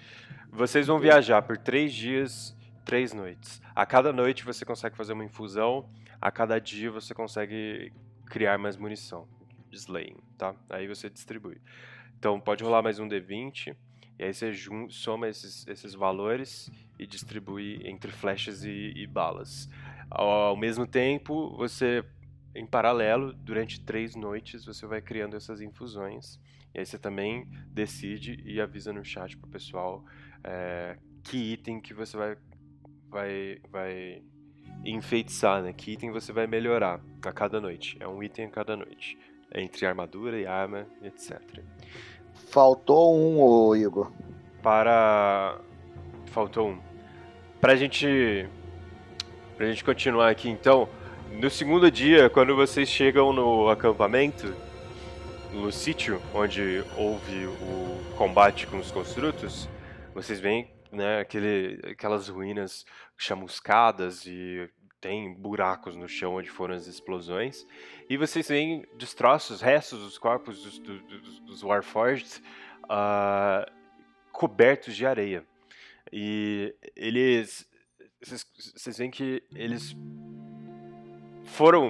S9: Vocês vão viajar por três dias, três noites. A cada noite você consegue fazer uma infusão, a cada dia você consegue criar mais munição. Slaying, tá? Aí você distribui. Então pode rolar mais um D vinte, e aí você jun- soma esses, esses valores e distribui entre flechas e, e balas. Ao, ao mesmo tempo, você, em paralelo, durante três noites, você vai criando essas infusões. E aí você também decide e avisa no chat pro pessoal é, que item que você vai, vai, vai enfeitiçar, né? Que item você vai melhorar a cada noite. É um item a cada noite. Entre armadura e arma, etcétera.
S4: Faltou um, ô Igor.
S9: Para... Faltou um. Pra gente... Pra gente continuar aqui, então... No segundo dia, quando vocês chegam no acampamento, no sítio onde houve o combate com os construtos, vocês veem, né, aquele, aquelas ruínas chamuscadas e tem buracos no chão onde foram as explosões. E vocês veem destroços, restos dos corpos dos, dos, dos Warforged uh, cobertos de areia. E eles... Vocês, vocês veem que eles foram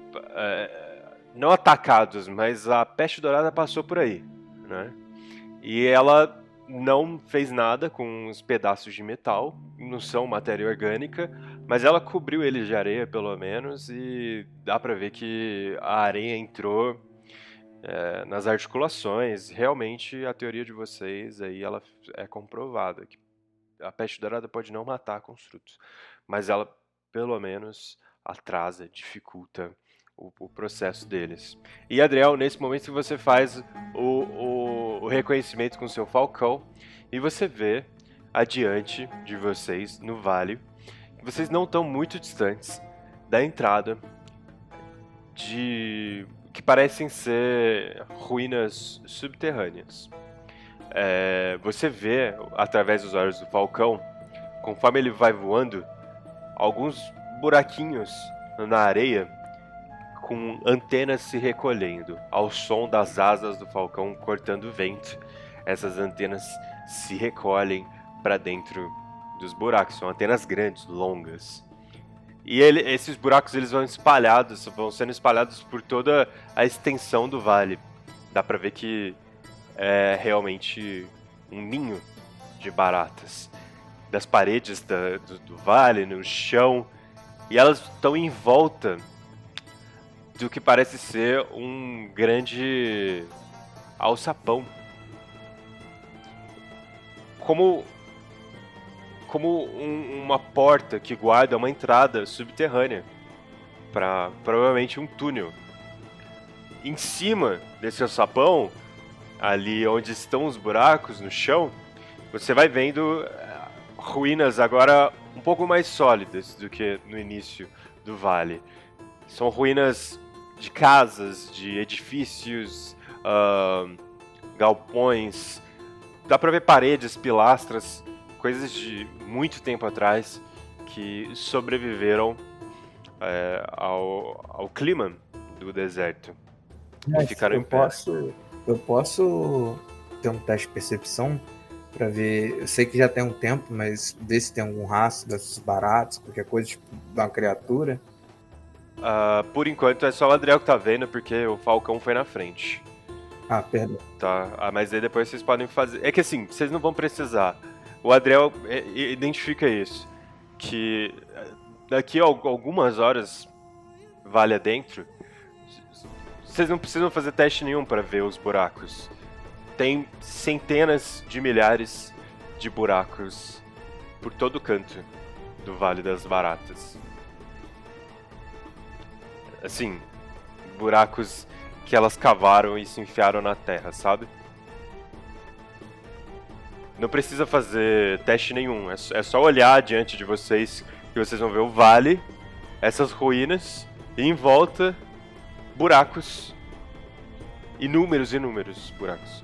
S9: uh, não atacados, mas a Peste Dourada passou por aí, né? E ela não fez nada com os pedaços de metal, não são matéria orgânica, mas ela cobriu eles de areia, pelo menos, e dá pra ver que a areia entrou é, nas articulações. Realmente, a teoria de vocês aí ela é comprovada, que a Peste Dourada pode não matar construtos, mas ela, pelo menos, atrasa, dificulta o, o processo deles. E, Adriel, nesse momento que você faz o, o, o reconhecimento com o seu falcão, e você vê adiante de vocês, no vale, que vocês não estão muito distantes da entrada de que parecem ser ruínas subterrâneas. É, você vê, através dos olhos do falcão, conforme ele vai voando, alguns buraquinhos na areia com antenas se recolhendo, ao som das asas do falcão cortando o vento. Essas antenas se recolhem para dentro dos buracos, são antenas grandes, longas. E ele, esses buracos eles vão espalhados, vão sendo espalhados por toda a extensão do vale. Dá para ver que é realmente um ninho de baratas. Das paredes da, do, do vale, no chão, e elas estão em volta do que parece ser um grande alçapão. Como, como um, uma porta que guarda uma entrada subterrânea para provavelmente um túnel. Em cima desse alçapão, ali onde estão os buracos no chão, você vai vendo ruínas agora um pouco mais sólidas do que no início do vale. São ruínas de casas, de edifícios, uh, galpões. Dá pra ver paredes, pilastras, coisas de muito tempo atrás que sobreviveram é, ao, ao clima do deserto.
S14: Mas
S12: e
S9: ficaram
S14: eu
S9: em pé.
S14: Posso, eu posso ter um teste de percepção pra ver. Eu sei que já tem um tempo, mas ver se tem algum rastro dessas baratas, qualquer coisa, tipo, de uma criatura.
S9: Uh, por enquanto é só o Adriel que tá vendo, porque o Falcão foi na frente.
S14: Ah, perdão.
S9: Tá, ah, mas aí depois vocês podem fazer. É que assim, vocês não vão precisar. O Adriel é, identifica isso. Que daqui a algumas horas, vale adentro, vocês não precisam fazer teste nenhum para ver os buracos. Tem centenas de milhares de buracos por todo o canto do Vale das Baratas. Assim, buracos que elas cavaram e se enfiaram na terra, sabe? Não precisa fazer teste nenhum, é só olhar diante de vocês que vocês vão ver o vale, essas ruínas, e em volta, buracos. Inúmeros, inúmeros buracos.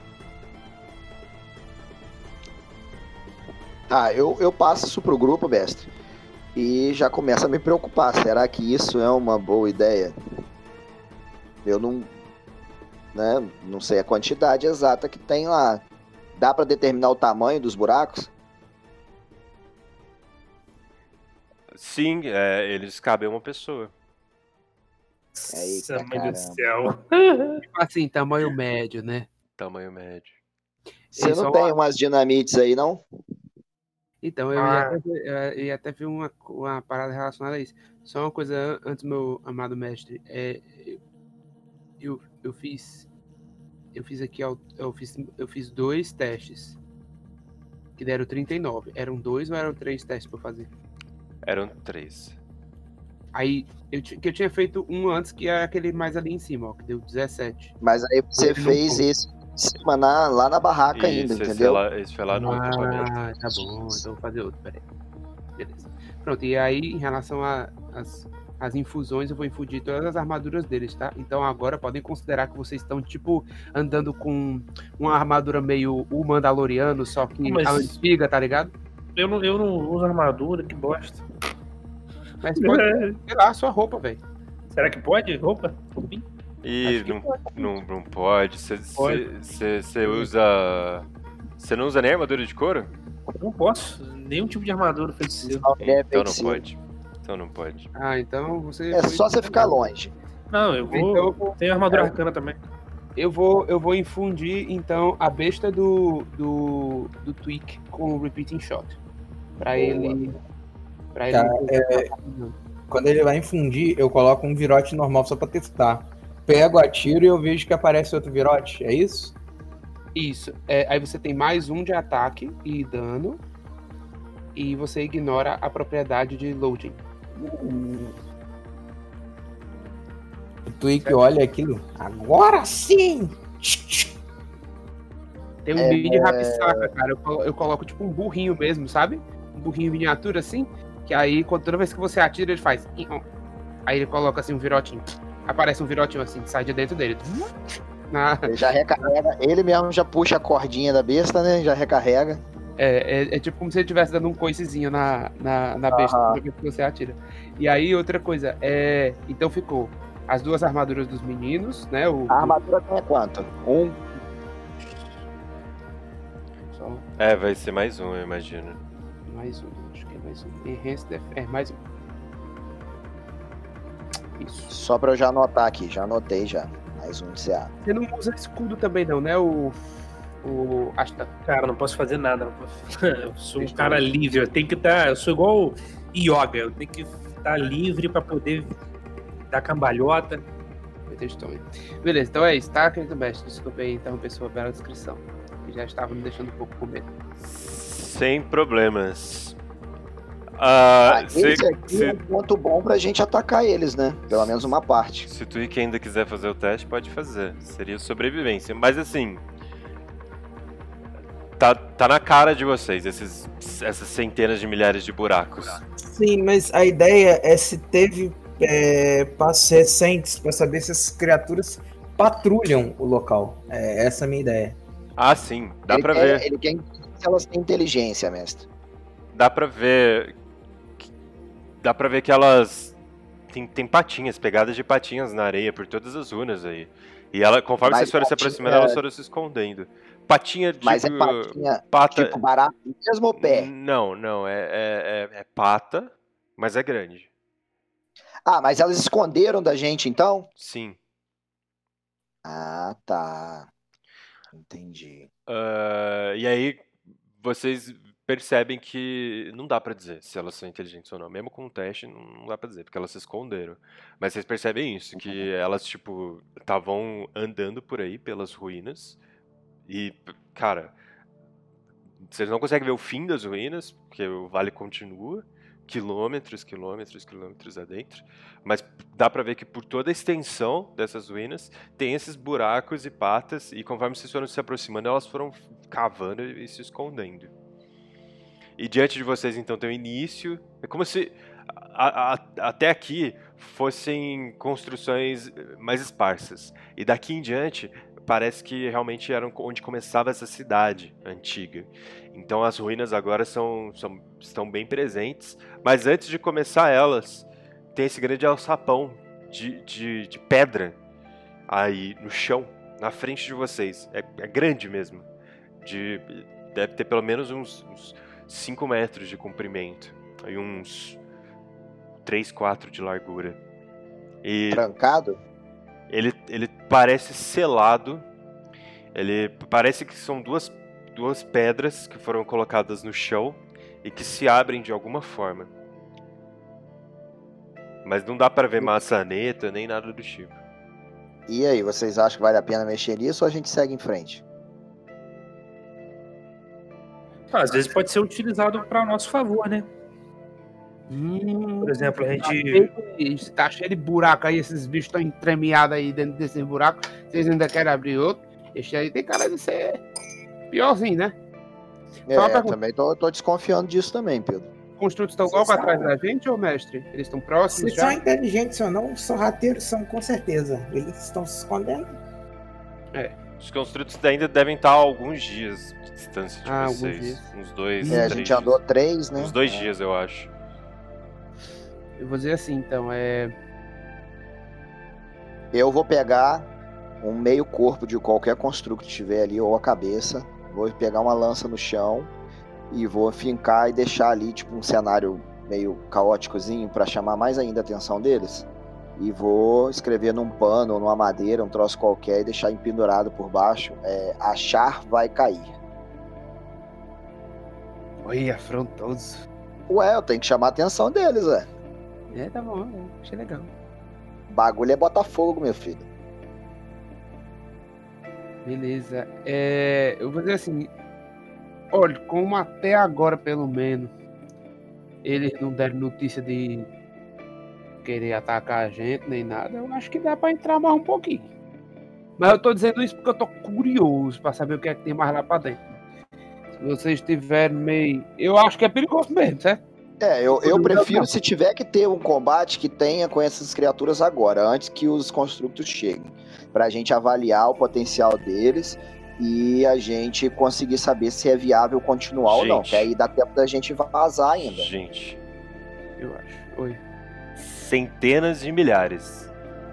S4: Tá, eu, eu passo isso pro grupo, mestre. E já começa a me preocupar. Será que isso é uma boa ideia? Eu não, né, não sei a quantidade exata que tem lá. Dá pra determinar o tamanho dos buracos?
S9: Sim, é, eles cabem uma pessoa.
S4: Eita,
S11: Mãe do
S4: caramba.
S11: céu.
S10: Tipo assim, tamanho médio, né?
S9: Tamanho médio.
S4: Você
S10: Eles
S4: não
S10: são
S4: tem
S10: uma-
S4: umas dinamites aí, não?
S10: Então, eu ia
S11: Ah.
S10: até, ver- eu ia até ver uma, uma parada relacionada a isso. Só uma coisa an- antes, meu amado mestre. É, eu, eu fiz. Eu fiz aqui, ó, eu fiz, eu fiz dois testes. Que deram trinta e nove. Eram dois ou eram três testes pra eu fazer?
S9: Eram três.
S10: Aí, eu, ti- que eu tinha feito um antes, que é aquele mais ali em cima, ó, que deu dezessete.
S4: Mas aí você
S10: Ele não
S4: fez
S10: foi.
S4: esse em cima na, lá na barraca ainda,
S9: Isso, esse
S4: entendeu?
S9: foi lá, esse foi lá no acampamento.
S10: Ah, tá bom, então vou fazer outro, peraí. Beleza. Pronto, e aí, em relação às as infusões, eu vou infundir todas as armaduras deles, tá? Então agora podem considerar que vocês estão, tipo, andando com uma armadura meio o Mandaloriano, só que
S11: Mas-
S10: a antiga, tá ligado?
S11: Eu não, eu não uso armadura, que bosta.
S10: Mas pode, sei lá, sua roupa, velho.
S11: Será que pode? Roupa? Roupinha?
S9: E
S11: Acho que
S9: não,
S11: pode.
S9: não, não pode.
S11: Pode.
S9: Você usa. Você não usa nem armadura de couro?
S11: Não posso. Nenhum tipo de armadura feiticeiro.
S4: É
S9: Então não
S4: feiticeiro.
S9: pode. Então não pode.
S10: Ah, então você.
S4: É
S10: foi-
S4: só você ficar longe.
S11: Não, eu vou.
S10: Então eu vou-
S11: Tem armadura
S10: é,
S11: arcana também.
S10: Eu vou, eu vou infundir, então, a besta do, do, do Tweak com o Repeating Shot. Pra
S14: Boa.
S10: ele. Pra
S14: Tá,
S10: ele.
S14: Quando ele vai infundir, eu coloco um virote normal só pra testar. Pego, atiro e eu vejo que aparece outro virote, é isso?
S10: Isso. É, aí você tem mais um de ataque e dano. E você ignora a propriedade de loading.
S14: O Twig olha aquilo. Agora sim!
S10: Tem um
S4: É,
S10: mini rapisaca, cara. Eu, colo- eu coloco tipo um burrinho mesmo, sabe? Um burrinho miniatura assim. Que aí, quando- toda vez que você atira, ele faz. Aí ele coloca assim um virotinho. Aparece um virotinho assim, que sai de dentro dele. Na-
S4: Ele já recarrega, ele mesmo já puxa a cordinha da besta, né? Já recarrega.
S10: É, é, é tipo como se ele estivesse dando um coicezinho na, na, na besta
S4: Aham.
S10: toda vez que você atira. E aí, outra coisa, é. Então ficou as duas armaduras dos meninos, né? O,
S4: A armadura tem quanto? Um.
S10: Só
S9: É, vai ser mais um, eu imagino.
S10: mais um, acho que é mais um. Enhanced Def- É, mais um. Isso.
S4: Só pra eu já anotar aqui, já anotei já. Mais um de C A.
S10: Você não usa escudo também, não, né? O. O. Asta.
S11: Cara, não posso fazer nada. não posso- Eu sou um cara livre. Eu tenho que estar. Eu sou igual yoga. Eu tenho que estar livre pra poder dar cambalhota.
S10: Beleza, então é isso, tá, querido mestre? Desculpa aí interromper sua bela descrição. Que já estava me deixando um pouco com medo.
S9: Sem problemas. Ah,
S4: Ah,
S9: se,
S4: esse aqui é um ponto bom pra gente atacar eles, né? Pelo menos uma parte.
S9: se o Twig ainda quiser fazer o teste, pode fazer. Seria sobrevivência. Mas assim. Tá, tá na cara de vocês, esses, essas centenas de milhares de buracos.
S14: Sim, mas a ideia é se teve é, passos recentes pra saber se essas criaturas patrulham o local. É essa é a minha ideia.
S9: Ah, sim, dá
S4: ele
S9: pra
S4: quer,
S9: ver.
S4: Ele quer se elas têm inteligência, mestre.
S9: Dá pra ver. que- Dá pra ver que elas. Tem, tem patinhas, pegadas de patinhas na areia por todas as runas aí. E ela, conforme
S4: Mas
S9: vocês foram se
S4: patinha-
S9: aproximando, elas foram se escondendo. Patinha de.
S4: Mas é patinha,
S9: pata...
S4: tipo barato mesmo ou pé?
S9: Não, não, é, é, é, é pata, mas é grande.
S4: Ah, mas elas esconderam da gente então?
S9: Sim.
S4: Ah, tá. Entendi.
S9: Ah, e aí vocês percebem que não dá pra dizer se elas são inteligentes ou não. Mesmo com o teste, não dá pra dizer, porque elas se esconderam. Mas vocês percebem isso, que elas, tipo, estavam andando por aí pelas ruínas. E, cara, vocês não conseguem ver o fim das ruínas, porque o vale continua. Quilômetros, quilômetros, quilômetros adentro. Mas dá pra ver que por toda a extensão dessas ruínas tem esses buracos e patas. E conforme vocês foram se aproximando, elas foram cavando e se escondendo. E diante de vocês, então, tem o início. É como se a, a, até aqui fossem construções mais esparsas. E daqui em diante, parece que realmente era onde começava essa cidade antiga. Então as ruínas agora são, são, estão bem presentes. Mas antes de começar elas, tem esse grande alçapão de, de, de pedra aí no chão, na frente de vocês. É, é grande mesmo. de deve ter pelo menos uns, uns cinco metros de comprimento e uns três, quatro de largura. E
S4: Trancado?
S9: Ele, ele parece selado. Ele parece que são duas, duas pedras que foram colocadas no chão e que se abrem de alguma forma. Mas não dá para ver maçaneta nem nada do tipo.
S4: E aí, vocês acham que vale a pena mexer nisso ou a gente segue em frente?
S11: Às vezes pode ser utilizado para nosso favor, né?
S10: Hum,
S11: Por exemplo, a gente...
S10: gente tá cheio de buraco aí, esses bichos estão entremeados aí dentro desses buracos. Vocês ainda querem abrir outro? Esse aí tem cara de ser piorzinho, né?
S4: É, eu também tô, tô desconfiando disso também, Pedro.
S10: Construtos estão logo atrás da gente, ô mestre? Eles estão próximos
S13: Se
S10: já?
S13: são inteligentes ou não, sorrateiros são com certeza. Eles estão se escondendo.
S10: É.
S9: Os construtos ainda devem estar a alguns dias de distância de
S10: Ah, alguns
S9: vocês.
S10: dias.
S9: Uns dois,
S4: É, a
S9: três
S4: gente
S9: dias.
S4: andou três, né?
S9: Uns dois
S4: É.
S9: dias, eu acho.
S10: Eu vou dizer assim, então, é...
S4: Eu vou pegar um meio corpo de qualquer construto que tiver ali, ou a cabeça. Vou pegar uma lança no chão e vou fincar e deixar ali, tipo, um cenário meio caóticozinho pra chamar mais ainda a atenção deles. E vou escrever num pano ou numa madeira, um troço qualquer, e deixar empendurado por baixo. É, achar vai cair.
S10: Oi, afrontoso.
S4: Ué, eu tenho que chamar a atenção deles, ué.
S10: É, tá bom, é. Achei legal.
S4: Bagulho é Botafogo, meu filho.
S10: Beleza. É, eu vou dizer assim, olha, como até agora, pelo menos, eles não deram notícia de querer atacar a gente, nem nada, eu acho que dá pra entrar mais um pouquinho. Mas eu tô dizendo isso porque eu tô curioso pra saber o que é que tem mais lá pra dentro. Se vocês estiverem meio... Eu acho que é perigoso mesmo, certo?
S4: É, eu, eu prefiro, se tiver que ter um combate, que tenha com essas criaturas agora, antes que os construtos cheguem. Pra gente avaliar o potencial deles e a gente conseguir saber se é viável continuar ou não.
S9: Gente.
S4: Que aí dá tempo da gente vazar ainda.
S9: Gente,
S10: Eu acho. Oi.
S9: centenas de milhares.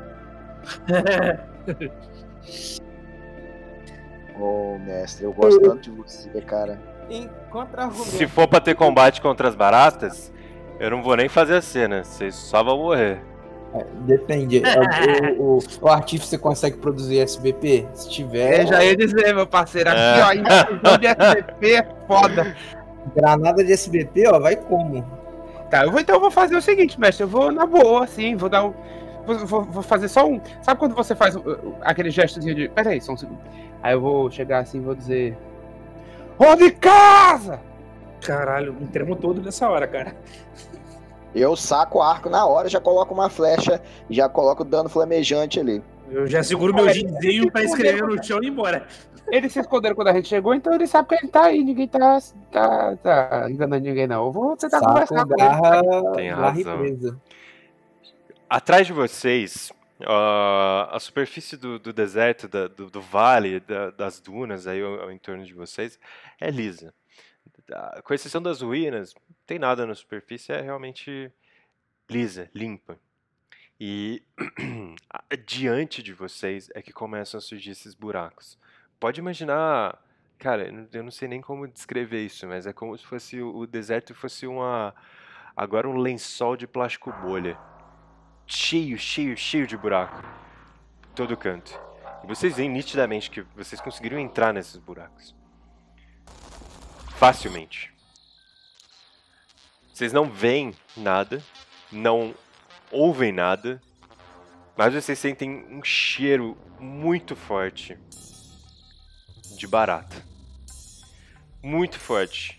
S4: Ô, mestre, eu gosto tanto de você, cara.
S13: Em contra-argumento.
S9: Se for pra ter combate contra as baratas, eu não vou nem fazer a cena. Vocês só vão morrer.
S14: É, depende. o, o, o artífice consegue produzir S B P? Se tiver.
S10: Eu já ia dizer, meu parceiro, aqui,
S9: É.
S10: ó, invasão de S B P é foda.
S14: Granada de S B P, ó, vai como?
S10: Tá, eu vou, então eu vou fazer o seguinte, mestre, eu vou na boa, assim, vou dar um... Vou, vou, vou fazer só um... Sabe quando você faz uh, uh, aquele gestozinho de... Pera aí, só um segundo. Aí eu vou chegar assim e vou dizer... Ô, de casa!
S11: Caralho, me tremo todo nessa hora, cara.
S4: Eu saco o arco na hora, já coloco uma flecha, já coloco o dano flamejante ali.
S11: Eu já seguro meu ginzinho pra escrever no chão e ir embora.
S10: Eles se esconderam quando a gente chegou, então eles sabem que a gente tá aí, ninguém tá, tá, tá enganando ninguém, não. Eu vou tentar
S14: Saco,
S10: conversar com
S14: garra,
S10: eles.
S9: Tem
S14: garra e
S9: razão.
S14: presa.
S9: Atrás de vocês, ah, a superfície do, do deserto, da- do, do vale, da- das dunas aí ao, ao entorno de vocês é lisa. Ah, Com exceção das ruínas, não tem nada na superfície, é realmente lisa, limpa. E diante de vocês é que começam a surgir esses buracos. Pode imaginar, cara, eu não- eu não sei nem como descrever isso, mas é como se fosse o o deserto fosse uma agora um lençol de plástico bolha. Cheio, cheio, cheio de buraco. Todo canto. E vocês veem nitidamente que vocês conseguiram entrar nesses buracos. Facilmente. Vocês não veem nada, não ouvem nada, mas vocês sentem um cheiro muito forte de barata. Muito forte.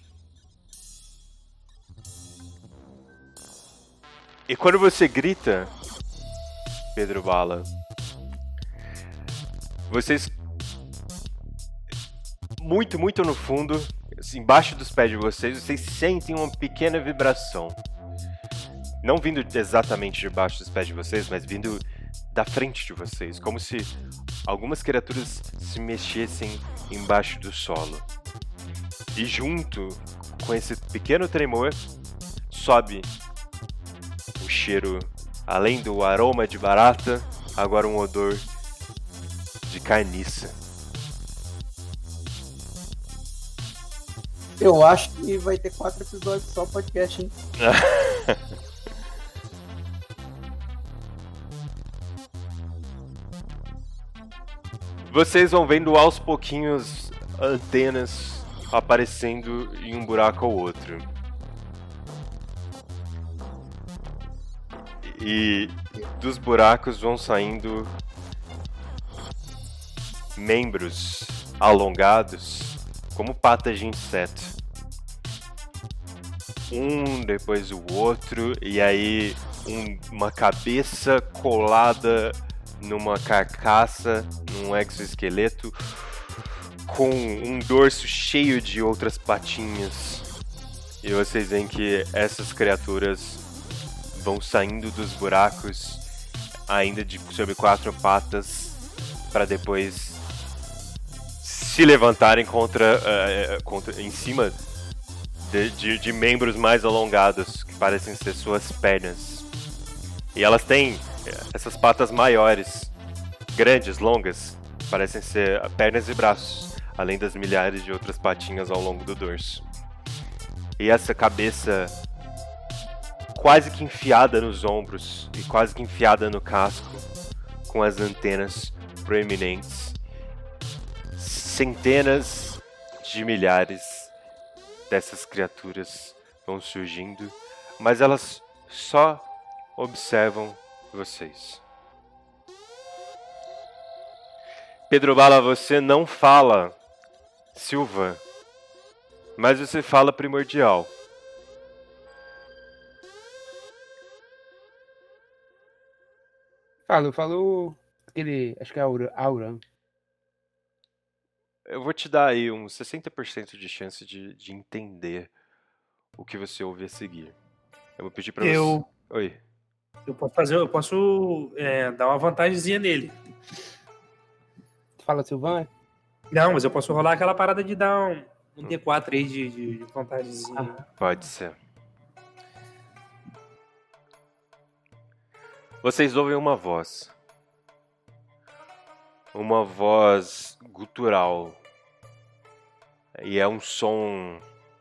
S9: E quando você grita, Pedro Bala, vocês muito, muito no fundo, assim, embaixo dos pés de vocês, vocês sentem uma pequena vibração. Não vindo exatamente debaixo dos pés de vocês, mas vindo da frente de vocês, como se algumas criaturas se mexessem embaixo do solo. E junto com esse pequeno tremor, sobe o cheiro, além do aroma de barata, agora um odor de carniça.
S14: Eu acho que vai ter quatro episódios só podcast, hein?
S9: Vocês vão vendo aos pouquinhos antenas aparecendo em um buraco ou outro. E dos buracos vão saindo membros alongados, como patas de inseto. Um depois o outro, e aí um, uma cabeça colada numa carcaça, num exoesqueleto, com um dorso cheio de outras patinhas. E vocês veem que essas criaturas vão saindo dos buracos, ainda de, sobre quatro patas, para depois se levantarem contra, uh, contra em cima de, de, de membros mais alongados, que parecem ser suas pernas. E elas têm essas patas maiores, grandes, longas, parecem ser pernas e braços, além das milhares de outras patinhas ao longo do dorso. E essa cabeça quase que enfiada nos ombros e quase que enfiada no casco, com as antenas proeminentes. Centenas de milhares dessas criaturas vão surgindo, mas elas só observam vocês. Pedro Bala, você não fala Silva, mas você fala primordial.
S10: Falo, falo aquele, acho que é Aura- Auran.
S9: Eu vou te dar aí uns sessenta por cento de chance de, de entender o que você ouve a seguir. Eu vou pedir pra
S11: Eu-
S9: você... Oi.
S11: Eu posso fazer, eu posso é, dar uma vantagemzinha nele.
S10: Fala, Silvan?
S11: Não, mas eu posso rolar aquela parada de dar um, um D quatro aí de, de, de vantagemzinha.
S9: Pode ser. Vocês ouvem uma voz. Uma voz gutural. E é um som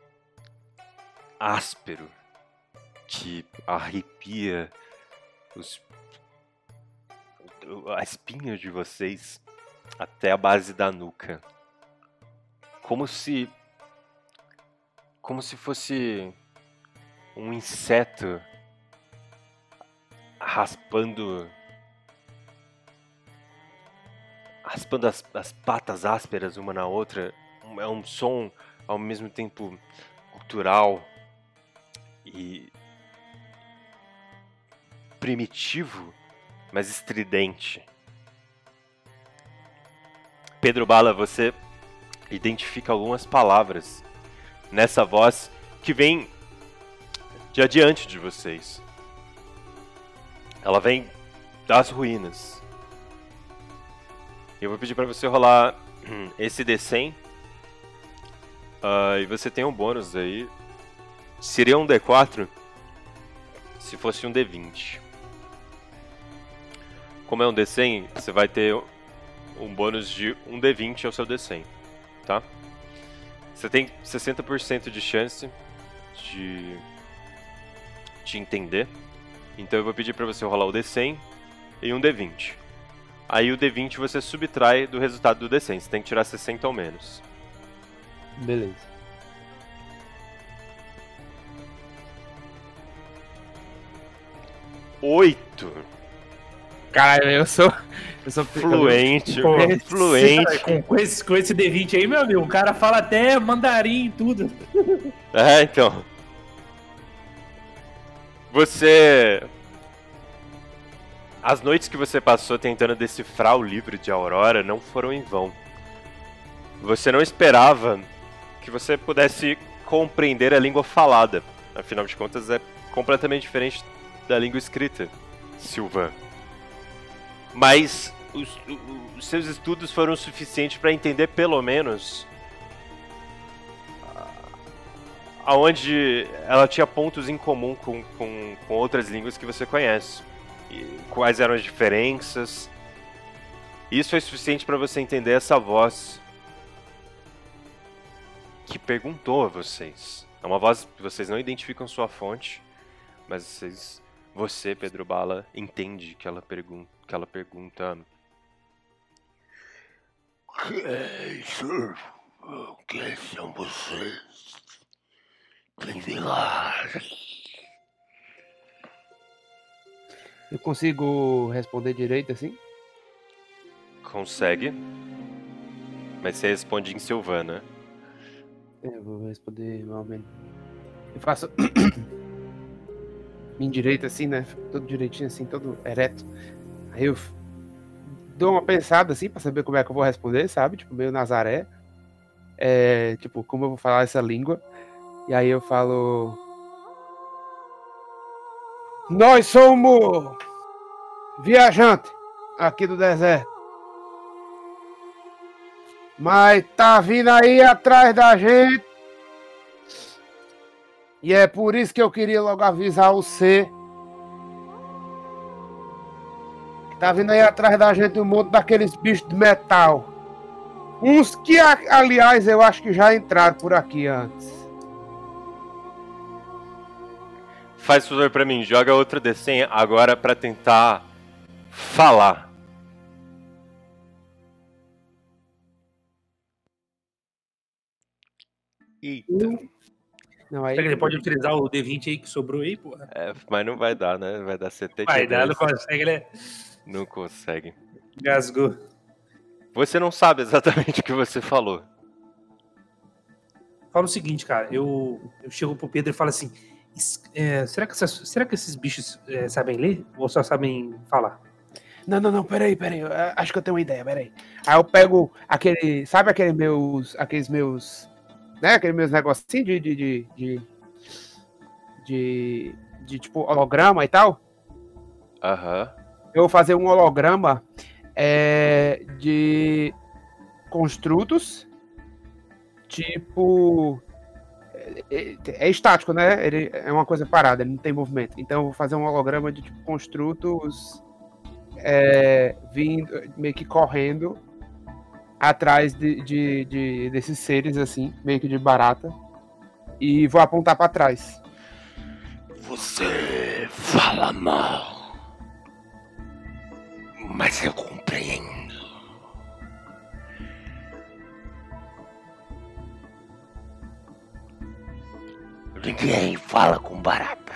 S9: áspero que arrepia os, a espinha de vocês até a base da nuca. Como se como se fosse um inseto raspando raspando as, as patas ásperas uma na outra. É um som ao mesmo tempo cultural e primitivo, mas estridente. Pedro Bala, você identifica algumas palavras nessa voz que vem de adiante de vocês. Ela vem das ruínas. Eu vou pedir para você rolar esse D cem. Uh, e você tem um bônus aí. Seria um D quatro se fosse um D vinte. Como é um D cem, você vai ter um bônus de um D vinte ao seu D cem, tá? Você tem sessenta por cento de chance de, de entender. Então eu vou pedir para você rolar o D cem e um D vinte. Aí o D vinte você subtrai do resultado do D cem. Você tem que tirar sessenta ou menos.
S10: Beleza.
S9: Oito.
S10: Caralho, eu sou. Eu sou
S9: Fluente,
S10: Pô,
S9: fluente.
S11: Com, com, esse, com esse D vinte aí, meu amigo, o cara fala até mandarim e tudo.
S9: É, então. Você... As noites que você passou tentando decifrar o livro de Aurora não foram em vão. Você não esperava que você pudesse compreender a língua falada. Afinal de contas, é completamente diferente da língua escrita, Silvan. Mas os, os seus estudos foram suficientes para entender, pelo menos, aonde ela tinha pontos em comum com, com, com outras línguas que você conhece. E quais eram as diferenças. Isso foi suficiente para você entender essa voz que perguntou a vocês. É uma voz que vocês não identificam sua fonte, mas vocês, você, Pedro Bala, entende que ela pergunta, que ela pergunta.
S15: Quem são vocês? Quem vem lá?
S10: Eu consigo responder direito assim?
S9: Consegue. Mas você responde em Silvana.
S10: É, eu vou responder normalmente. Eu faço em direito assim, né? Todo direitinho assim, todo ereto. Aí eu dou uma pensada assim pra saber como é que eu vou responder, sabe? Tipo, meio Nazaré. É, tipo, como eu vou falar essa língua. E aí eu falo... Nós somos viajante aqui do deserto. Mas tá vindo aí atrás da gente. E é por isso que eu queria logo avisar você. Que tá vindo aí atrás da gente um monte daqueles bichos de metal. Uns que, aliás, eu acho que já entraram por aqui antes.
S9: Faz favor pra mim, joga outro D cem agora pra tentar falar. Eita.
S10: Não, aí...
S11: Ele pode utilizar o D vinte aí que sobrou aí, porra.
S9: É, mas não vai dar, né? Vai dar setenta e dois.
S11: Vai dar, não consegue, né?
S9: Não consegue.
S11: Gasgou.
S9: Você não sabe exatamente o que você falou.
S11: Fala o seguinte, cara. Eu, eu chego pro Pedro e falo assim... É, será, que essas, será que esses bichos é, sabem ler? Ou só sabem falar?
S10: Não, não, não, peraí, peraí. Eu acho que eu tenho uma ideia, peraí. Aí eu pego aquele... Sabe aqueles meus... Aqueles meus... Né? Aqueles meus negocinhos de... De, de, de, de, de tipo, holograma e tal.
S9: Aham. Uhum.
S10: Eu vou fazer um holograma é, de construtos. Tipo... É, é estático, né? Ele é uma coisa parada, ele não tem movimento. Então eu vou fazer um holograma de tipo, construtos é, vindo, meio que correndo atrás de, de, de, desses seres, assim, meio que de barata. E vou apontar pra trás.
S15: Você fala mal, mas eu compreendo. Ninguém fala com barata.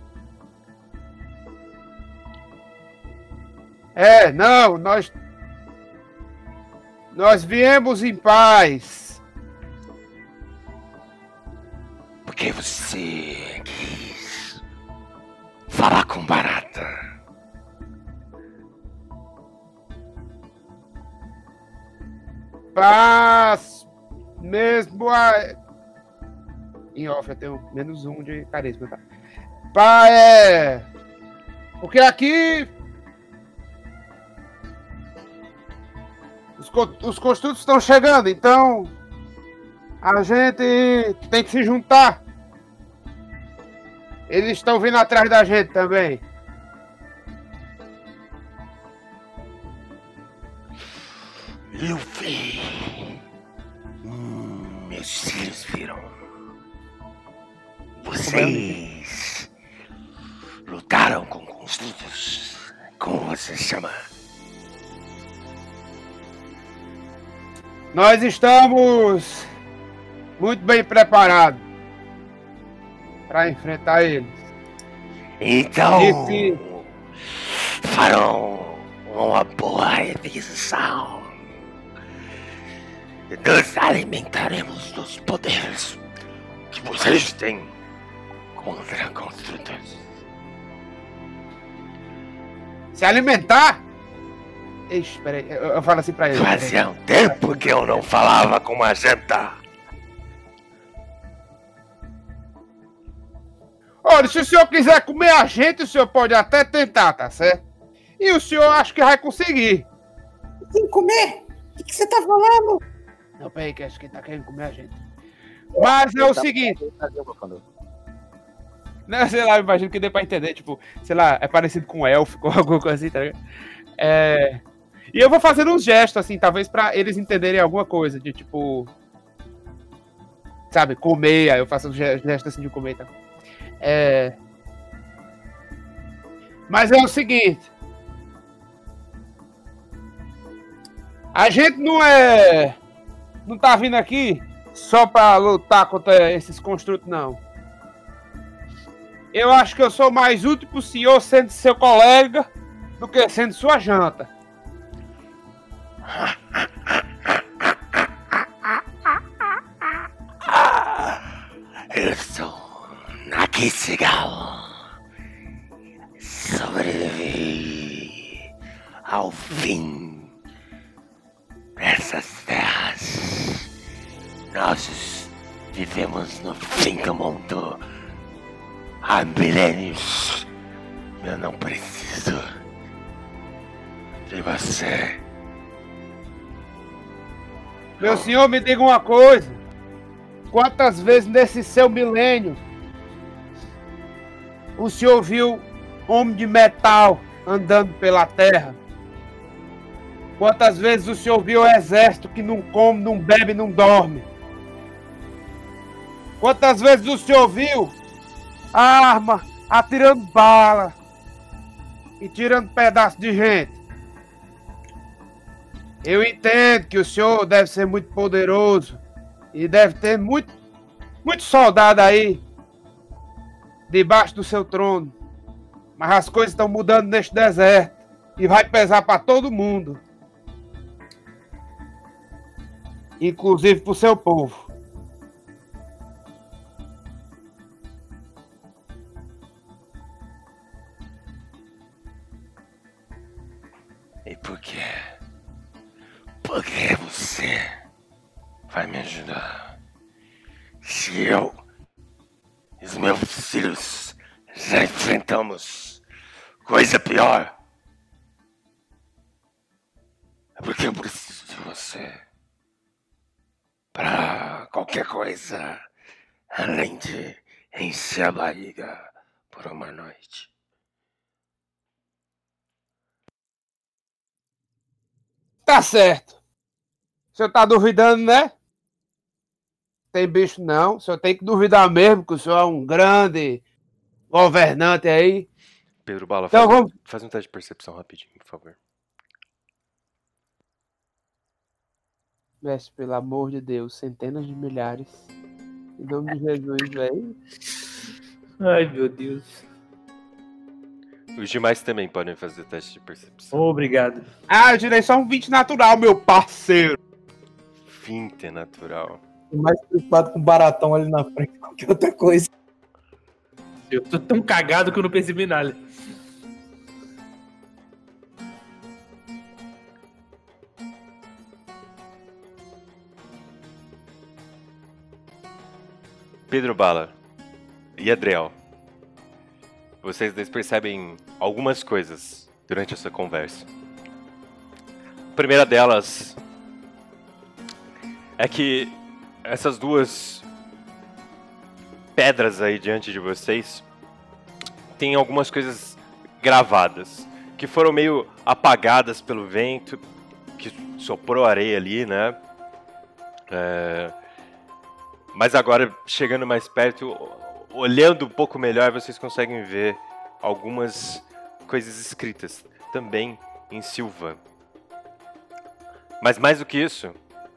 S10: É, não, nós... Nós viemos em paz.
S15: Porque você quis falar com barata.
S10: Paz mesmo a... Em off eu tenho menos um de carisma, tá? Pá, é... Porque aqui... Os, co... os construtos estão chegando, então... A gente tem que se juntar. Eles estão vindo atrás da gente também.
S15: Eu vi. Hum, meus filhos viram. Vocês lutaram com construtos, como você chama?
S10: Nós estamos muito bem preparados para enfrentar eles.
S15: Então,
S10: Esse...
S15: farão uma boa revisão. E nos alimentaremos dos poderes que vocês têm contra construtores.
S10: Se alimentar? Ixi, peraí, eu, eu falo assim pra ele.
S15: Fazia um tempo que eu não falava com a gente.
S10: Olha, se o senhor quiser comer a gente, o senhor pode até tentar, tá certo? E o senhor acha que vai conseguir.
S13: Tem que comer? O que você tá falando?
S10: Não, peraí, que acho que ele tá querendo comer a gente. Mas é o seguinte... Não, sei lá, eu imagino que dê pra entender, tipo, sei lá, é parecido com elfo, com alguma coisa assim, tá ligado? É... E eu vou fazendo uns gestos, assim, talvez pra eles entenderem alguma coisa, de tipo... sabe, comer, aí eu faço um gesto assim de comer, tá? É... Mas é o seguinte, a gente não é, não tá vindo aqui só pra lutar contra esses construtos, não. Eu acho que eu sou mais útil pro senhor sendo seu colega do que sendo sua janta.
S15: Eu sou Nakisigal. Sobrevivi ao fim dessas terras. Nós vivemos no fim do mundo há milênios. Eu não preciso de você.
S10: Meu senhor, me diga uma coisa. Quantas vezes nesse seu milênio o senhor viu homem de metal andando pela terra? Quantas vezes o senhor viu o exército que não come, não bebe, não dorme? Quantas vezes o senhor viu a arma atirando bala e tirando pedaço de gente? Eu entendo que o senhor deve ser muito poderoso e deve ter muito, muito soldado aí debaixo do seu trono. Mas as coisas estão mudando neste deserto e vai pesar para todo mundo, inclusive para o seu povo.
S15: E por quê? Por que você vai me ajudar? Se eu e os meus filhos já enfrentamos coisa pior. É porque eu preciso de você para qualquer coisa além de encher a barriga por uma noite.
S10: Tá certo. O senhor tá duvidando, né? Tem bicho não. O senhor tem que duvidar mesmo, que o senhor é um grande governante aí.
S9: Pedro Bala,
S10: então,
S9: faz,
S10: vamos...
S9: um, faz um teste de percepção rapidinho, por favor.
S10: Mestre, pelo amor de Deus, centenas de milhares. Em nome de Jesus, velho.
S11: Ai, meu Deus.
S9: Os demais também podem fazer teste de percepção.
S11: Obrigado.
S10: Ah, eu tirei só um vinte natural, meu parceiro.
S9: vinte natural.
S14: Tô mais preocupado com o baratão ali na frente do que outra coisa.
S11: Eu tô tão cagado que eu não percebi nada.
S9: Pedro Bala e Adriel, vocês dois percebem algumas coisas durante essa conversa. A primeira delas é que essas duas pedras aí diante de vocês têm algumas coisas gravadas, que foram meio apagadas pelo vento, que soprou areia ali, né? É... Mas agora, chegando mais perto, olhando um pouco melhor, vocês conseguem ver algumas coisas escritas, também em Silva. Mas mais do que isso,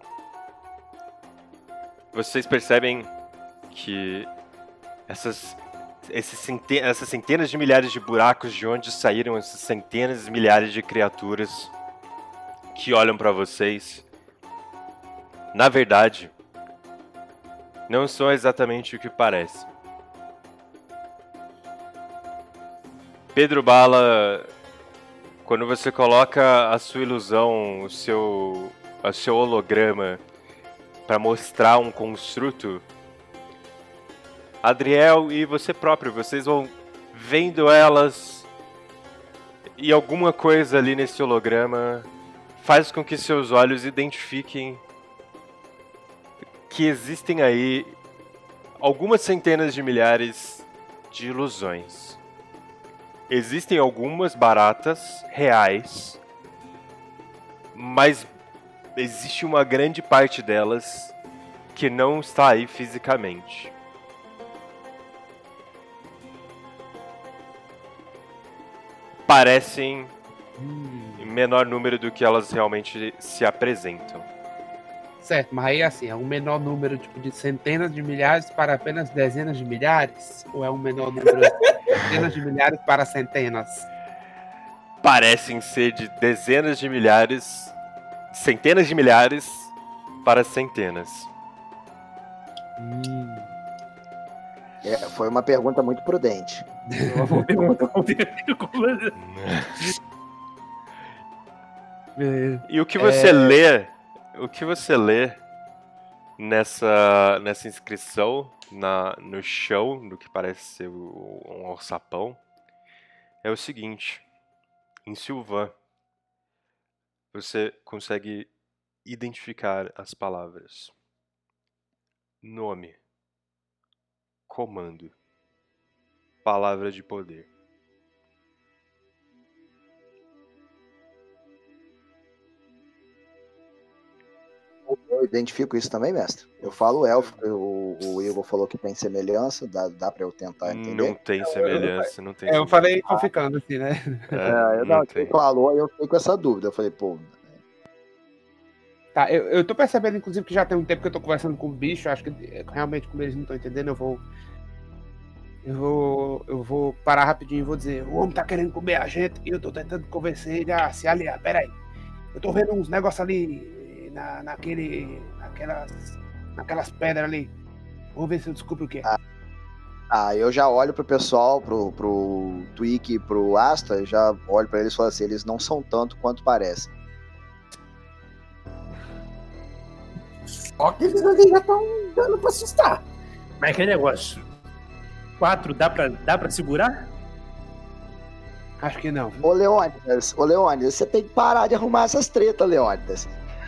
S9: vocês percebem que essas, esses centen- essas centenas de milhares de buracos de onde saíram essas centenas de milhares de criaturas que olham para vocês, na verdade, não são exatamente o que parece. Pedro Bala, quando você coloca a sua ilusão, o seu, o seu holograma para mostrar um construto, Adriel e você próprio, vocês vão vendo elas e alguma coisa ali nesse holograma faz com que seus olhos identifiquem que existem aí algumas centenas de milhares de ilusões. Existem algumas baratas reais, mas existe uma grande parte delas que não está aí fisicamente. Parecem em menor número do que elas realmente se apresentam.
S10: Certo, mas aí assim, é um menor número tipo, de centenas de milhares para apenas dezenas de milhares? Ou é um menor número de dezenas de milhares para centenas?
S9: Parecem ser de dezenas de milhares, centenas de milhares para centenas.
S10: Hum.
S4: É, foi uma pergunta muito prudente.
S11: Uma pergunta, uma pergunta.
S9: E o que você
S10: É...
S9: lê, o que você lê nessa, nessa inscrição na, no chão, no que parece ser o, um alçapão, é o seguinte: em Sylvan, você consegue identificar as palavras nome, comando, palavra de poder.
S4: Eu identifico isso também, mestre. Eu falo elfo, o, o Igor falou que tem semelhança, dá, dá pra eu tentar entender?
S9: Não tem semelhança, não tem
S10: É, eu
S9: semelhança.
S10: falei ficando assim, né?
S4: É, eu não, você falou, aí eu fiquei com essa dúvida. Eu falei, pô.
S10: Tá, eu, eu tô percebendo, inclusive, que já tem um tempo que eu tô conversando com o bicho. Acho que realmente, como eles não estão entendendo, eu vou. Eu vou. Eu vou parar rapidinho e vou dizer: o homem tá querendo comer a gente e eu tô tentando convencer ele a se aliar. Pera aí. Eu tô vendo uns negócios ali na, naquele. Naquelas. Naquelas pedras ali. Vamos ver se eu descubro o que é.
S4: Ah, ah, eu já olho pro pessoal, pro, pro Twig e pro Asta, já olho pra eles e falo assim: eles não são tanto quanto parecem.
S13: Só que eles ali já estão dando pra assustar.
S11: Mas que negócio? Quatro dá pra, dá pra segurar?
S10: Acho que não.
S4: Ô Leônidas, ô Leônidas, você tem que parar de arrumar essas tretas, Leônidas.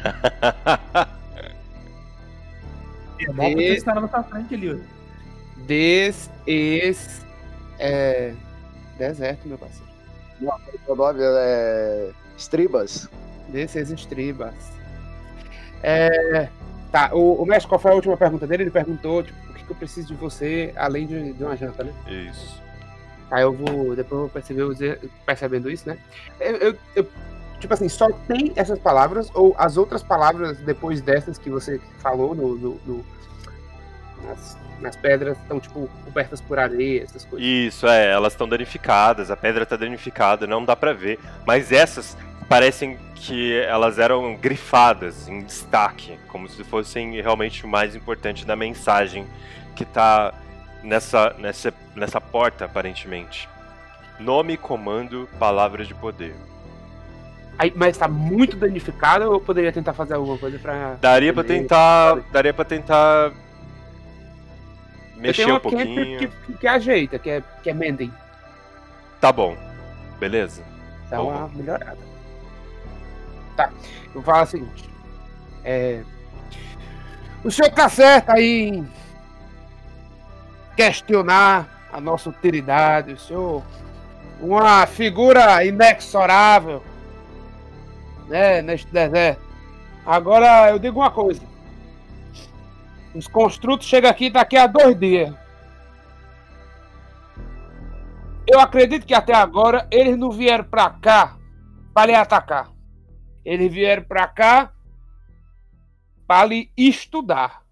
S11: É bom porque está na nossa frente ali, ó.
S10: Des, es, é... deserto, meu parceiro.
S4: Não, o nome é Estribas.
S10: Des, es, estribas. É... Tá, o, o mestre, qual foi a última pergunta dele? Ele perguntou, tipo, o que, que eu preciso de você, além de, de uma janta, né?
S9: Isso.
S10: Aí eu vou, depois eu vou perceber, percebendo isso, né? Eu, eu, eu, tipo assim, só tem essas palavras, ou as outras palavras depois dessas que você falou no, no, no nas, nas pedras estão, tipo, cobertas por areia, essas coisas?
S9: Isso, é, elas estão danificadas, a pedra tá danificada, não dá pra ver. Mas essas parecem que elas eram grifadas em destaque, como se fossem realmente o mais importante da mensagem que tá nessa, nessa, nessa porta, aparentemente. Nome, comando, palavra de poder.
S10: Aí, mas tá muito danificado ou eu poderia tentar fazer alguma coisa pra...
S9: Daria pra tentar. Daria pra tentar. Mexer
S10: eu tenho
S9: um
S10: uma
S9: pouquinho.
S10: Que, que, que ajeita, que é, que é mending.
S9: Tá bom. Beleza.
S10: Dá uma melhorada. Tá, eu vou falar o seguinte. É... O senhor tá certo aí em questionar a nossa utilidade. O senhor, uma figura inexorável, né, neste deserto. Agora eu digo uma coisa. Os construtos chegam aqui daqui a dois dias. Eu acredito que até agora eles não vieram pra cá pra lhe atacar. Eles vieram pra cá pra lhe estudar.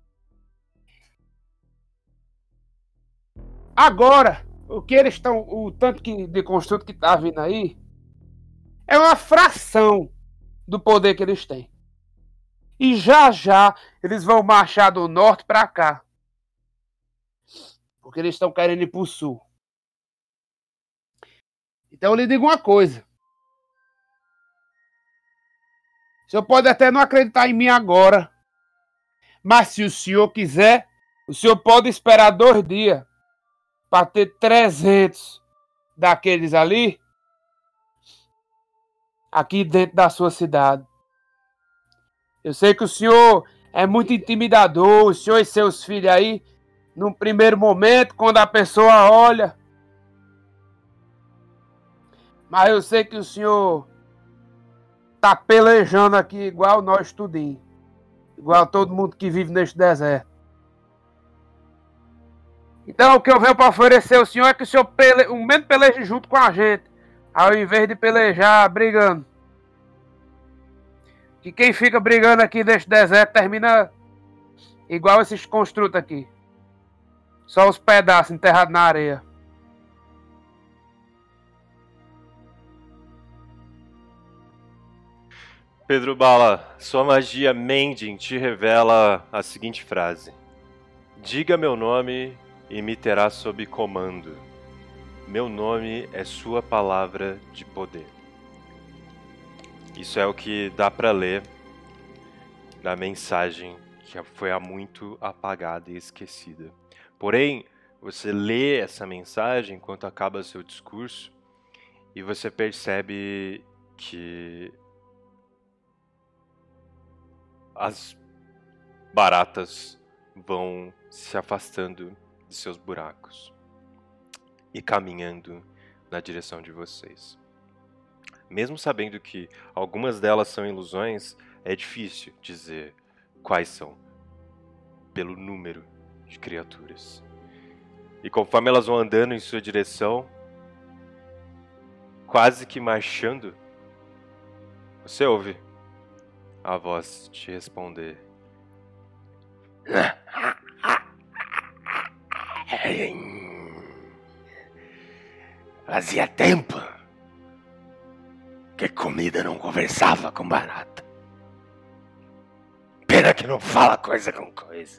S10: Agora, o que eles estão, o tanto que, de construto que tá vindo aí, é uma fração do poder que eles têm. E já já eles vão marchar do norte pra cá. Porque eles estão querendo ir pro sul. Então eu lhe digo uma coisa. O senhor pode até não acreditar em mim agora. Mas se o senhor quiser, o senhor pode esperar dois dias para ter trezentos daqueles ali aqui dentro da sua cidade. Eu sei que o senhor é muito intimidador, o senhor e seus filhos aí, num primeiro momento, quando a pessoa olha. Mas eu sei que o senhor tá pelejando aqui igual nós tudinho. igual todo mundo que vive neste deserto. Então o que eu venho para oferecer ao senhor é que o senhor pele... um menos peleje junto com a gente, ao invés de pelejar brigando. Que quem fica brigando aqui neste deserto termina igual esses construtos aqui. Só os pedaços enterrados na areia.
S9: Pedro Bala, sua magia Mending te revela a seguinte frase: diga meu nome e me terá sob comando. Meu nome é sua palavra de poder. Isso é o que dá para ler na mensagem que foi há muito apagada e esquecida. Porém, você lê essa mensagem enquanto acaba seu discurso e você percebe que as baratas vão se afastando de seus buracos e caminhando na direção de vocês. Mesmo sabendo que algumas delas são ilusões, é difícil dizer quais são, pelo número de criaturas. E conforme elas vão andando em sua direção, quase que marchando, você ouve a voz te responder:
S15: fazia tempo que comida não conversava com barata. Pena que não fala coisa com coisa.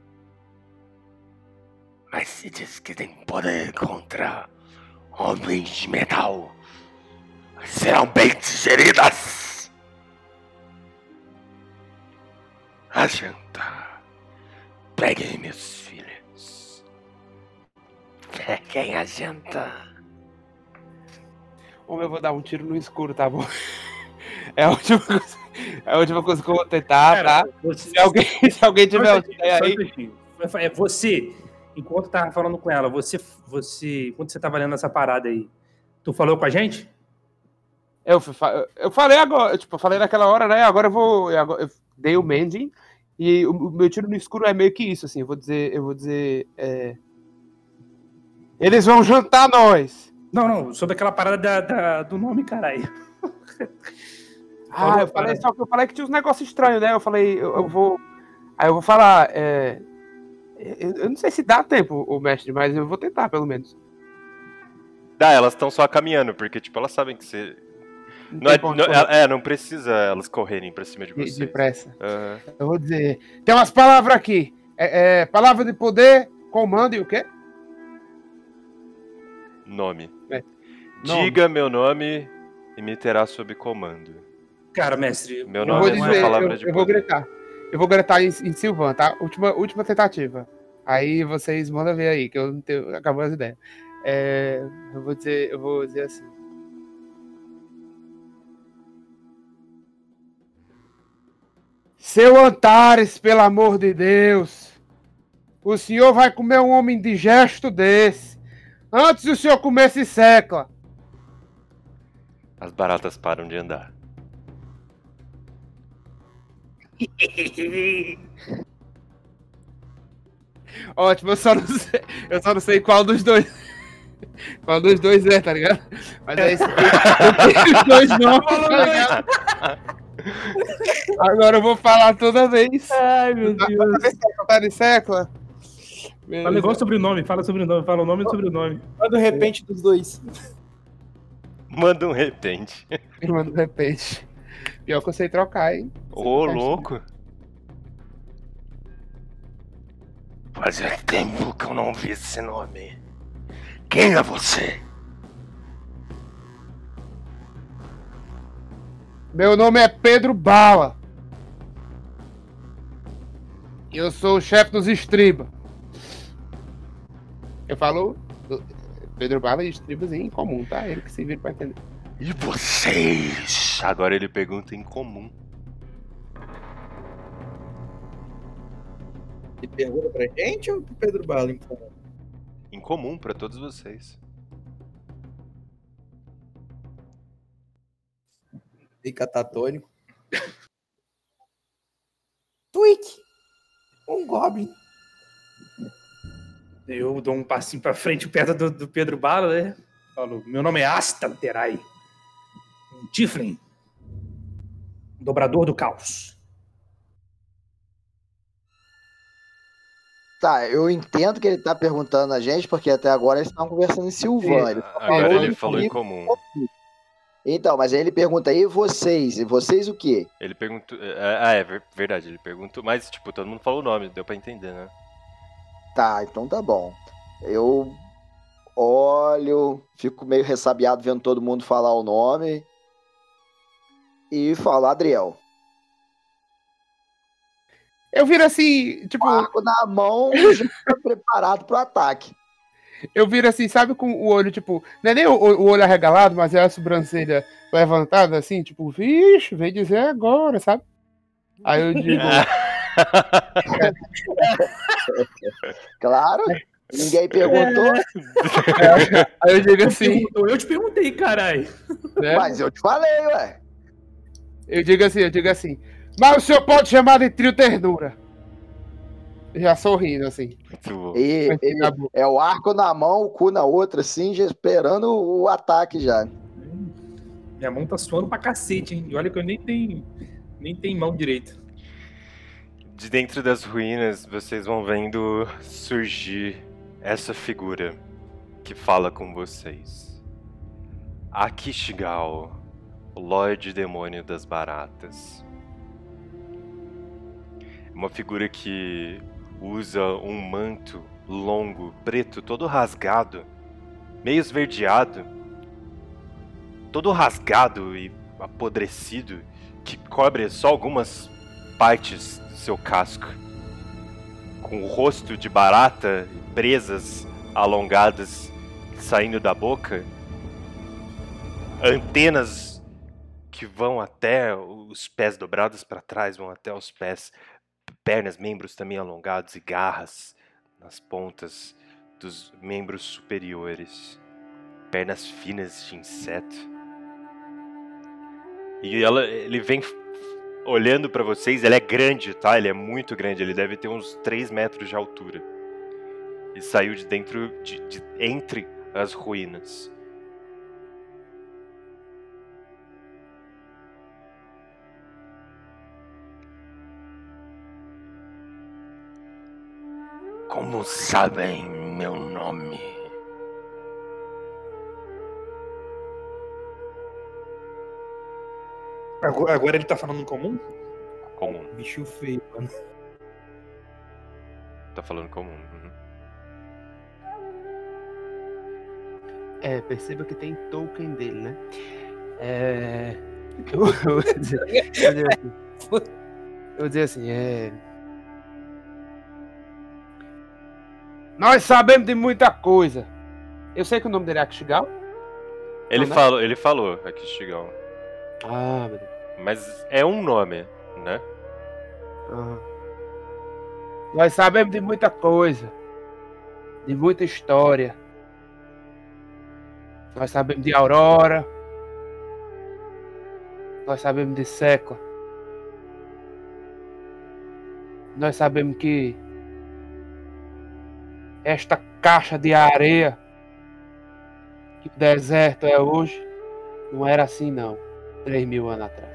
S15: Mas se diz que tem poder contra homens de metal, serão bem digeridas. A janta. Peguem meus filhos. Peguem a janta.
S10: Ou eu vou dar um tiro no escuro, tá bom? É a última coisa, é a última coisa que eu vou tentar,
S11: Cara,
S10: tá?
S11: você-
S10: Se alguém, se alguém tiver
S11: Só um
S10: outra ideia
S11: pouquinho,
S10: aí.
S11: só um pouquinho. É você, enquanto tava falando com ela, você, você, enquanto você tava lendo essa parada aí, tu falou com a gente?
S10: Eu, fui fa- eu falei agora, tipo, eu falei naquela hora, né? Agora eu vou. Eu, agora- eu dei o mending e o, o meu tiro no escuro é meio que isso, assim. Eu vou dizer. Eu vou dizer. é, Eles vão jantar nós.
S11: Não, não, sobre aquela parada da, da- do nome, caralho.
S10: Ah, eu falei, só que eu falei que tinha uns negócios estranhos, né? Eu falei, eu, eu vou. Aí eu vou falar. é, Eu, eu não sei se dá tempo, o mestre, mas eu vou tentar, pelo menos.
S9: Dá, elas estão só caminhando, porque tipo, elas sabem que você...
S10: Não
S9: Não é,
S10: tem pra onde
S9: não-
S10: correr.
S9: é, não precisa elas correrem pra cima de
S10: De-
S9: vocês.
S10: depressa.
S9: Aham.
S10: Eu vou dizer. Tem umas palavras aqui. É, é, palavra de poder, comando e o quê?
S9: Nome.
S10: É. Nome.
S9: Diga meu nome e me terá sob comando.
S11: Cara, mestre.
S9: Meu
S10: Eu
S9: nome
S10: vou
S9: é sua
S10: dizer,
S9: palavra
S10: eu,
S9: de
S10: eu vou
S9: poder.
S10: gritar. Eu vou gritar em, em Silvan, tá? Última, última tentativa. Aí vocês mandam ver aí, que eu não tenho. Acabou as ideias. É, eu vou dizer, eu vou dizer assim. Seu Antares, pelo amor de Deus, o senhor vai comer um homem indigesto desse. Antes o senhor comer esse secla.
S9: As baratas param de andar.
S10: Ótimo, eu só não sei, eu só não sei qual dos dois. Qual dos dois é, tá ligado? Mas é isso aí. Os dois nomes, tá ligado? Agora eu vou falar toda vez.
S11: Ai, meu Deus.
S10: Tá de secla?
S11: Fala igual sobre o nome, fala sobre o nome, fala o nome e sobre o nome.
S14: Manda o repente dos dois.
S9: Manda um repente.
S10: Manda de repente. Pior que eu sei trocar, hein?
S9: Ô, louco.
S15: Fazia tempo que eu não vi esse nome. Quem é você?
S10: Meu nome é Pedro Bala. E eu sou o chefe dos estriba. Eu falo Pedro Bala e estribas em comum, tá? Ele que se vira pra entender.
S15: E vocês?
S9: Agora ele pergunta em comum.
S12: Ele pergunta pra gente ou pro Pedro Bala em comum?
S9: Em comum pra todos vocês.
S12: E catatônico.
S14: Tweak! Um Goblin.
S11: Eu dou um passinho pra frente perto do, do Pedro Bala, né? Falo, meu nome é Asta Terai. Um Tiflin. Um dobrador do caos.
S4: Tá, eu entendo que ele tá perguntando a gente, porque até agora eles estavam conversando em Silvan. Ele só
S9: Agora
S4: falou
S9: ele
S4: de
S9: falou em
S4: comigo.
S9: comum.
S4: Então, mas aí ele pergunta, e vocês? E vocês o quê?
S9: Ele perguntou. Ah, é ver- verdade, ele perguntou. Mas, tipo, todo mundo falou o nome, deu pra entender, né?
S4: Tá, então tá bom. Eu olho, fico meio ressabiado vendo todo mundo falar o nome. E falo, Adriel.
S10: Eu viro assim, tipo.
S4: Arco na mão, já tá preparado pro ataque.
S10: Eu viro assim, sabe, com o olho, tipo, não é nem o, o olho arregalado, mas é a sobrancelha levantada, assim, tipo, vixe, vem dizer agora, sabe? Aí eu digo.
S4: Claro, ninguém perguntou.
S10: Aí eu digo assim.
S11: Eu te perguntei, caralho.
S10: Né?
S4: Mas eu te falei, ué.
S10: Eu digo assim, eu digo assim. Mas o senhor pode chamar de trio ternura. Já sorrindo, assim.
S4: E, ele é o arco na mão, o cu na outra, assim, já esperando o ataque já.
S11: Minha mão tá suando pra cacete, hein? E olha que eu nem tenho, nem tenho mão direita.
S9: De dentro das ruínas, vocês vão vendo surgir essa figura que fala com vocês. Akishigal, o Lorde Demônio das Baratas. Uma figura que usa um manto longo, preto, todo rasgado, meio esverdeado, todo rasgado e apodrecido, que cobre só algumas partes do seu casco, com o rosto de barata, presas alongadas saindo da boca, antenas que vão até os pés dobrados para trás, vão até os pés, pernas, membros também alongados e garras nas pontas dos membros superiores, pernas finas de inseto. E ela, ele vem olhando pra vocês, ele é grande, tá? Ele é muito grande, ele deve ter uns três metros de altura. E saiu de dentro, de, de entre as ruínas.
S15: Como sabem meu nome?
S11: Agora, agora ele tá falando em comum?
S9: Comum.
S14: Bicho feio, mano.
S9: Tá falando comum. Uhum.
S10: É, perceba que tem token dele, né? É. Eu, eu, vou dizer, eu, vou dizer assim, eu vou dizer assim, é. Nós sabemos de muita coisa. Eu sei que o nome dele é Akishigal.
S9: Ele,
S10: Não, né?
S9: falou, ele falou, Akishigal.
S10: Ah, meu Deus.
S9: Mas é um nome, né?
S10: Ah. Nós sabemos de muita coisa. De muita história. Nós sabemos de Aurora. Nós sabemos de Secla. Nós sabemos que esta caixa de areia que o deserto é hoje não era assim não, três mil anos atrás.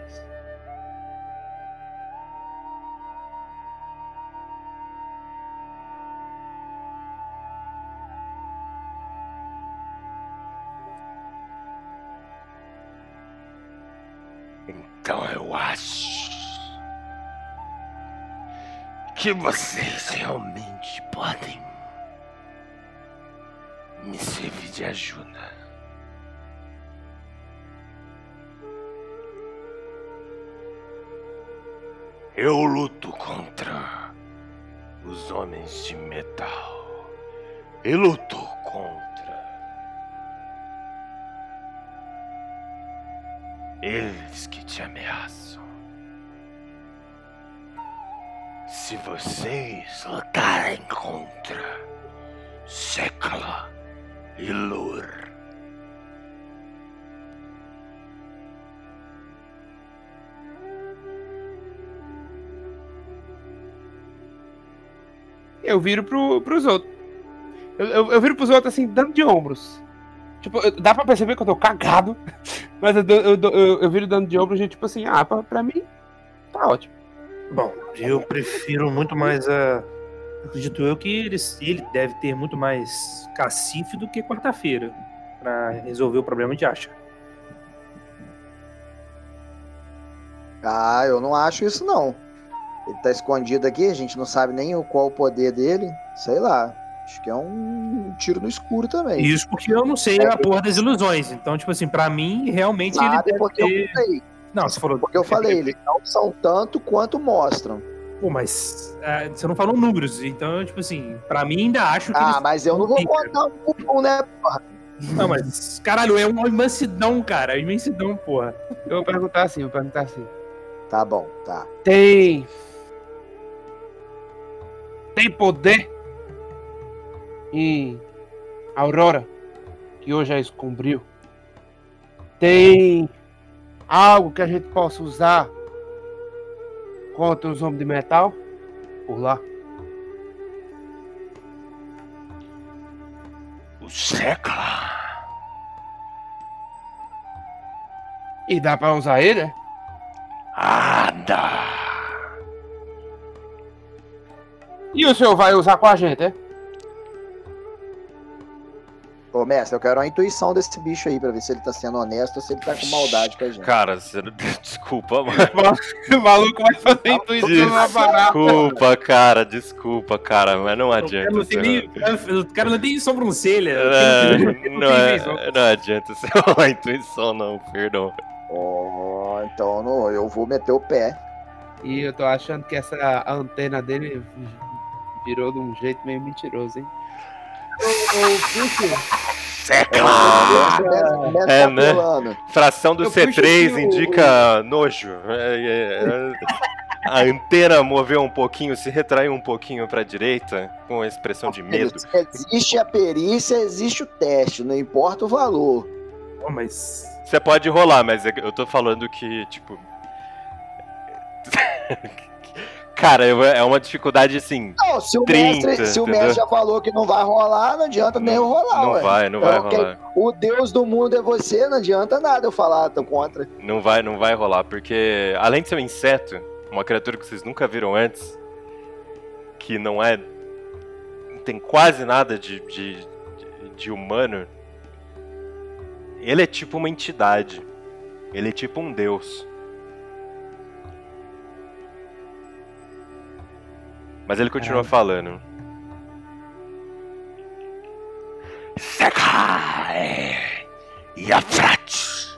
S15: Então eu acho que vocês realmente podem me servir de ajuda. Eu luto contra os homens de metal. E luto contra eles que te ameaçam. Se vocês lutarem contra Secla e Lur,
S10: eu viro pro, pros outros. Eu, eu, eu viro pros outros assim, dando de ombros. Tipo, eu, dá pra perceber que eu tô cagado, mas eu, eu, eu, eu viro dando de ombros, gente, tipo assim, ah, pra, pra mim, tá ótimo.
S11: Bom, eu prefiro muito mais a. Acredito eu que ele, ele deve ter muito mais cacife do que quarta-feira pra resolver o problema de Asha.
S4: Ah, eu não acho isso não. Ele tá escondido aqui, a gente não sabe nem o- qual o poder dele. Sei lá. Acho que é um tiro no escuro também.
S11: Isso porque eu não sei
S4: É,
S11: a porra das ilusões. Então, tipo assim, pra mim, realmente ele
S4: Sabe
S11: deve
S4: porque eu
S11: ter...
S4: falei.
S11: Não, você falou...
S4: Porque eu falei, eles não são tanto quanto mostram.
S11: Pô, mas ah, você não falou números. Então, tipo assim, pra mim ainda acho que
S4: Ah,
S11: eles
S4: mas eu não vou
S11: pica.
S4: contar um por um, né, porra?
S11: Não, mas, caralho, é uma imensidão, cara. Imensidão, porra.
S10: Eu vou perguntar assim, eu vou perguntar assim.
S4: Tá bom, tá.
S10: Tem. Tem poder em Aurora, que hoje a descobriu. Tem algo que a gente possa usar contra os homens de metal por lá.
S15: O Secla.
S10: E dá pra usar ele, né?
S15: Anda.
S10: E o senhor vai usar com a gente, é?
S4: Ô, mestre, eu quero a intuição desse bicho aí, pra ver se ele tá sendo honesto ou se ele tá com maldade com a gente.
S9: Cara, você não... desculpa, mano.
S10: O maluco vai fazer intuição na barata.
S9: Desculpa, cara, desculpa, cara, mas não
S11: O cara
S9: adianta.
S11: não tem,
S9: você
S11: nem, o cara não tem sobrancelha.
S9: É,
S11: Não
S9: não,
S11: tem
S9: é,
S11: visão.
S9: não adianta ser uma intuição, não, perdão.
S4: Ó, então não, eu vou meter o pé.
S10: E eu tô achando que essa antena dele virou de um jeito meio mentiroso, hein? Ô,
S15: Secla!
S9: É, né? Fração do
S10: Eu
S9: C três
S10: puxo o-
S9: indica nojo. É, é, é. A antena moveu um pouquinho, se retraiu um pouquinho pra direita, com a expressão de medo.
S4: Existe a perícia, existe o teste, não importa o valor.
S11: Pô, mas...
S9: Você pode rolar, mas é que eu tô falando que, tipo... Cara, eu- é uma dificuldade assim.
S4: Não, se o,
S9: trinta,
S4: mestre, se o
S9: entendeu?
S4: mestre já falou que não vai rolar, não adianta nem eu rolar,
S9: Não
S4: ué.
S9: vai, não vai
S4: Então,
S9: rolar.
S4: quem- O Deus do mundo é você, não adianta nada eu falar, tô contra.
S9: Não vai, não vai rolar, porque além de ser um inseto, uma criatura que vocês nunca viram antes, que não é. Não tem quase nada de, de, de- de humano, ele é tipo uma entidade. Ele é tipo um deus. Mas ele continua falando.
S15: Secla. Yafrat.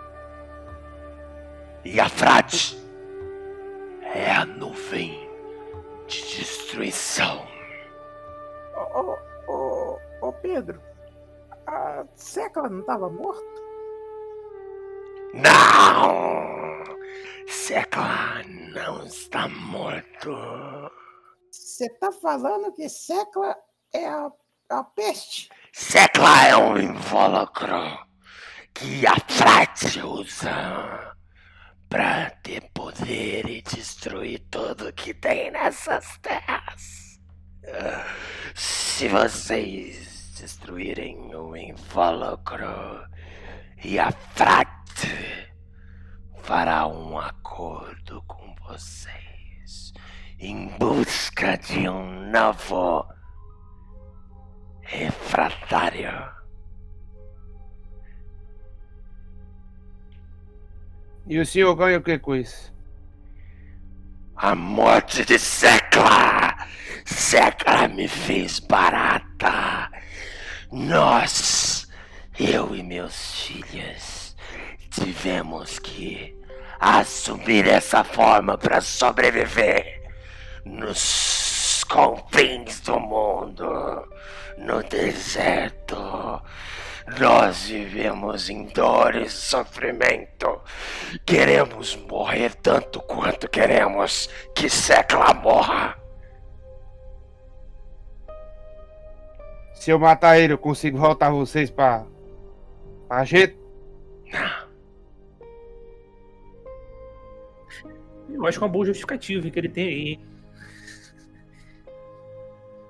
S15: Yafrat é a nuvem de destruição.
S13: Ô, ô, ô, ô, Pedro, a Secla não tava morto?
S15: Não! Secla não está morto.
S13: Você tá falando que Secla é a, a peste?
S15: Secla é um invólucro que Yafrat usa pra ter poder e destruir tudo que tem nessas terras. Se vocês destruírem o invólucro, Yafrat fará um acordo com vocês em busca de um novo refratário.
S10: E o senhor ganha o que com isso?
S15: A morte de Secla! Secla me fez barata! Nós, eu e meus filhos, tivemos que assumir essa forma para sobreviver nos confins do mundo, no deserto. Nós vivemos em dor e sofrimento. Queremos morrer tanto quanto queremos que Secla morra.
S10: Se eu matar ele, eu consigo voltar vocês pra. pra gente?
S11: Eu acho que é uma boa justificativa que ele tem aí.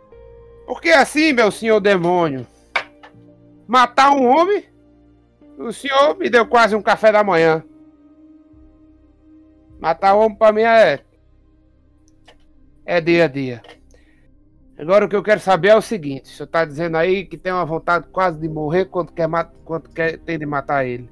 S10: Porque assim, meu senhor demônio, matar um homem, o senhor me deu quase um café da manhã. Matar um homem pra mim é... é dia a dia. Agora o que eu quero saber é o seguinte, o senhor tá dizendo aí que tem uma vontade quase de morrer quando quer, quando quer tem de matar ele.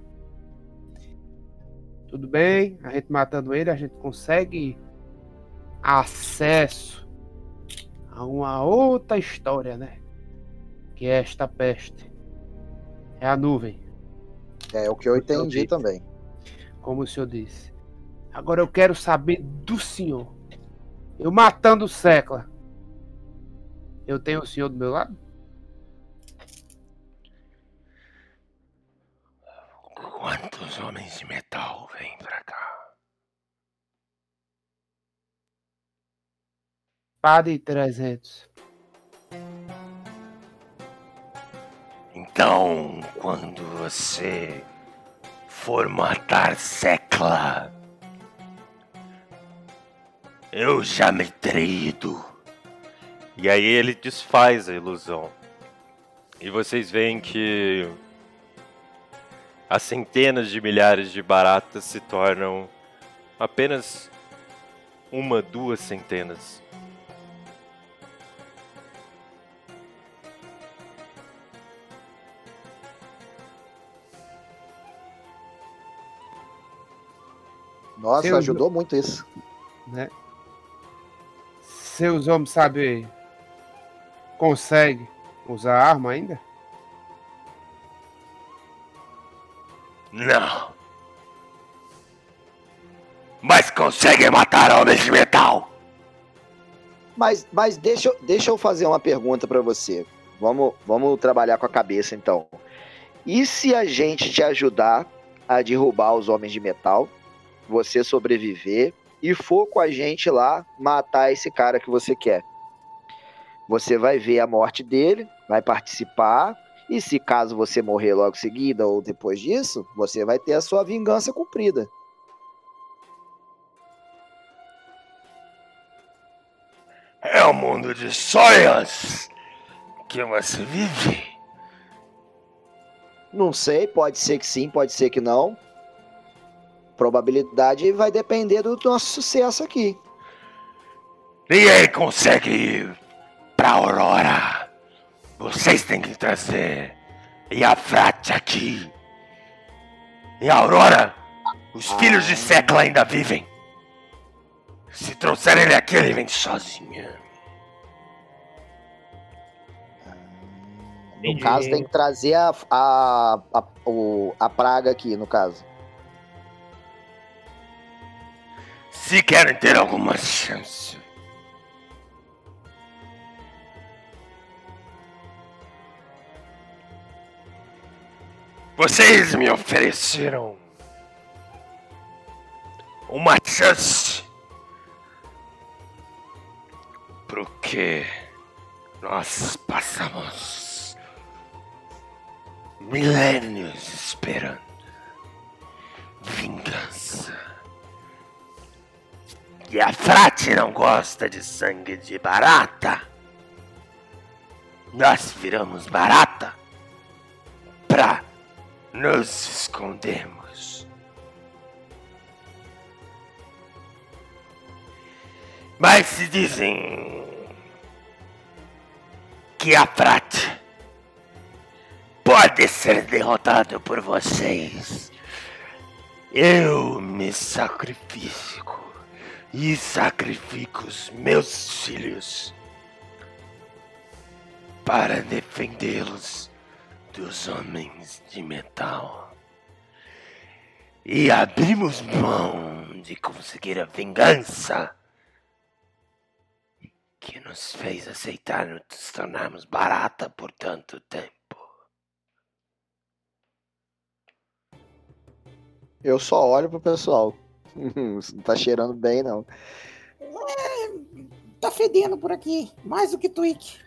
S10: Tudo bem, a gente matando ele, a gente consegue acesso a uma outra história, né? Que é esta peste. É a nuvem.
S4: É o que eu entendi também.
S10: Como o senhor disse. Agora eu quero saber do senhor. Eu matando o Secla. Eu tenho o senhor do meu lado?
S15: Quantos homens de metal vêm pra cá?
S10: Pá de trezentos.
S15: Então, quando você for matar Secla, eu já me terei ido.
S9: E aí ele desfaz a ilusão. E vocês veem que as centenas de milhares de baratas se tornam apenas uma, duas centenas.
S4: Nossa,
S10: Seus...
S4: ajudou muito isso.
S10: Né? Seus homens sabem, consegue usar arma ainda?
S15: Não. Mas consegue matar homens de metal.
S4: Mas, mas deixa, eu- deixa eu fazer uma pergunta pra você. Vamos, vamos trabalhar com a cabeça então. E se a gente te ajudar a derrubar os homens de metal, você sobreviver e for com a gente lá matar esse cara que você quer? Você vai ver a morte dele, vai participar, e se caso você morrer logo em seguida ou depois disso, você vai ter a sua vingança cumprida.
S15: É um mundo de sonhos que você vive.
S4: Não sei, pode ser que sim, pode ser que não. Probabilidade vai depender do nosso sucesso aqui.
S15: Ninguém consegue ir pra Aurora. Vocês têm que trazer Yafrat aqui. Em Aurora, os filhos de Secla ainda vivem. Se trouxerem ele aqui, ele vem sozinho.
S4: No caso, tem que trazer a, a, a, o- a praga aqui, no caso.
S15: Se querem ter alguma chance. Vocês me ofereceram uma chance. Porque nós passamos milênios esperando vingança. E a Frate não gosta de sangue de barata. Nós viramos barata pra nos escondermos. Mas se dizem que a Frate pode ser derrotado por vocês, eu me sacrifico e sacrifico os meus filhos para defendê-los dos homens de metal. E abrimos mão de conseguir a vingança que nos fez aceitar nos tornarmos barata por tanto tempo.
S4: Eu só olho pro pessoal. Não tá cheirando bem, não.
S13: É, tá fedendo por aqui, mais do que Twig.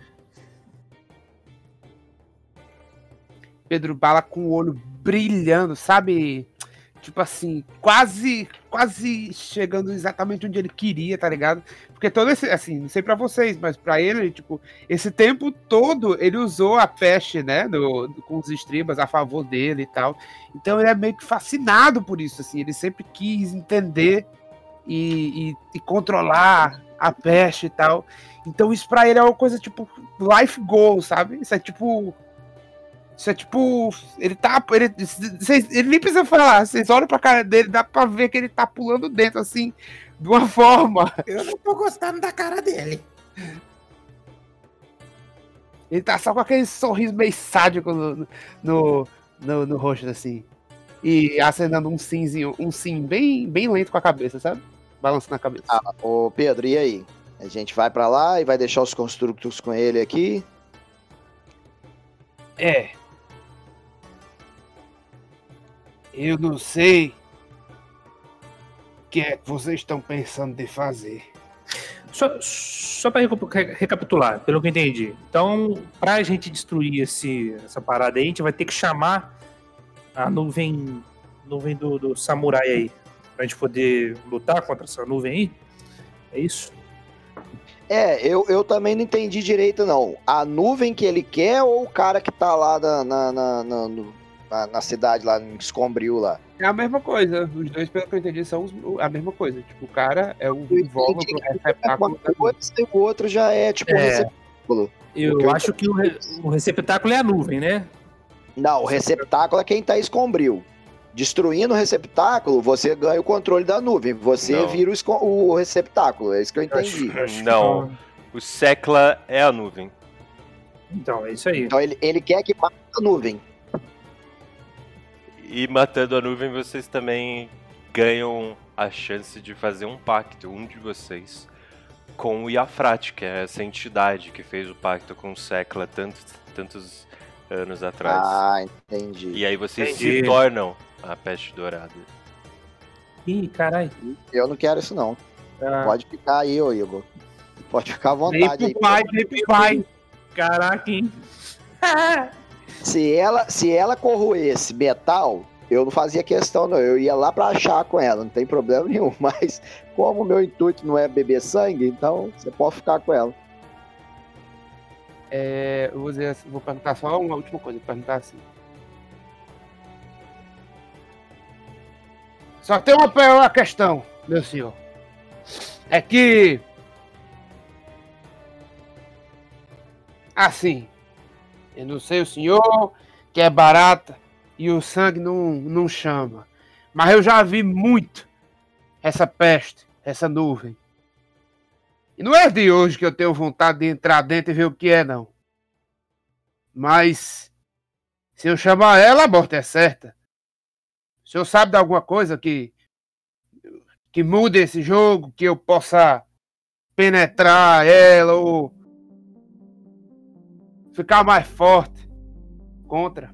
S10: Pedro Bala com o olho brilhando, sabe? tipo assim, quase, quase chegando exatamente onde ele queria, tá ligado? Porque todo esse, assim, não sei pra vocês, mas pra ele, tipo, esse tempo todo ele usou a peste, né, do, do- com os estribas a favor dele e tal. Então ele é meio que fascinado por isso, assim, ele sempre quis entender e, e, e controlar a peste e tal. Então isso pra ele é uma coisa, tipo, life goal, sabe? Isso é tipo... Isso é tipo. Ele tá. Ele, vocês- ele nem precisa falar. Vocês olham pra cara dele, dá pra ver que ele tá pulando dentro, assim, de uma forma.
S13: Eu não tô gostando da cara dele.
S10: Ele tá só com aquele sorriso meio sádico no, no, no, no rosto, assim. E acenando um simzinho, um sim bem, bem lento com a cabeça, sabe? Balançando a cabeça.
S4: Ah, ô Pedro, e aí? A gente vai pra lá e vai deixar os construtos com ele aqui?
S10: É. Eu não sei o que é que vocês estão pensando de fazer.
S11: Só, só para recapitular, pelo que eu entendi. Então, pra gente destruir esse, essa parada aí, a gente vai ter que chamar a nuvem, nuvem do, do samurai aí. Pra gente poder lutar contra essa nuvem aí. É isso?
S4: É, eu, eu também não entendi direito, não. A nuvem que ele quer ou o cara que tá lá na, na, na, na, no- na- na cidade, lá em Escombril lá?
S10: É a mesma coisa. Os dois, pelo que eu entendi, são os- a mesma coisa. Tipo, o cara é o invólucro pro receptáculo.
S4: Uma coisa e o outro já é tipo um
S11: É.
S4: receptáculo.
S11: Eu
S4: Porque
S11: acho que o, re- o receptáculo é a nuvem, né?
S4: Não, o receptáculo é quem tá em Escombril. Destruindo o receptáculo, você ganha o controle da nuvem. Você
S9: Não.
S4: vira o, esco- o receptáculo. É isso que eu entendi.
S9: Não, o Secla é a nuvem.
S11: Então, é isso aí.
S4: Então ele, ele quer que mate a nuvem.
S9: E matando a nuvem, vocês também ganham a chance de fazer um pacto, um de vocês, com o Iafrate, que é essa entidade que fez o pacto com o Secla tantos, tantos anos atrás.
S4: Ah, entendi.
S9: E aí vocês
S11: Entendi.
S9: se tornam a peste dourada.
S11: Ih, caralho.
S4: Eu não quero isso, não.
S11: Ah.
S4: Pode ficar aí, ô Igor. Pode ficar à
S10: Vem
S4: vontade aí.
S10: pro pai, vem pro pai.
S11: Caraca, hein?
S4: Se ela, se ela corroesse metal, eu não fazia questão, não. Eu ia lá pra achar com ela, não tem problema nenhum. Mas como o meu intuito não é beber sangue, então você pode ficar com ela.
S10: É, eu vou, dizer, assim- vou perguntar só uma última coisa. Vou perguntar assim. Só tem uma, uma questão, meu senhor. É que. Assim. Eu não sei o senhor, que é barata, e o sangue não, não chama. Mas eu já vi muito essa peste, essa nuvem. E não é de hoje que eu tenho vontade de entrar dentro e ver o que é, não. Mas, se eu chamar ela, a morte é certa. O senhor sabe de alguma coisa que, que mude esse jogo, que eu possa penetrar ela ou ficar mais forte contra?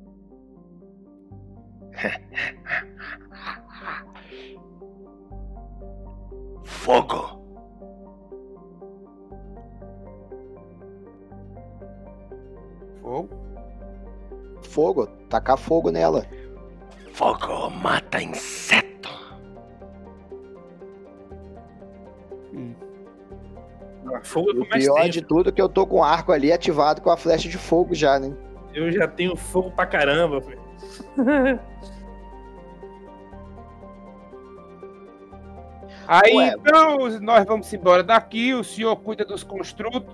S15: Fogo.
S10: Fogo?
S4: Fogo, tacar fogo nela.
S15: Fogo mata inseto.
S11: Fogo é o
S4: E
S11: que
S4: o
S11: eu mais
S4: pior
S11: tenho.
S4: de tudo é que eu tô com o arco ali ativado com a flecha de fogo já, né?
S11: Eu já tenho fogo pra caramba, velho.
S10: Aí,
S4: Ué.
S10: então, nós vamos embora daqui, o senhor cuida dos construtos.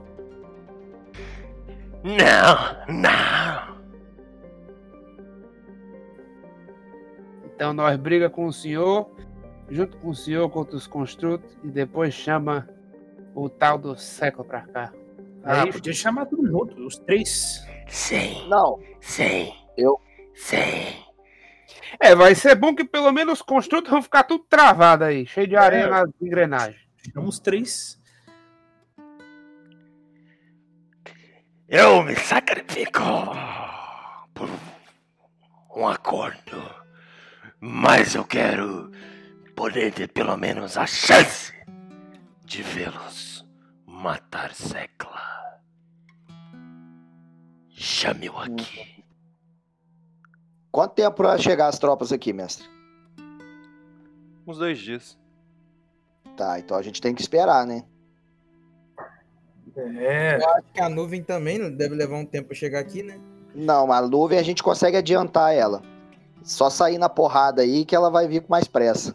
S15: Não, não.
S10: Então nós briga com o senhor, junto com o senhor contra os construtos, e depois chama o tal do século pra cá.
S11: Ah,
S10: Aí,
S11: podia chamar todo mundo, os três.
S15: Sim,
S4: Não,
S15: sim,
S4: eu.
S15: sim.
S10: é, vai ser bom que pelo menos os construtos vão ficar tudo travado aí, cheio de areia
S11: É.
S10: nas engrenagens.
S11: Chama os três.
S15: Eu me sacrifico por um acordo, mas eu quero poder ter pelo menos a chance de vê-los matar Secla. Chame-o aqui.
S4: Quanto tempo pra chegar as tropas aqui, mestre?
S9: uns dois dias.
S4: Tá, então a gente tem que esperar, né?
S11: É.
S14: Eu acho que a nuvem também não deve levar um tempo pra chegar aqui, né?
S4: Não, a nuvem a gente consegue adiantar ela. Só sair na porrada aí que ela vai vir com mais pressa.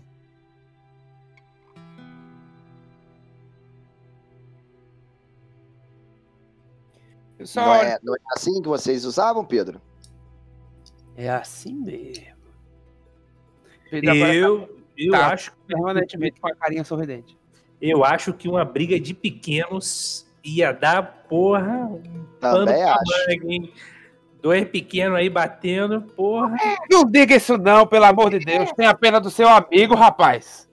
S10: Só...
S4: Não, é, não é assim que vocês usavam, Pedro?
S10: É assim mesmo.
S11: Eu, eu
S10: tá
S11: acho
S10: permanentemente com a carinha sorridente.
S11: Eu acho que uma briga de pequenos ia dar, porra, um pano
S4: Também
S11: pra
S4: acho.
S11: manga, hein? Dois pequenos aí batendo, porra.
S10: Não diga isso não, pelo amor de Deus. Tenha pena do seu amigo, rapaz.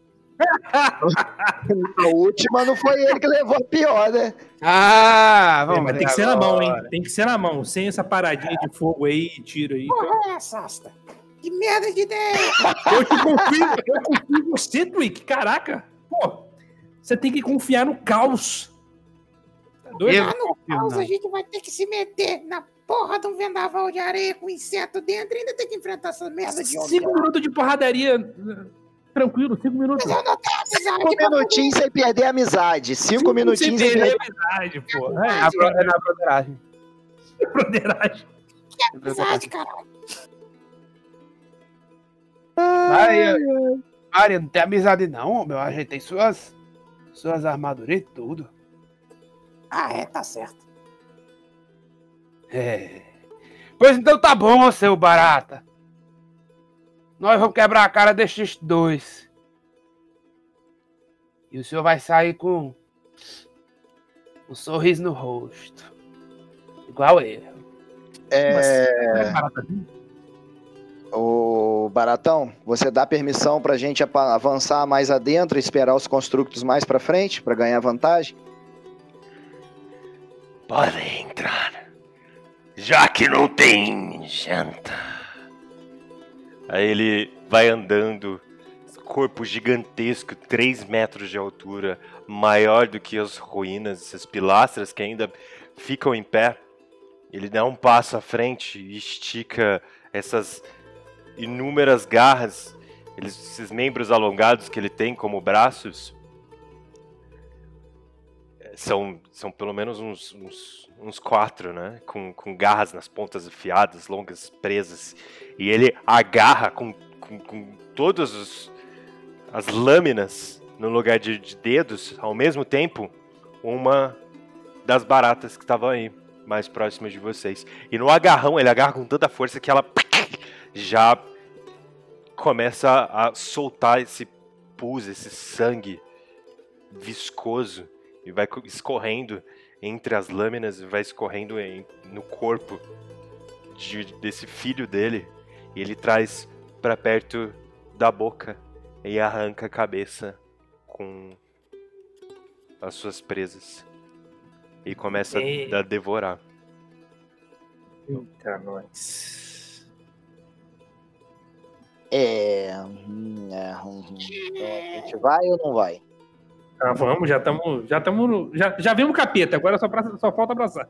S4: A última não foi ele que levou a pior, né?
S10: Ah,
S11: É, mas tem que ser na mão, hein? Tem que ser na mão, sem essa paradinha de fogo aí e tiro aí.
S13: Porra, é essa, Asta? Que merda de ideia!
S11: Eu te confio, eu confio em você, Twick. Caraca, pô, você tem que confiar no caos. Tá doido?
S13: Lá no caos a gente vai ter que se meter na porra de um vendaval de areia com inseto dentro e ainda ter que enfrentar essa merda de homem.
S11: Cinco minutos de porradaria. Tranquilo, cinco minutos.
S13: Mas eu não tenho amizade.
S4: Cinco minutinhos sem perder a amizade. Cinco, Cinco minutinhos sem perder
S11: a amizade, pô.
S10: É, é, bro- é na broderagem.
S11: Broderagem.
S13: Que amizade, caralho.
S10: Maria, Maria, não tem amizade não, meu. A gente tem suas, suas armaduras e tudo.
S13: Ah, é, tá certo.
S10: É. Pois então tá bom, seu barata. Nós vamos quebrar a cara destes dois. E o senhor vai sair com um sorriso no rosto. Igual eu.
S4: É... Ô, Baratão, você dá permissão pra gente apa- avançar mais adentro e esperar os constructos mais pra frente, pra ganhar vantagem?
S15: Podem entrar, já que não tem janta.
S9: Aí ele vai andando, corpo gigantesco, três metros de altura, maior do que as ruínas, essas pilastras que ainda ficam em pé. Ele dá um passo à frente e estica essas inúmeras garras, eles, esses membros alongados que ele tem como braços. São, são pelo menos uns, uns, uns quatro, né? Com, com garras nas pontas afiadas, longas, presas. E ele agarra com, com, com todas os, as lâminas no lugar de, de dedos, ao mesmo tempo, uma das baratas que estavam aí, mais próximas de vocês. E no agarrão, ele agarra com tanta força que ela já começa a soltar esse pus, esse sangue viscoso. E vai escorrendo entre as lâminas, vai escorrendo em, no corpo de, desse filho dele. E ele traz para perto da boca e arranca a cabeça com as suas presas. E começa
S11: É.
S9: a devorar.
S11: Eita, nós.
S4: É... hum, é, hum, hum. Então, a gente vai ou não vai?
S11: Ah, vamos, já estamos. Já, tamo, já, já vimos o capeta, agora só, pra, só falta abraçar.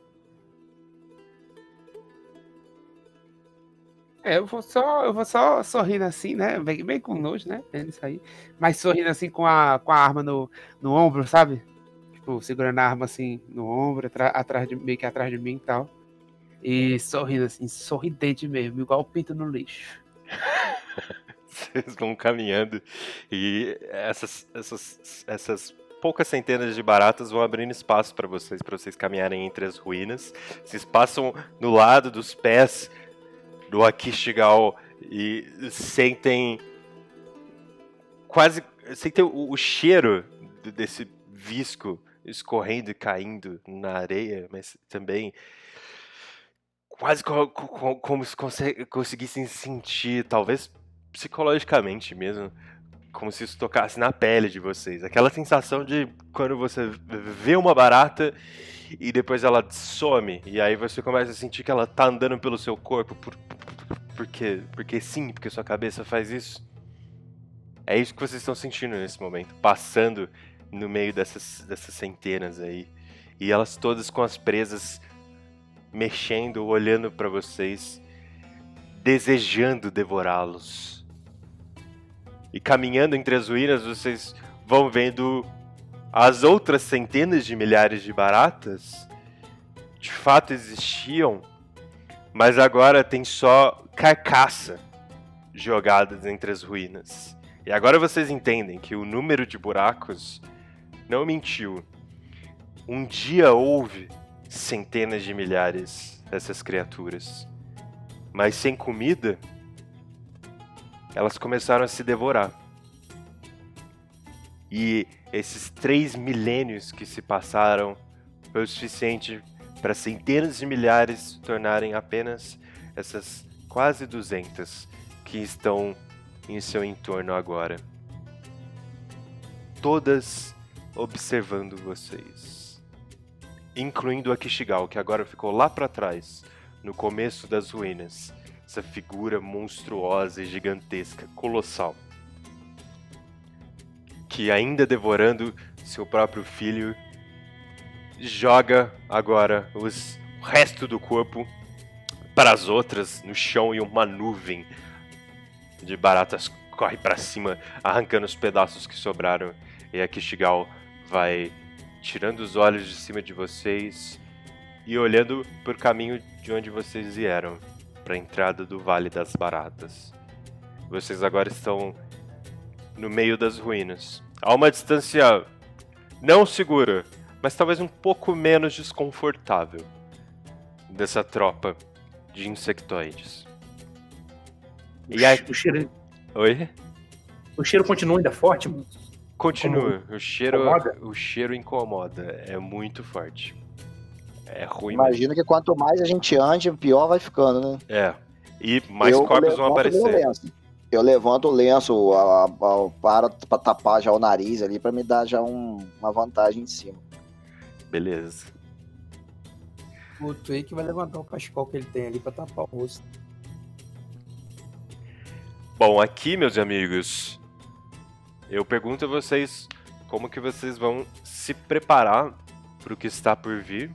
S10: É, eu vou só, eu vou só sorrindo assim, né? Bem, bem com nojo, né? Vendo isso aí. Mas sorrindo assim com a, com a arma no, no ombro, sabe? Tipo, segurando a arma assim no ombro, atra- atrás de, meio que atrás de mim e tal. E sorrindo assim, sorridente mesmo, igual o pinto no lixo.
S9: Vocês vão caminhando e essas, essas, essas poucas centenas de baratas vão abrindo espaço para vocês, para vocês caminharem entre as ruínas. Vocês passam no lado dos pés do Akishigal e sentem quase, sentem o, o cheiro d- desse visco escorrendo e caindo na areia, mas também quase co- co- como se conse- conseguissem sentir, talvez psicologicamente mesmo, como se isso tocasse na pele de vocês. Aquela sensação de quando você vê uma barata e depois ela some, e aí você começa a sentir que ela tá andando pelo seu corpo, por, porque, porque sim, porque sua cabeça faz isso. É isso que vocês estão sentindo nesse momento, passando no meio dessas, dessas centenas aí. E elas todas com as presas mexendo, olhando pra vocês, desejando devorá-los. E caminhando entre as ruínas, vocês vão vendo as outras centenas de milhares de baratas. De fato existiam, mas agora tem só carcaça jogadas entre as ruínas. E agora vocês entendem que o número de buracos não mentiu. Um dia houve centenas de milhares dessas criaturas. Mas sem comida, elas começaram a se devorar. E esses três milênios que se passaram foi o suficiente para centenas de milhares se tornarem apenas essas quase duzentas que estão em seu entorno agora. Todas observando vocês. Incluindo a Kishigal, que agora ficou lá para trás, no começo das ruínas. Essa figura monstruosa e gigantesca, colossal. Que ainda devorando seu próprio filho, joga agora os, o resto do corpo para as outras no chão e uma nuvem de baratas corre para cima, arrancando os pedaços que sobraram. E a Kishigal vai tirando os olhos de cima de vocês e olhando para o caminho de onde vocês vieram, para a entrada do Vale das Baratas. Vocês agora estão no meio das ruínas, a uma distância não segura, mas talvez um pouco menos desconfortável dessa tropa de insectoides.
S11: E aí... O cheiro...
S9: Oi?
S11: O cheiro continua ainda forte?
S9: Continua.
S11: Como...
S9: O cheiro,
S11: incomoda?
S9: o cheiro incomoda. É muito forte. É ruim.
S4: Imagina que quanto mais a gente ande, pior vai ficando, né?
S9: É. E mais
S4: eu
S9: corpos vão aparecer.
S4: Eu levanto o lenço a, a, a, para pra tapar já o nariz ali, pra me dar já um, uma vantagem em cima.
S9: Beleza.
S14: O Twig vai levantar o cachecol que ele tem ali pra tapar o rosto.
S9: Bom, aqui, meus amigos, eu pergunto a vocês como que vocês vão se preparar para o que está por vir.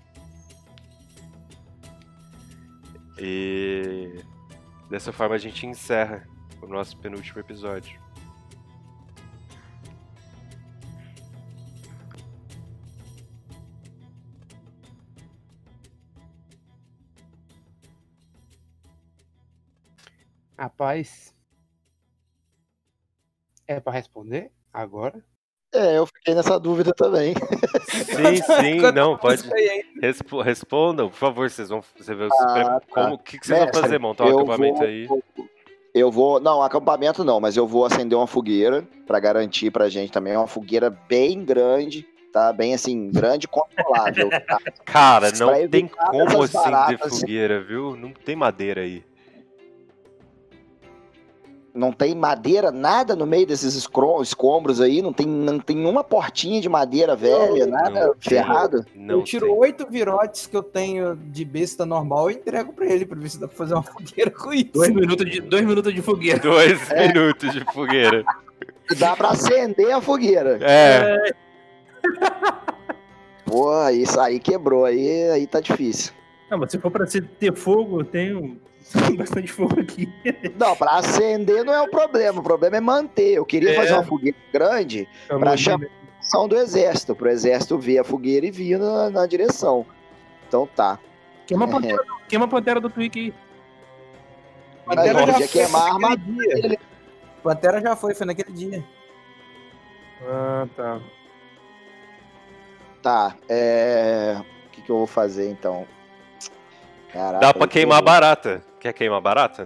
S9: E dessa forma a gente encerra o nosso penúltimo episódio.
S10: Rapaz, é pra responder agora?
S4: É, eu fiquei nessa dúvida também.
S9: Sim, sim, não, pode. Respo respondam, por favor, vocês vão. Você vê,
S4: Ah,
S9: como, o
S4: tá.
S9: que, que vocês
S4: Mestre,
S9: vão fazer? Montar um
S4: eu
S9: acampamento
S4: vou-
S9: aí?
S4: Eu vou. Não, acampamento não, mas eu vou acender uma fogueira pra garantir pra gente também. Uma fogueira bem grande, tá? Bem assim, grande e controlável. Tá?
S9: Cara,
S4: Pra
S9: não tem
S4: evitar
S9: como
S4: essas
S9: acender
S4: baratas.
S9: fogueira, viu? Não tem madeira aí.
S4: Não tem madeira, nada no meio desses escro- escombros aí. Não tem, não tem uma portinha de madeira velha, nada
S9: não tem.
S4: ferrado.
S14: eu tiro oito virotes que eu tenho de besta normal e entrego pra ele, pra ver se dá pra fazer uma fogueira com isso.
S11: Dois minutos de, dois minutos de fogueira.
S9: Dois minutos de fogueira.
S4: Dá pra acender a fogueira.
S9: É.
S4: Pô, isso aí quebrou, aí, aí tá difícil.
S11: Não, mas se for pra ser- ter fogo, eu tenho bastante fogo aqui.
S4: Não, pra acender não é o problema, o problema é manter. Eu queria
S11: É.
S4: fazer uma fogueira grande
S11: Eu
S4: pra
S11: não-
S4: chamar a atenção do exército, pro exército ver a fogueira e vir na, na direção. Então tá.
S11: Queima a pantera, do- queima a pantera do Twig aí.
S14: Pantera
S4: Mas
S14: já
S4: podia
S14: foi
S4: queimar a
S14: naquele dia. Pantera já foi, foi naquele dia.
S11: Ah, tá.
S4: Tá, é... O que, que eu vou fazer então? Caraca,
S9: Dá pra
S4: eu
S9: queimar
S4: tô-
S9: barata. Quer queimar barata?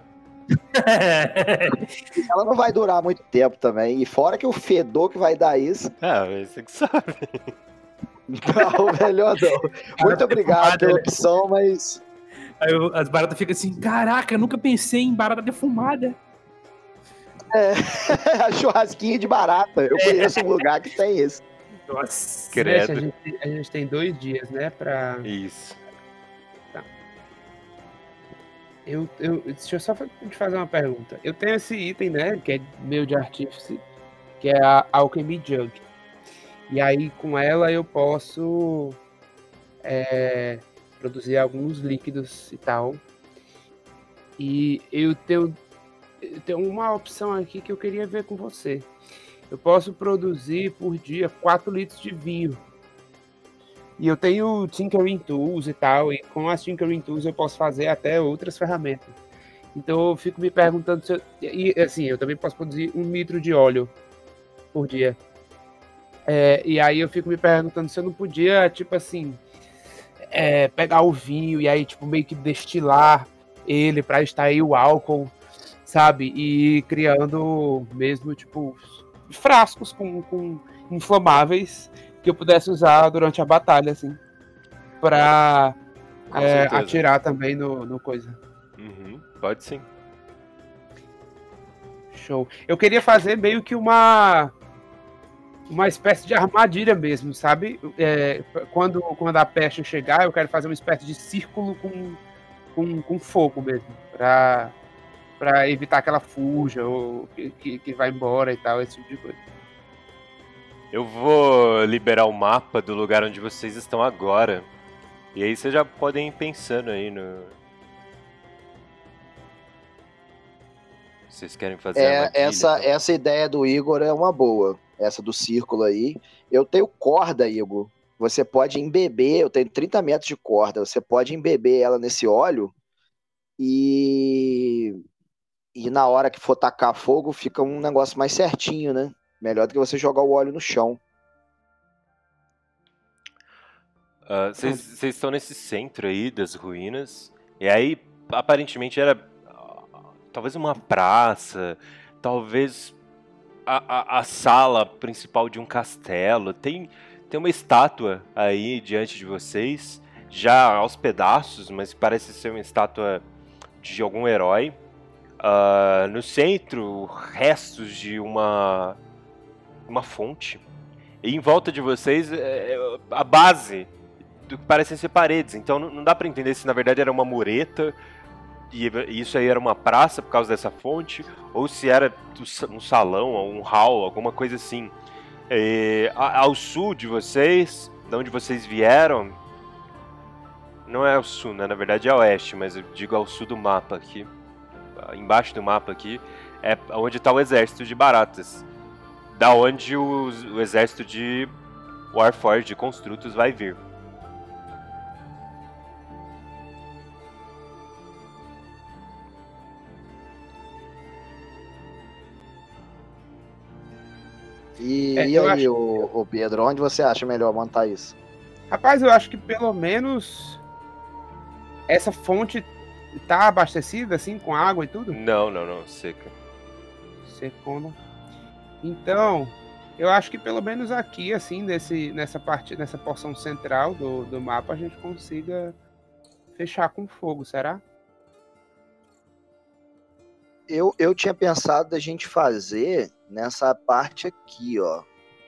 S4: Ela não vai durar muito tempo também. E fora que o fedor que vai dar isso.
S9: É, você que sabe.
S4: Não, melhor não. Muito obrigado pela opção, mas.
S11: Aí eu- as baratas ficam assim, caraca, eu nunca pensei em barata defumada.
S4: É, churrasquinho de barata. Eu conheço um lugar que tem isso.
S11: Nossa.
S9: Credo.
S10: A gente, a gente tem dois dias, né, pra...
S9: Isso.
S10: Eu, eu, deixa eu só fa- te fazer uma pergunta. Eu tenho esse item, né, que é meu de artífice, que é a Alchemy Jug. E aí, com ela, eu posso é, produzir alguns líquidos e tal. E eu tenho tem uma opção aqui que eu queria ver com você. Eu posso produzir por dia quatro litros de vinho. E eu tenho Tinkering Tools e tal, e com as Tinkering Tools eu posso fazer até outras ferramentas. Então eu fico me perguntando se eu... E assim, eu também posso produzir um litro de óleo por dia. É, e aí eu fico me perguntando se eu não podia, tipo assim, é, pegar o vinho e aí, tipo, meio que destilar ele para extrair o álcool, sabe? E ir criando mesmo, tipo, frascos com, com inflamáveis que eu pudesse usar durante a batalha, assim, pra é, atirar também no, no coisa.
S9: Uhum, pode sim.
S10: Show. Eu queria fazer meio que uma uma espécie de armadilha mesmo, sabe? É, quando, quando a peste chegar, eu quero fazer uma espécie de círculo com, com, com fogo mesmo, pra, pra evitar que ela fuja ou que, que, que vai embora e tal, esse tipo de coisa.
S9: Eu vou liberar o mapa do lugar onde vocês estão agora. E aí vocês já podem ir pensando aí no... Vocês querem fazer
S4: É,
S9: armadilha,
S4: essa,
S9: então?
S4: essa ideia do Igor é uma boa. Essa do círculo aí. Eu tenho corda, Igor. Você pode embeber, eu tenho trinta metros de corda. Você pode embeber ela nesse óleo e... E na hora que for tacar fogo, fica um negócio mais certinho, né? Melhor do que você jogar o óleo no chão.
S9: Uh, Vocês vocês estão nesse centro aí das ruínas. E aí, aparentemente, era uh, talvez uma praça, talvez a, a, a sala principal de um castelo. Tem, tem uma estátua aí diante de vocês, já aos pedaços, mas parece ser uma estátua de algum herói. Uh, no centro, restos de uma, uma fonte. E em volta de vocês, é, a base do que parecem ser paredes. Então não, não dá pra entender se na verdade era uma mureta e isso aí era uma praça por causa dessa fonte, ou se era um salão, um hall, alguma coisa assim. E, ao sul de vocês, de onde vocês vieram, não é ao sul, né? Na verdade é ao oeste, mas eu digo ao sul do mapa aqui. Embaixo do mapa aqui é onde está o exército de Baratas, da onde o, o exército de Warforged, de Construtos, vai vir.
S4: E,
S10: É,
S4: e
S10: eu
S4: aí,
S10: acho-
S4: o, o Pedro, onde você acha melhor montar isso?
S10: Rapaz, eu acho que pelo menos essa fonte tá abastecida, assim, com água e tudo?
S9: Não, não, não, seca.
S10: Secona. Então, eu acho que pelo menos aqui, assim, nesse, nessa parte, nessa porção central do, do mapa, a gente consiga fechar com fogo, será?
S4: Eu, eu tinha pensado da gente fazer nessa parte aqui, ó.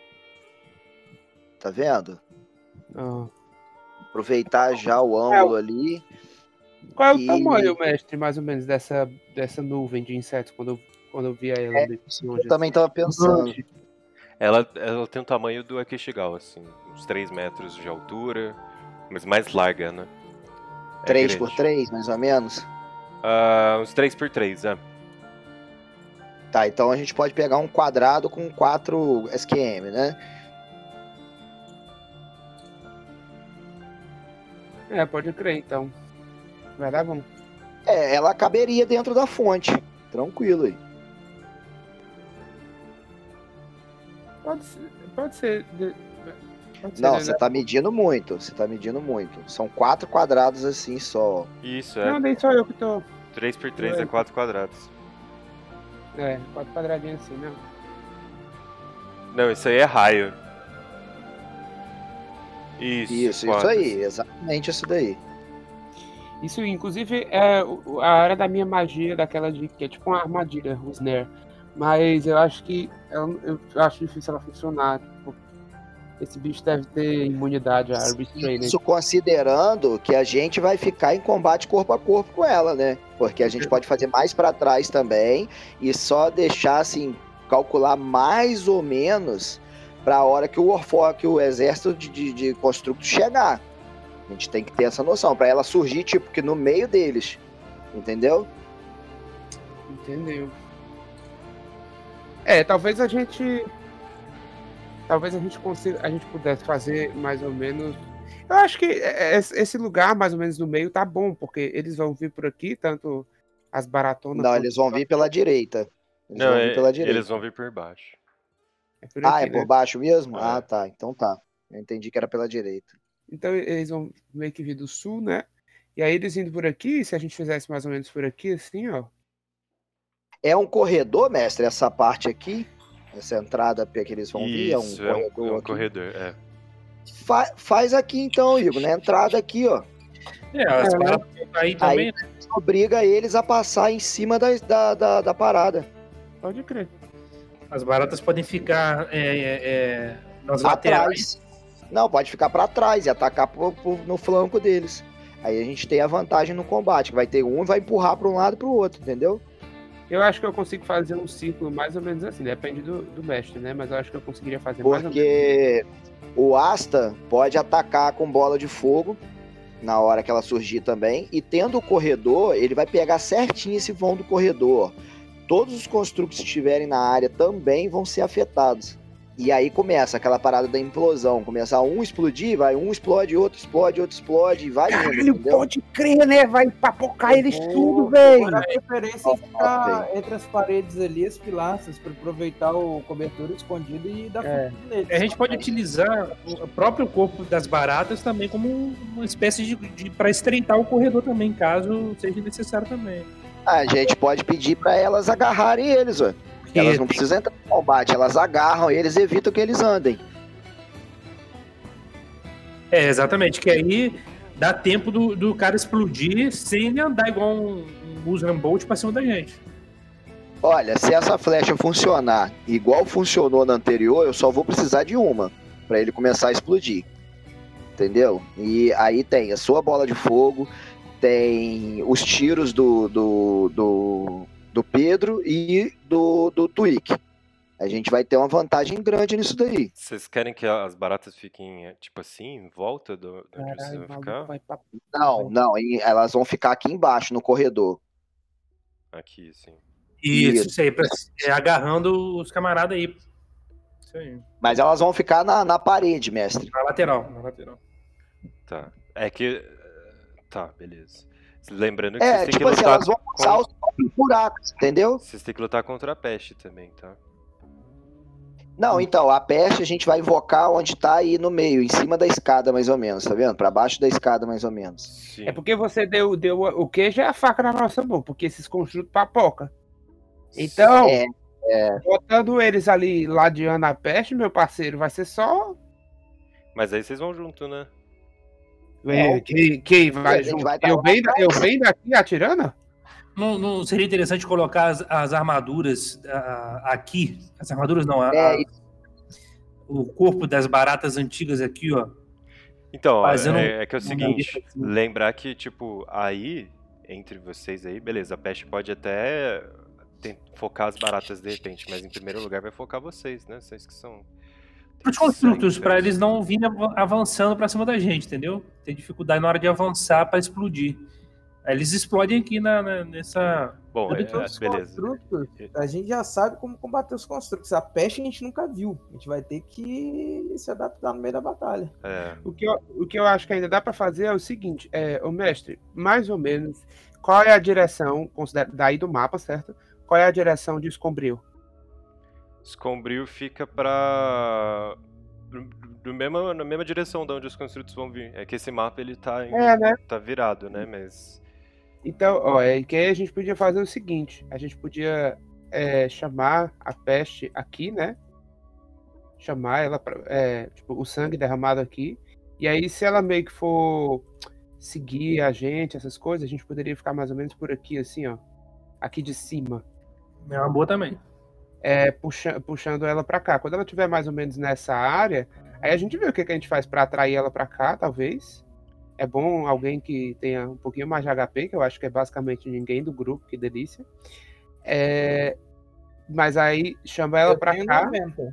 S4: Tá vendo?
S10: Ah.
S4: Aproveitar já o ângulo ali.
S10: Qual é o
S4: E-
S10: tamanho, mestre, mais ou menos, dessa, dessa nuvem de insetos quando eu, quando eu vi ela?
S4: É,
S10: de longe,
S4: eu também tava pensando.
S10: Gigante.
S9: Ela, ela tem o tamanho do Akeshigal, assim, uns três metros de altura, mas mais larga, né? É
S4: três
S9: grande.
S4: por três, mais ou menos.
S9: Ah, uns três por três, é.
S4: Tá, então a gente pode pegar um quadrado com quatro S Q M, né?
S10: É, pode crer, então. Vai dar bom.
S4: É, ela caberia dentro da fonte. Tranquilo aí.
S10: Pode ser. Pode ser. de- pode ser,
S4: Não,
S10: né?
S4: você tá medindo muito. Você tá medindo muito. São quatro quadrados assim só.
S9: Isso, é.
S10: Não, nem sou eu que tô.
S9: três por três é quatro quadrados.
S10: É, quatro quadradinhos assim, né?
S9: Não, isso aí é raio. Isso,
S4: Isso, isso
S9: quatro.
S4: aí. Exatamente isso daí.
S10: Isso, inclusive, é o- a área da minha magia, daquela de que é tipo uma armadilha, o snare. Mas eu acho que ela- eu, acho difícil ela funcionar. Tipo, esse bicho deve ter imunidade a restrain.
S4: Isso considerando que a gente vai ficar em combate corpo a corpo com ela, né? Porque a gente pode fazer mais pra trás também e só deixar assim, calcular mais ou menos pra hora que o Warfor, que o exército de, de, de construtos chegar. A gente tem que ter essa noção, pra ela surgir tipo que no meio deles, entendeu?
S10: Entendeu? É, talvez a gente. Talvez a gente consiga. A gente pudesse fazer mais ou menos. Eu acho que esse lugar, mais ou menos no meio, tá bom, porque eles vão vir por aqui, tanto as baratonas.
S4: Não, eles vão vir pela direita. Eles
S9: Não,
S4: vão vir
S9: é-
S4: pela direita.
S9: eles vão vir por baixo.
S10: É por
S4: Ah,
S10: aqui,
S4: é por
S10: né?
S4: baixo mesmo?
S9: É.
S4: Ah, tá. Então tá. Eu entendi que era pela direita.
S10: Então eles vão meio que vir do sul, né? E aí eles indo por aqui, se a gente fizesse mais ou menos por aqui, assim, ó.
S4: É um corredor, mestre, essa parte aqui? Essa entrada que eles vão vir? É um
S9: Isso, é um,
S4: corredor
S9: é um
S4: aqui?
S9: corredor, é.
S4: Fa- faz aqui então, Igor, na entrada aqui, ó.
S11: É, as
S10: É, né?
S11: baratas vão tá aí também,
S4: Aí obriga eles a passar em cima da, da, da, da parada.
S10: Pode crer.
S11: as baratas podem ficar é, é, é, nas laterais.
S4: Atrás. Não, pode ficar pra trás e atacar pro- pro- no flanco deles. Aí a gente tem a vantagem no combate, que vai ter um e vai empurrar pra um lado e pro outro, entendeu?
S10: Eu acho que eu consigo fazer um círculo mais ou menos assim, depende do, do mestre, né? Mas eu acho que eu conseguiria fazer mais ou menos.
S4: Porque o Asta pode atacar com bola de fogo na hora que ela surgir também. E tendo o corredor, ele vai pegar certinho esse vão do corredor. Todos os construtos que estiverem na área também vão ser afetados. E aí começa aquela parada da implosão. Começar um explodir, vai um explode, outro explode, outro explode, e vai indo,
S13: Caralho,
S4: entendeu?
S13: pode crer, né? Vai papocar eles
S14: Vou-
S13: tudo,
S14: vou
S13: velho.
S14: dar preferência em ficar entre as paredes ali, as pilastras, para aproveitar o cobertor escondido e dar
S11: É.
S14: fogo neles.
S11: A gente pode utilizar o próprio corpo das baratas também como uma espécie de, de para estreitar o corredor também, caso seja necessário também.
S4: A gente pode pedir pra elas agarrarem eles, ó. Elas não precisam entrar no combate, elas agarram eles e evitam que eles andem.
S11: É, exatamente, que aí dá tempo do, do cara explodir sem ele andar igual um, um Usain Bolt pra cima da gente.
S4: Olha, se essa flecha funcionar igual funcionou na anterior, eu só vou precisar de uma pra ele começar a explodir. Entendeu? E aí tem a sua bola de fogo, tem os tiros do, do, do, do Pedro e do, do Twig. A gente vai ter uma vantagem grande nisso daí.
S9: Vocês querem que as baratas fiquem, é, tipo assim, em volta do, de onde vocês
S10: Caralho,
S9: vão
S10: o
S9: ficar?
S10: maluco vai pra...
S4: Não, não, e elas vão ficar aqui embaixo, no corredor.
S9: Aqui, sim.
S11: Isso,
S4: Isso.
S11: isso aí, pra, é, agarrando os camaradas aí. Isso aí.
S4: Mas elas vão ficar na, na parede, mestre.
S11: Na lateral, na lateral.
S9: Tá. É que. Tá, beleza. Lembrando que
S4: É,
S9: vocês têm
S4: tipo
S9: que
S4: assim,
S9: lutar.
S4: elas vão passar
S9: com-
S4: os próprios buracos, entendeu?
S9: Vocês têm que lutar contra a peste também, tá?
S4: Não, então, a peste a gente vai invocar onde tá aí no meio, em cima da escada, mais ou menos, tá vendo? Pra baixo da escada, mais ou menos.
S9: Sim.
S10: É porque você deu, deu o queijo e a faca na nossa mão, porque esses construtos papoca. Então,
S4: É, é.
S10: botando eles ali ladeando a peste, meu parceiro, vai ser só.
S9: Mas aí vocês vão junto, né?
S10: É, quem, quem vai
S4: A gente
S10: junto?
S4: vai tá
S10: eu,
S4: lá
S10: bem,
S4: atrás.
S10: eu bem daqui atirando?
S11: Não, não seria interessante colocar as, as armaduras ah, aqui? As armaduras não, a-
S4: É,
S11: a- o corpo das baratas antigas aqui, ó.
S9: Então,
S11: Fazendo
S9: é, é que é o
S11: uma
S9: seguinte,
S11: lista assim.
S9: lembrar que, tipo, aí, entre vocês aí, beleza, a peste pode até tem- focar as baratas de repente, mas em primeiro lugar vai focar vocês, né? Vocês que são.
S11: Os construtos, pra eles não virem av- avançando pra cima da gente, entendeu? Tem dificuldade na hora de avançar pra explodir. Aí eles explodem aqui na, na- nessa.
S9: Bom,
S14: Porque
S9: é,
S14: os
S9: beleza.
S14: construtos, a gente já sabe como combater os construtos. A peste a gente nunca viu. A gente vai ter que se adaptar no meio da batalha.
S9: É.
S10: O que, eu, o que eu acho que ainda dá pra fazer é o seguinte, é, o mestre, mais ou menos, qual é a direção, considera, daí do mapa, certo? Qual é a direção de Escombril?
S9: Escombril fica pra. Do mesmo, na mesma direção de onde os construtos vão vir. É que esse mapa ele tá, em-
S10: É, né?
S9: tá virado, né? Mas.
S10: Então, ó, é que aí a gente podia fazer o seguinte, a gente podia é, chamar a peste aqui, né? Chamar ela, pra, é, tipo, o sangue derramado aqui. E aí, se ela meio que for seguir a gente, essas coisas, a gente poderia ficar mais ou menos por aqui, assim, ó. Aqui de cima.
S11: É uma boa também.
S10: É, puxa, puxando ela pra cá. Quando ela estiver mais ou menos nessa área, aí a gente vê o que, que a gente faz pra atrair ela pra cá, talvez. É bom alguém que tenha um pouquinho mais de H P, que eu acho que é basicamente ninguém do grupo, que delícia. É, mas aí chama ela
S14: Eu
S10: pra
S14: tenho
S10: cá.
S14: noventa.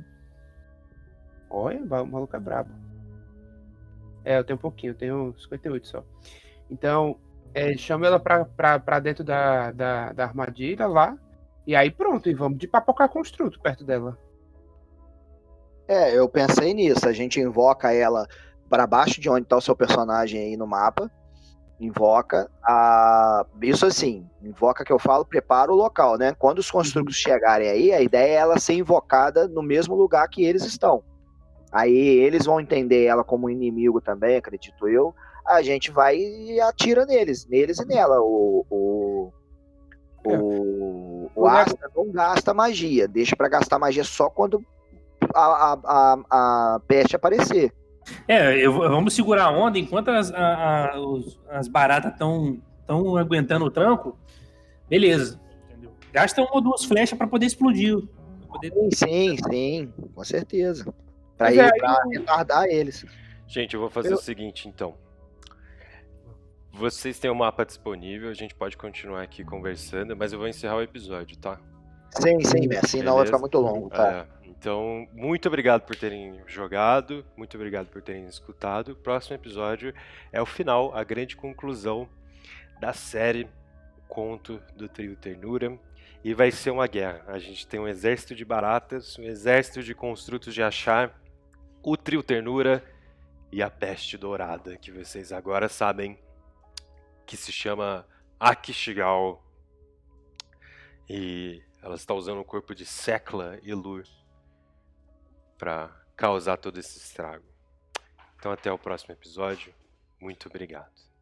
S10: Olha, o maluco é brabo. É, eu tenho um pouquinho, eu tenho cinquenta e oito só. Então, é, chama ela pra, pra, pra dentro da, da, da armadilha lá. E aí pronto, e vamos de papocar construto perto dela.
S4: É, eu pensei nisso. A gente invoca ela para baixo de onde tá o seu personagem aí no mapa. Invoca a. Isso assim, invoca que eu falo, prepara o local, né? Quando os construtos chegarem aí, a ideia é ela ser invocada no mesmo lugar que eles estão. Aí eles vão entender ela como inimigo também, acredito eu. A gente vai e atira neles, neles e nela. O, o, o, o Asta não gasta magia, deixa pra gastar magia só quando a, a, a, a peste aparecer.
S11: É, eu, vamos segurar a onda enquanto as, a, a, os, as baratas estão tão aguentando o tranco. Beleza. Entendeu? Gasta uma ou duas flechas pra poder explodir. Pra poder...
S4: Sim, sim, com certeza. Pra,
S9: Mas
S4: ir,
S9: é,
S4: pra
S9: eu-
S4: retardar eles.
S9: Gente, eu vou fazer
S4: Eu-
S9: o seguinte, então. Vocês têm o mapa disponível, a gente pode continuar aqui conversando, mas eu vou encerrar o episódio, tá?
S4: Sim, sim, assim não vai
S9: Beleza?
S4: ficar muito longo, tá?
S9: É, então, muito obrigado por terem jogado, muito obrigado por terem escutado. O próximo episódio é o final, a grande conclusão da série o Conto do Trio Ternura. E vai ser uma guerra. A gente tem um exército de baratas, um exército de construtos de achar, o Trio Ternura e a Peste Dourada, que vocês agora sabem que se chama Akishigal. E ela está usando o corpo de Sekla e Lur para causar todo esse estrago. Então até o próximo episódio. Muito obrigado.